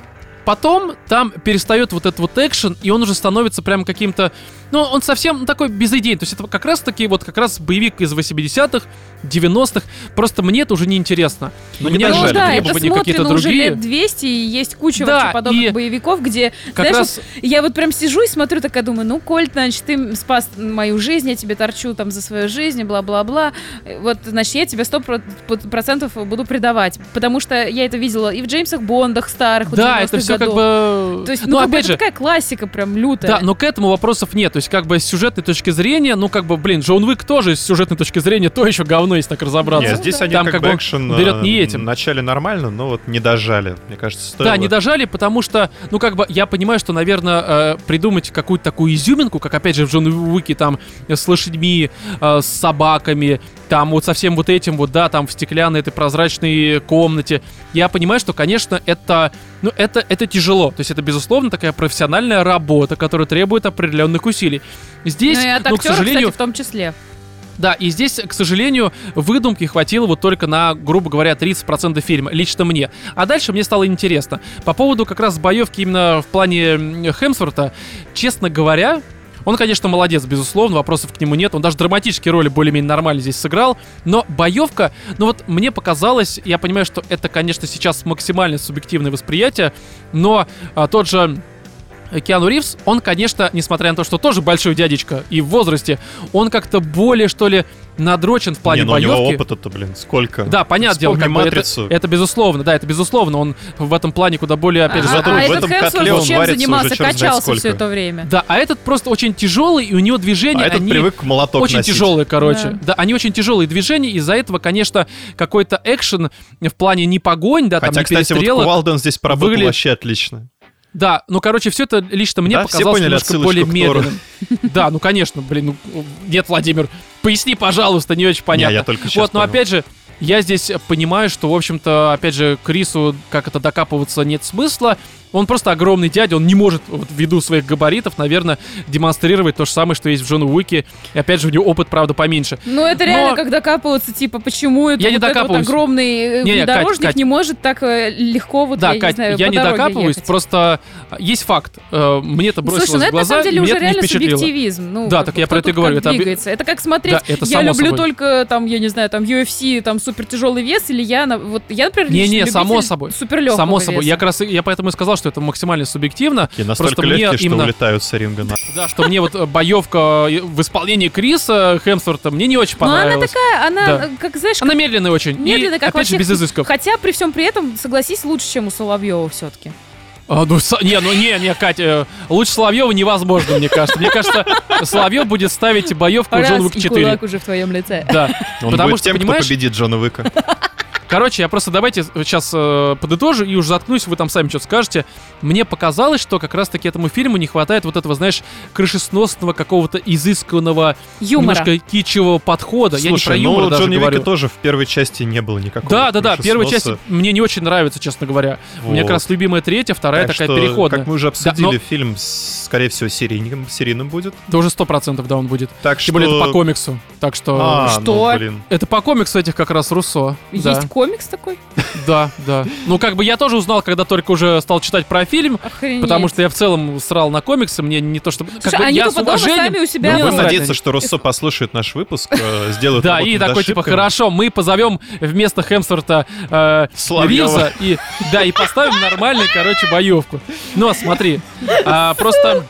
потом там перестает вот этот вот экшен, и он уже становится прям каким-то... Ну, он совсем такой безыдейный. То есть это как раз-таки вот как раз боевик из 80-х, 90-х. Просто мне это уже не интересно. Ну, Мне не Ну дожали. да, это требования какие-то смотрено уже другие. лет 200, и есть куча Да, вообще подобных и боевиков, где, Как знаешь, раз... вот я вот прям сижу и смотрю, такая думаю, ну, Коль, значит, ты спас мою жизнь, я тебе торчу там за свою жизнь, бла-бла-бла. Вот, значит, я тебя 100% буду предавать. Потому что я это видела и в Джеймсах Бондах старых, вот Да, 90-х это все как годов. бы... То есть, ну, как бы опять это же, такая классика прям лютая. да, но к этому вопросов нет. То есть, как бы с сюжетной точки зрения, ну, как бы, блин, Джон Уик тоже с сюжетной точки зрения то еще говно, если так разобраться. Нет, здесь да. они Там как как бы бы экшен берет не этим. вначале нормально, но вот не дожали. Мне кажется, стоило. Да, не дожали, потому что, ну, как бы, я понимаю, что, наверное, придумать какую-то такую изюминку, как, опять же, в Джон Уике, там, с лошадьми, с собаками, там, вот со всем вот этим, вот, да, там, в стеклянной этой прозрачной комнате, я понимаю, что, конечно, это, ну, это тяжело. То есть это, безусловно, такая профессиональная работа, которая требует определенных усилий. Здесь, Ну и от ну, к актера, сожалению... кстати, в том числе. Да, и здесь, к сожалению, выдумки хватило вот только на, грубо говоря, 30% фильма, лично мне. А дальше мне стало интересно. По поводу как раз боевки именно в плане Хемсворта, честно говоря, он, конечно, молодец, безусловно, вопросов к нему нет. Он даже драматические роли более-менее нормально здесь сыграл. Но боевка, ну вот мне показалось, я понимаю, что это, конечно, сейчас максимально субъективное восприятие, но тот же Киану Ривз, он, конечно, несмотря на то, что тоже большой дядечка и в возрасте, он как-то более, что ли, надрочен в плане Не, ну у боевки. него опыта-то, блин, сколько? Да, понятное дело, Вспомни как бы «Матрицу». это безусловно, да, это безусловно, он в этом плане куда более, опять же, зато а в этот этом Хемсворт котле он чем варится занимался? уже черт знает Качался сколько. все это время. Да, а этот просто очень тяжелый, и у него движения, А этот они привык молоток очень носить. тяжелые, короче. Да. Да, они очень тяжелые движения, из-за этого, конечно, какой-то экшен в плане не погонь, да, там Хотя, не кстати, вот перестрелок. Кувалден здесь поработал выглядит- вообще отлично. Да, ну, короче, все это лично мне Да, все показалось поняли немножко отсылочку более к Тору. медленным. Да, ну, конечно, блин, ну, нет, Владимир, поясни, пожалуйста, не очень понятно. Не, я только сейчас Вот, но понял. опять же, я здесь понимаю, что, в общем-то, опять же, Крису как это докапываться нет смысла. Он просто огромный дядя, он не может, вот, ввиду своих габаритов, наверное, демонстрировать то же самое, что есть в Джону Уике. И опять же, у него опыт, правда, поменьше. Ну, это Но- реально, как докапываться, типа, почему это Я не вот этот вот докапываюсь. огромный Не, внедорожник Кать, не может так легко вот, Да, я не Кать, знаю, я по не дороге докапываюсь, ехать. просто есть факт. Мне это бросилось Слушай, ну в это на глаза, самом деле и уже меня это не реально впечатлило. субъективизм. Ну, Да, как так бы, я про кто это и тут говорю, как это двигается. Это как смотреть, Да, это я само люблю собой. только там, я не знаю, там UFC, там супер тяжелый вес, или я, например, Не-не, само собой. Супер легкого Само собой. веса. Я поэтому и сказал, что это максимально субъективно. И настолько Просто мне легкие, что именно- улетают с ринга. Да, что мне вот боевка в исполнении Криса Хемсворта мне не очень Но она понравилась. такая, она, Да. как, знаешь, Она медленная очень. медленная, И, как опять же, во без всех- изысков. Хотя при всем при этом, согласись, лучше, чем у Соловьева все-таки. Не, Катя, лучше Соловьева невозможно, мне кажется. Мне кажется, Соловьев будет ставить боевку Джон Уик 4. кулак уже в твоем лице. Да. Он Потому будет что, тем, понимаешь, кто победит Джона Уика. короче, я просто давайте сейчас подытожу и уже заткнусь, вы там сами что-то скажете. Мне показалось, что как раз-таки этому фильму не хватает вот этого, знаешь, крышесносного какого-то изысканного, Юмора. немножко кичевого подхода. Я не про Слушай, юмор даже Джонни говорю. Вика тоже в первой части не было никакого. Да, первая часть крышесноса. мне не очень нравится, честно говоря. У меня как раз любимая третья, вторая Так такая что, переходная. как мы уже обсудили, Да, но- фильм, скорее всего, серийным будет. Да уже 100% да, он будет. Так Тем более это по комиксу. Так что... Что? Ну, блин. Это по комиксу этих как раз Руссо. Есть комикс такой? Да. Ну, как бы я тоже узнал, когда только уже стал читать про фильм, Охренеть. потому что я в целом срал на комиксы, мне не то чтобы... Слушай, как бы они я тупо с дома уважением... сами у себя мне Будем Ну, насрать на надеяться, них. что Руссо послушает наш выпуск, сделает Да, работу и над такой, типа, ошибками. хорошо, мы позовем вместо Хемсворта Соловьева. Ривза и поставим нормальную, короче, боевку. Но смотри, просто...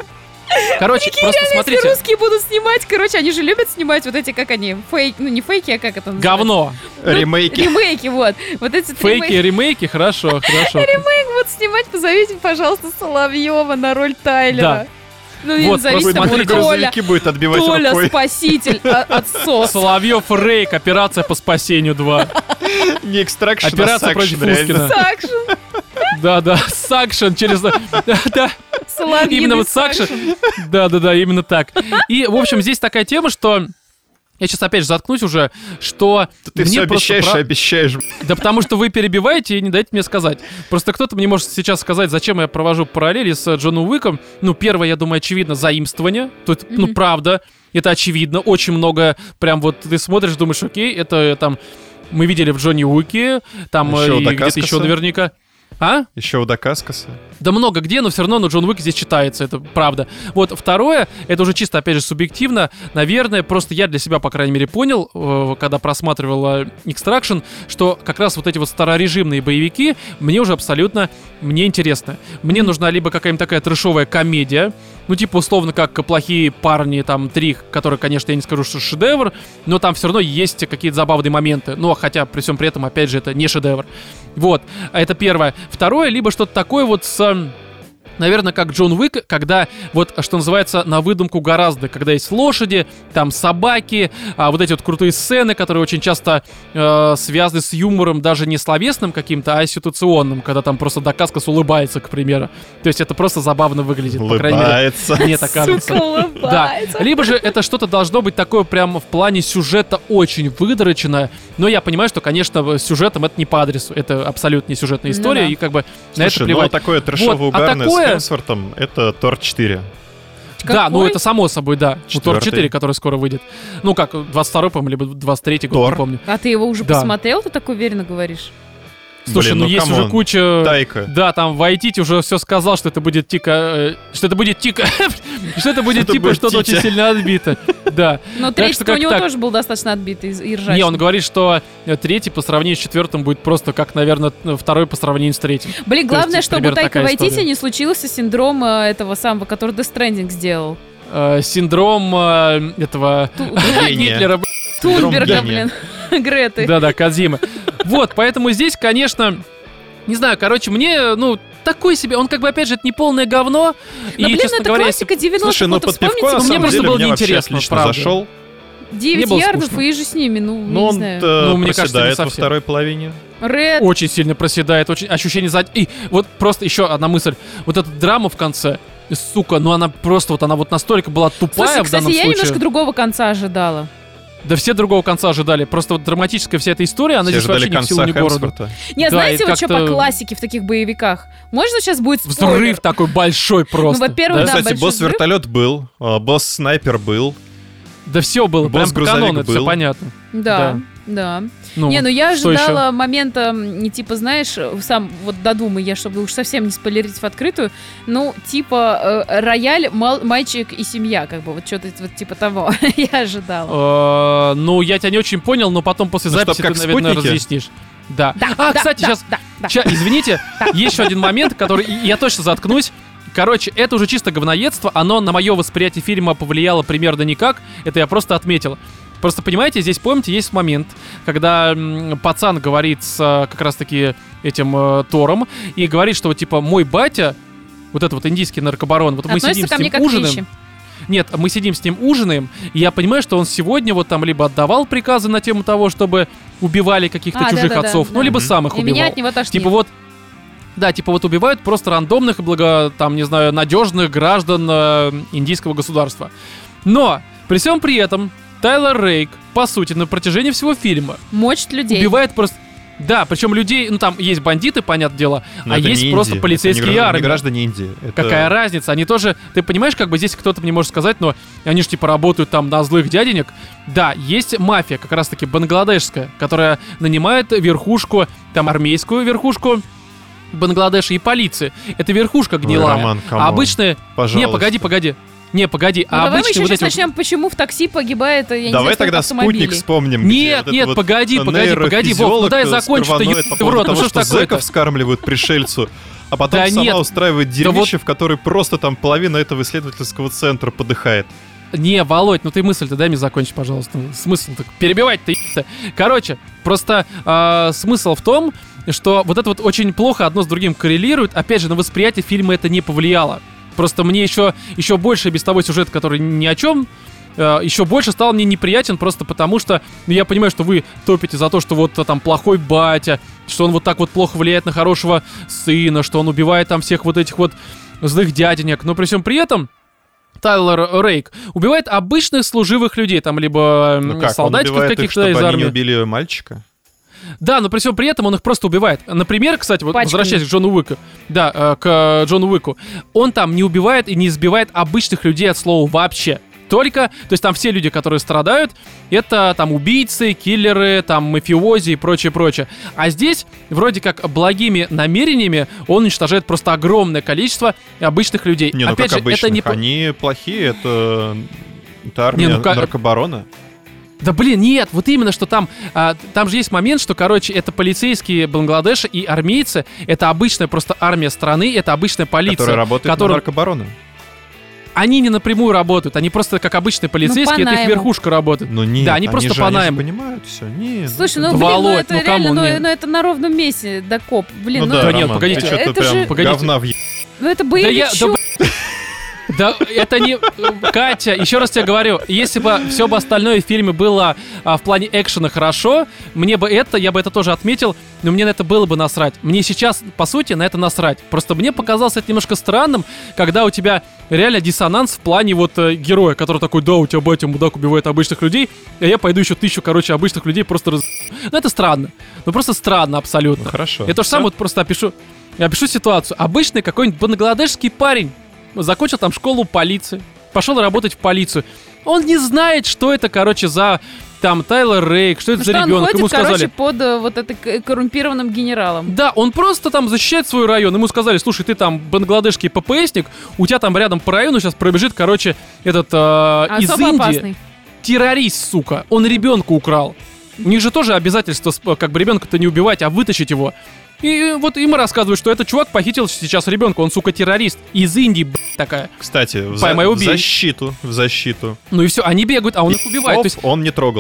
Короче, просто Если смотрите, русские будут снимать, короче, они же любят снимать вот эти, как они, фейки, ну не фейки, а как это называется? говно. Ремейки. Ремейки, вот. Вот эти Фейки, ремейки, хорошо. ремейк вот снимать, позовите, пожалуйста, Соловьева на роль Тайлера. Да. Ну, не Вот, зависит просто от смотрите, Толя. грузовики будет отбивать Толя, рукой. спаситель, отсос. Соловьев Рейк, операция по спасению 2. Не экстракшн, а Операция против сакшн, реально. Фускина. Сакшн. Да, сакшн через... Да, Соловьиный именно вот сакшн. Да, именно так. И, в общем, здесь такая тема, что... Я сейчас опять же заткнусь уже, что Ты мне все просто обещаешь и обещаешь. Да потому что вы перебиваете и не дайте мне сказать. Просто кто-то мне может сейчас сказать, зачем я провожу параллели с Джоном Уиком. Ну, первое, я думаю, очевидно, заимствование. Тут, ну, правда, это очевидно. Очень много, прям вот ты смотришь, думаешь, окей, это там мы видели в Джонни Уике, там Еще у и где-то Дакаскаса. еще наверняка. А? Еще у Дакаскаса. Да много где, но все равно Джон Уик здесь читается, это правда. Вот второе, это уже чисто, опять же, субъективно. Наверное, просто я для себя, по крайней мере, понял, когда просматривал Extraction, что как раз вот эти вот старорежимные боевики мне уже абсолютно не интересны. Мне нужна либо какая-нибудь такая трэшовая комедия, ну, типа, условно, как «Плохие парни», там, 3, которые, конечно, я не скажу, что шедевр, но там все равно есть какие-то забавные моменты. Ну, хотя, при всем при этом, опять же, это не шедевр. Вот, это первое. Второе, либо что-то такое вот с... Наверное, как Джон Уик, когда вот, что называется, на выдумку гораздо, когда есть лошади, там собаки, вот эти вот крутые сцены, которые очень часто связаны с юмором, даже не словесным каким-то, а ситуационным, когда там просто Дакаскас улыбается, к примеру. То есть это просто забавно выглядит, по крайней мере, Улыбается. мне так кажется. Сука, Да. улыбается. Либо же это что-то должно быть такое прямо в плане сюжета очень выдроченное, но я понимаю, что, конечно, с сюжетом это не по адресу, это абсолютно не сюжетная Ну история, да. и как бы на это Слушай, ну плевать. такое трэшово-угарное такое- с Хемсвортом — это Тор 4. Да, ну Какой? это само собой, да. У Тор 4, Четвертый. который скоро выйдет. Ну как, 22-й, по-моему, либо 23-й год, Тор. не помню. А ты его уже Да. посмотрел? Ты так уверенно говоришь? Слушай, Блин, ну ну есть уже камон. куча... Тайка. Да, там Вайтити уже все сказал, что это будет тика... что это будет тика... что это будет Что-то типа будет что-то очень титя. сильно отбито. Да. Но Так третий что у как него так? тоже был достаточно отбитый и ржачный. Не, он говорит, что третий по сравнению с четвертым будет просто как, наверное, второй по сравнению с третьим. Блин, То есть, главное, чтобы у примерно Тайка такая Вайтити история. не случился синдром этого самого, который Death Stranding сделал. Синдром этого Гения. Гитлера. Тунберга, гения. блин. Греты. Да-да, Кодзимы. Вот, поэтому здесь, конечно, не знаю, короче, мне, ну, такой себе, он как бы, опять же, это не полное говно. Но, И, блин, честно это говоря, если... классика 90-х. Слушай, ну вот под пивко, вспомните, на мне самом просто деле, было мне вообще неинтересно, отлично правда. зашел. 9 было ярдов скучно. и же с ними, ну, Но не он знаю. Ну, мне кажется, не проседает во совсем. второй половине. Ред. Очень сильно проседает, очень ощущение сзади. И вот просто еще одна мысль. Вот эта драма в конце, сука, ну она просто вот, она вот настолько была тупая Слушай, в данном кстати, я случае. немножко другого конца ожидала. Да все другого конца ожидали. Просто вот драматическая вся эта история, она Все здесь вообще ждали ни в силу, конца ни городу. Хемсворта. Не, Да, знаете, и вот что как-то- по классике в таких боевиках? Можно сейчас будет спойлер? Взрыв такой большой просто. Ну, во-первых, да? да, Кстати, большой взрыв. босс-вертолет был, босс-снайпер был. Да все было, прям по Босс-грузовик канону, это все был. Да. Да. Ну, Не, ну я что ожидала момента, не типа, знаешь, сам вот додумай я, чтобы уж совсем не спойлерить в открытую, ну, типа, рояль, мальчик и семья, как бы, вот что-то вот типа того я ожидала. Ну, я тебя не очень понял, но потом после Ну, записи чтоб ты, как наверное, спутники? разъяснишь. Да. Да, Кстати, сейчас... да. Извините, есть еще один момент, который... Я точно заткнусь. Короче, это уже чисто говноедство, оно на мое восприятие фильма повлияло примерно никак, это я просто отметил. Просто, понимаете, здесь, помните, есть момент, когда пацан говорит с как раз-таки этим Тором, и говорит, что вот, типа, мой батя, вот этот вот индийский наркобарон, вот мы сидим с ним ужинаем. Нет, мы сидим с ним ужинаем, и я понимаю, что он сегодня вот там либо отдавал приказы на тему того, чтобы убивали каких-то чужих отцов, ну, либо сам их и убивал. меня от него тошнит. Типа вот, да, типа вот убивают просто рандомных, там, не знаю, надежных граждан индийского государства. Но, при всем при этом, Тайлер Рейк, по сути, на протяжении всего фильма мочит людей. убивает просто... Да, причем людей, ну там есть бандиты, понятное дело, Но а это есть не просто Индия, полицейские это армии. не граждане Индии. Это... Какая разница? Они тоже, ты понимаешь, как бы здесь кто-то мне может сказать, но они же типа работают там на злых дяденек. Да, есть мафия, как раз-таки бангладешская, которая нанимает верхушку, там армейскую верхушку Бангладеша и полиции. Это верхушка гнилая. Роман, А обычные... пожалуйста. Не, погоди. Ну, А давай мы обычные еще вот сейчас эти вот... начнем, почему в такси погибает, я не Давай знаю, тогда сколько автомобилей. спутник вспомним. Нет, где вот погоди, этот Вов, ну дай нейрофизиолог закончу-то, сперва ноет по в поводу рот, ну того, что ж что такое-то? зэков скармливают пришельцу, а потом Да сама нет, устраивает да дерьмище, в которой просто там половина этого исследовательского центра подыхает. Не, Володь, ну ты мысль-то дай мне закончить, пожалуйста. Смысл-то перебивать-то, ебать-то. Короче, просто смысл в том, что вот это вот очень плохо одно с другим коррелирует. Опять же, на восприятие фильма это не повлияло. Просто мне еще больше без того сюжета, который ни о чем, еще больше стал мне неприятен, просто потому что я понимаю, что вы топите за то, что вот там плохой батя, что он вот так вот плохо влияет на хорошего сына, что он убивает там всех вот этих вот злых дяденек, но при всем при этом Тайлер Рейк убивает обычных служивых людей, там либо Ну как, он солдатиков убивает их, каких-то из чтобы они не армии. убили мальчика? Да, но при всем при этом он их просто убивает. Например, кстати, вот Пачками. возвращаясь к Джону Уику. Да, к Джону Уику. Он там не убивает и не избивает обычных людей от слова вообще. Только, то есть там все люди, которые страдают, это там убийцы, киллеры, там мафиози и прочее. А здесь, вроде как благими намерениями, он уничтожает просто огромное количество обычных людей. Не, ну Опять как же, обычных, это не... они плохие, это армия Не, ну как- наркобарона. Да блин, нет, вот именно, что там же есть момент, что, короче, это полицейские Бангладеша и армейцы, это обычная просто армия страны, это обычная полиция. Которая работает которым- на наркобарона. Они не напрямую работают, они просто как обычные полицейские, это их найму. верхушка работает. Ну нет, Да, они просто по они же найму. понимают все. Нет, Слушай, Да, ну блин, Володь, это ну, реально, камон, нет. ну это на ровном месте, да коп. Блин, ну ну, да, Да нет, Роман, погодите. ты что-то Это прям же- Погодите. говна ну это Да боевичок. Да, это не... Катя, еще раз тебе говорю, если бы все бы остальное в фильме было в плане экшена хорошо, я бы это тоже отметил, но мне на это было бы насрать. Мне сейчас, по сути, на это насрать. Просто мне показалось это немножко странным, когда у тебя реально диссонанс в плане вот героя, который такой, да, у тебя батя мудак убивает обычных людей, а я пойду еще 1000, обычных людей просто Ну это странно. Ну просто странно абсолютно. Ну хорошо. Я то же самое вот просто опишу ситуацию. Обычный какой-нибудь бангладешский парень закончил там школу полиции, пошел работать в полицию. Он не знает, что это, за там Тайлер Рейк, что это за Что он ребенок. ходит, Ему сказали, под вот это коррумпированным генералом. да, он просто там защищает свой район. Ему сказали, слушай, ты там бангладешский ППСник, у тебя там рядом по району сейчас пробежит, этот из Особо Индии опасный. террорист, сука. Он ребенка украл. У них же тоже обязательство, ребенка-то не убивать, а вытащить его. И вот им рассказывают, что этот чувак похитил сейчас ребенка, он, сука, террорист. Из Индии, такая. Кстати, в Поймай, убей. защиту. Ну и все, они бегают, а он их убивает. То есть, Он не трогал.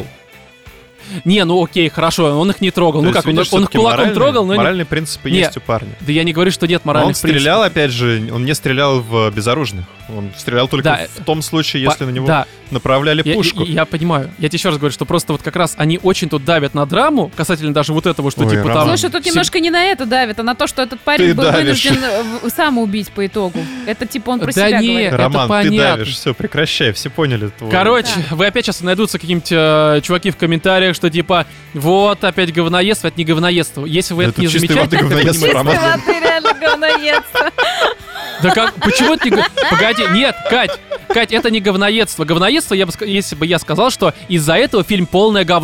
не, ну окей, хорошо, он их не трогал. То Ну есть, как, видишь, он их всё-таки кулаком трогал, но не... моральные принципы Не. есть у парня. Да я не говорю, что нет Но моральных он стрелял, принципов. опять же, он не стрелял в безоружных. Он стрелял только Да, в том случае, если на него Да, направляли пушку. я понимаю. Я тебе еще раз говорю, что просто вот как раз они очень тут давят на драму, касательно даже вот этого, что Ой, типа Роман. там... Слушай, тут все- немножко не на это давит, а на то, что этот парень Ты был давишь. вынужден сам убить по итогу. Это типа он про Да себя не, говорит. это Роман, ты понятно. давишь, все, прекращай, все поняли. Короче, вы опять сейчас найдутся какие-нибудь чуваки в комментариях, что типа, вот, опять говноедство, это не говноедство. Если вы это, Это не чистой замечаете, воды это говноедство, понимаете. Роман. Ты реально говноедство. Да как, почему это не Погоди, нет, Кать, это не говноедство. Говноедство, если бы я сказал, что из-за этого фильм полное говно.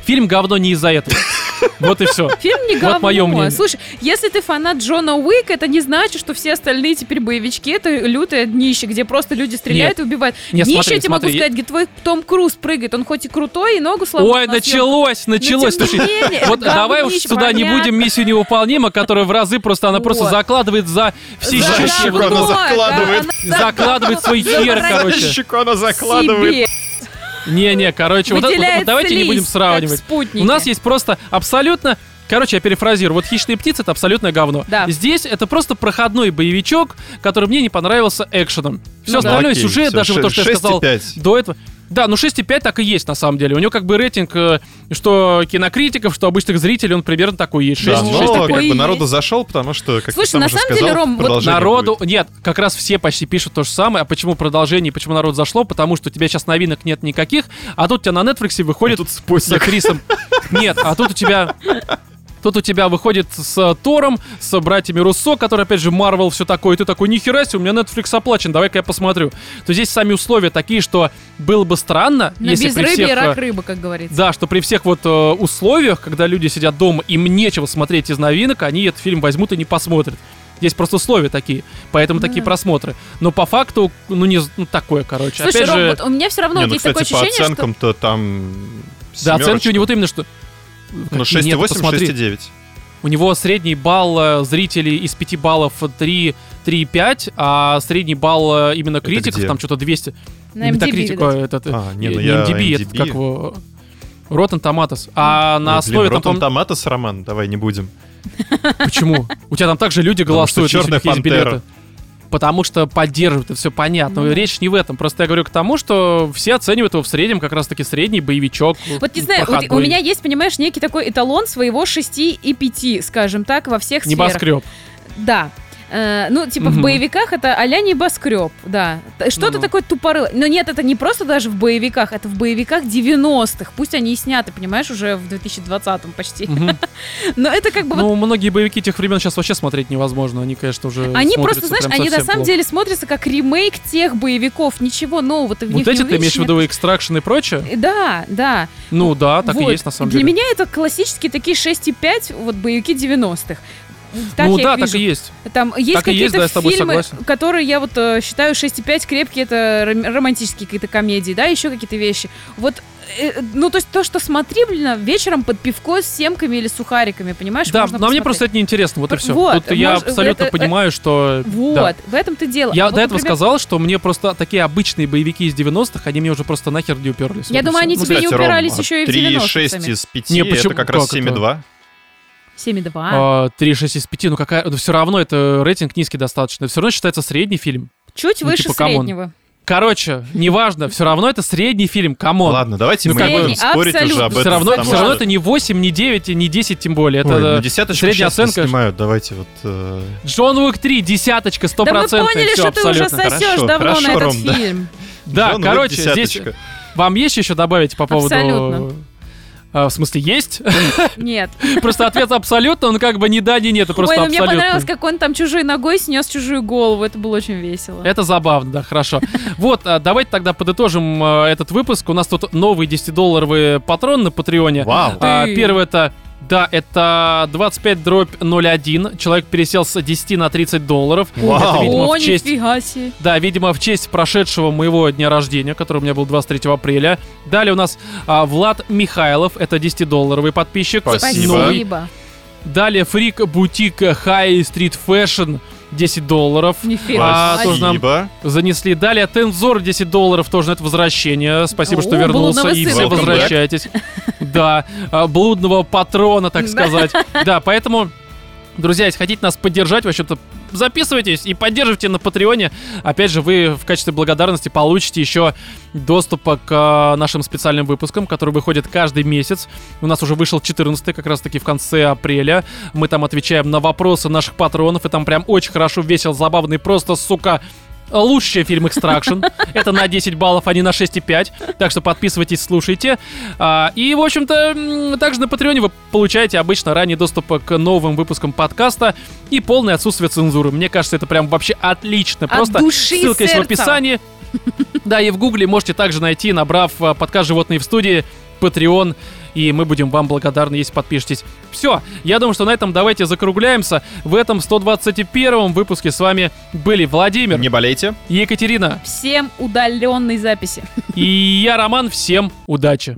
Фильм говно не из-за этого. Вот и все. Фильм не говно. Вот мое мнение. Слушай, если ты фанат Джона Уика, это не значит, что все остальные теперь боевички — это лютое днище, где просто люди стреляют и убивают. Нет, Днище, смотри, я тебе могу смотри. сказать, где твой Том Круз прыгает. Он хоть и крутой, и ногу сломал. Ой, началось. Но тем не Слушай, менее, вот это давай уж говнище, сюда не понятно. будем миссию невыполнима, которая в разы просто, она просто Вот. закладывает за все За щеки. щеку вот она это вот. закладывает. Закладывает свой хер, короче. Щеку она закладывает. Себе. Не-не, короче, вот Выделяет давайте не будем слизь, сравнивать. как в «Спутнике». У нас есть просто абсолютно... Короче, я перефразирую. Вот «Хищные птицы» — это абсолютное говно. Да. Здесь это просто проходной боевичок, который мне не понравился экшеном. Все Ну да. остальное, Окей, сюжет, всё, даже вот то, что я сказал 6,5. до этого. Да, ну 6,5 так и есть на самом деле. У него как бы рейтинг, что кинокритиков, что обычных зрителей, он примерно такой и есть. Да, 6, но 6,5. такой и как бы народу есть. зашел, потому что, как Слушай, ты сам на уже самом сказал, деле, Ром, вот продолжение Народу, будет. нет, как раз все почти пишут то же самое. А почему продолжение, почему народ зашло? Потому что у тебя сейчас новинок нет никаких, а тут у тебя на Netflix выходит Тут с спутник. Крисом. Нет, а тут у тебя... Тут у тебя выходит с Тором, с братьями Руссо, которые, опять же, Марвел, все такое. И ты такой, нихера себе, у меня Netflix оплачен, давай-ка я посмотрю. То здесь сами условия такие, что было бы странно, На если при безрыбье всех... рак рыбы, как говорится. Да, что при всех вот условиях, когда люди сидят дома, им нечего смотреть из новинок, они этот фильм возьмут и не посмотрят. Здесь просто условия такие, поэтому такие просмотры. Но по факту, такое, короче. Слушай, Опять Ром, же, вот у меня все равно Не, вот ну, есть такое кстати, по ощущение, что... оценкам-то там да, оценки у него вот именно что... Ну, Какие? Нет, 6,8, посмотри. 6,9. У него средний балл зрителей из 5 баллов 3,5, а средний балл именно критиков, где? там что-то 200. На MDB, Метакритика, видать. Не, не ну я MDB, это MDB. как его... Rotten Tomatoes. А на основе там... Rotten Tomatoes, Роман, давай не будем. Почему? У тебя там также люди Потому что голосуют, если у «Черная них есть пантера». билеты. Потому что поддерживают, это все понятно. Но речь не в этом. Просто я говорю к тому, что все оценивают его в среднем, как раз-таки средний боевичок. Вот не знаю, вот у проходной. меня есть, понимаешь, некий такой эталон своего 6 и 5, скажем так, во всех сферах. Небоскреб. Да. В Мгм. боевиках это а-ля небоскреб, да. Что-то Ну-ну. такое тупорылое. Но нет, это не просто даже в боевиках, это в боевиках 90-х. Пусть они и сняты, понимаешь, уже в 2020-м почти. Мгм. Но это как бы вот... Ну, многие боевики тех времен сейчас вообще смотреть невозможно. Они, конечно, уже Они смотрятся просто, знаешь, прям они на совсем самом плохо. деле смотрятся как ремейк тех боевиков. Ничего нового-то в них Вот не эти ты имеешь увидишь, в виду Extraction и прочее? Да, да. Ну да, так и Вот. есть на самом Для деле. меня это классические такие 6,5 вот боевики 90-х. Так Ну я да, их так вижу. и есть. Там есть Так и есть, какие-то да, я с тобой фильмы, согласен. которые я вот считаю 6,5 крепкие, это романтические какие-то комедии, да, еще какие-то вещи. Вот, то есть то, что смотри, вечером под пивко с семками или сухариками, понимаешь? Да, можно но мне посмотреть. просто это неинтересно, вот и все. Вот, Тут я может, абсолютно это- понимаю, что... Вот, да. в этом-то дело. Я Вот, до этого например, сказал, что мне просто такие обычные боевики из 90-х, они мне уже просто нахер не уперлись. Я Вот и думаю, всё. они Ну, тебе не Кстати, Ром, упирались еще и в 3,6 90-х. из 5, Не, почему? это как раз Как это? 7,2. 7,2. 3,6 из 5, ну какая... Все равно это рейтинг низкий достаточно. Все равно считается средний фильм. Чуть ну, выше типа, камон. среднего. Короче, неважно, все равно это средний фильм, камон. Ладно, давайте Ну, мы как не бы- будем спорить уже абсолютно. об Все этом. равно, потому все равно что- это не 8, не 9, и не 10 тем более. Это Ой, ну, десяточку средняя сейчас оценка. снимают, давайте вот... Джон Уик 3, десяточка, 100%. Да мы поняли, всё, что ты уже абсолютно. сосешь Хорошо, давно хорошо, на этот Ром, да. фильм. Да, Джон Уик короче, здесь десяточка. вам есть еще добавить по поводу... Абсолютно. В смысле, есть? Нет. Просто ответ абсолютно, он как бы ни да, ни нет, это просто Ой, ну мне абсолютно. понравилось, как он там чужой ногой снес чужую голову. Это было очень весело. Это забавно, да, хорошо. Вот, давайте тогда подытожим этот выпуск. У нас тут новый 10-долларовый патрон на Патреоне. Вау. Ты. Первый это 25/01. Человек пересел с 10 на $30. Вау. Это, видимо, О, в честь... нифига себе. Да, видимо, в честь прошедшего моего дня рождения, который у меня был 23 апреля. Далее у нас Влад Михайлов, это 10-долларовый подписчик. Спасибо. Новый. Спасибо. Далее Фрик Бутик High Street Fashion, $10. Нифига. тоже нам Спасибо. занесли. Далее Тензор, $10, тоже на это возвращение. Спасибо, что О, вернулся. блудного И сына все привет. возвращайтесь. Да, блудного патрона, так сказать. Да, поэтому, друзья, если хотите нас поддержать, в общем-то, записывайтесь и поддерживайте на Патреоне. Опять же, вы в качестве благодарности получите еще доступ к нашим специальным выпускам, которые выходят каждый месяц. У нас уже вышел 14-й, как раз-таки в конце апреля. Мы там отвечаем на вопросы наших патронов, и там прям очень хорошо, весело, забавно и просто, сука, лучше, чем фильм «Экстракшн». Это на 10 баллов, а не на 6,5. Так что подписывайтесь, слушайте. И, в общем-то, также на Патреоне вы получаете обычно ранний доступ к новым выпускам подкаста и полное отсутствие цензуры. Мне кажется, это прям вообще отлично. От Просто души и ссылка есть в сердца. описании. Да, и в Гугле можете также найти, набрав подкаст «Животные в студии», Patreon и мы будем вам благодарны, если подпишетесь. Все, я думаю, что на этом давайте закругляемся. В этом 121-м выпуске с вами были Владимир. Не болейте. Екатерина. Всем удаленной записи. И я, Роман. Всем удачи.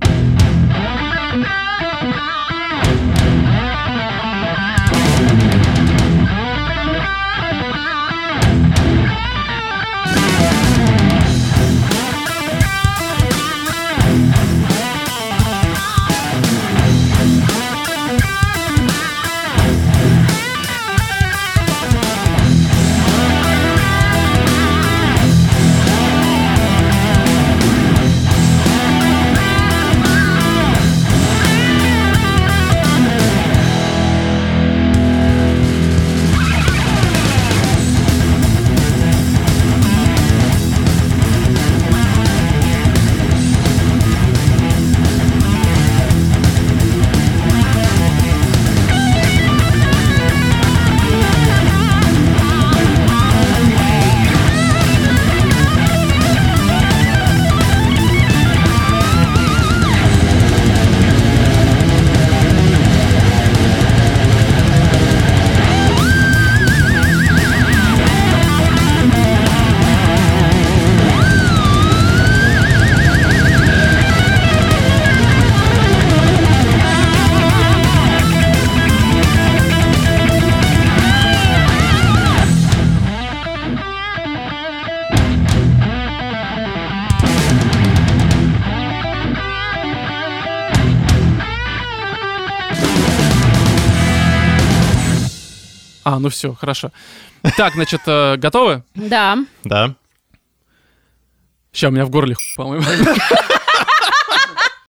Ну все, хорошо. Так, значит, готовы? Да. Да. Сейчас у меня в горле, по-моему.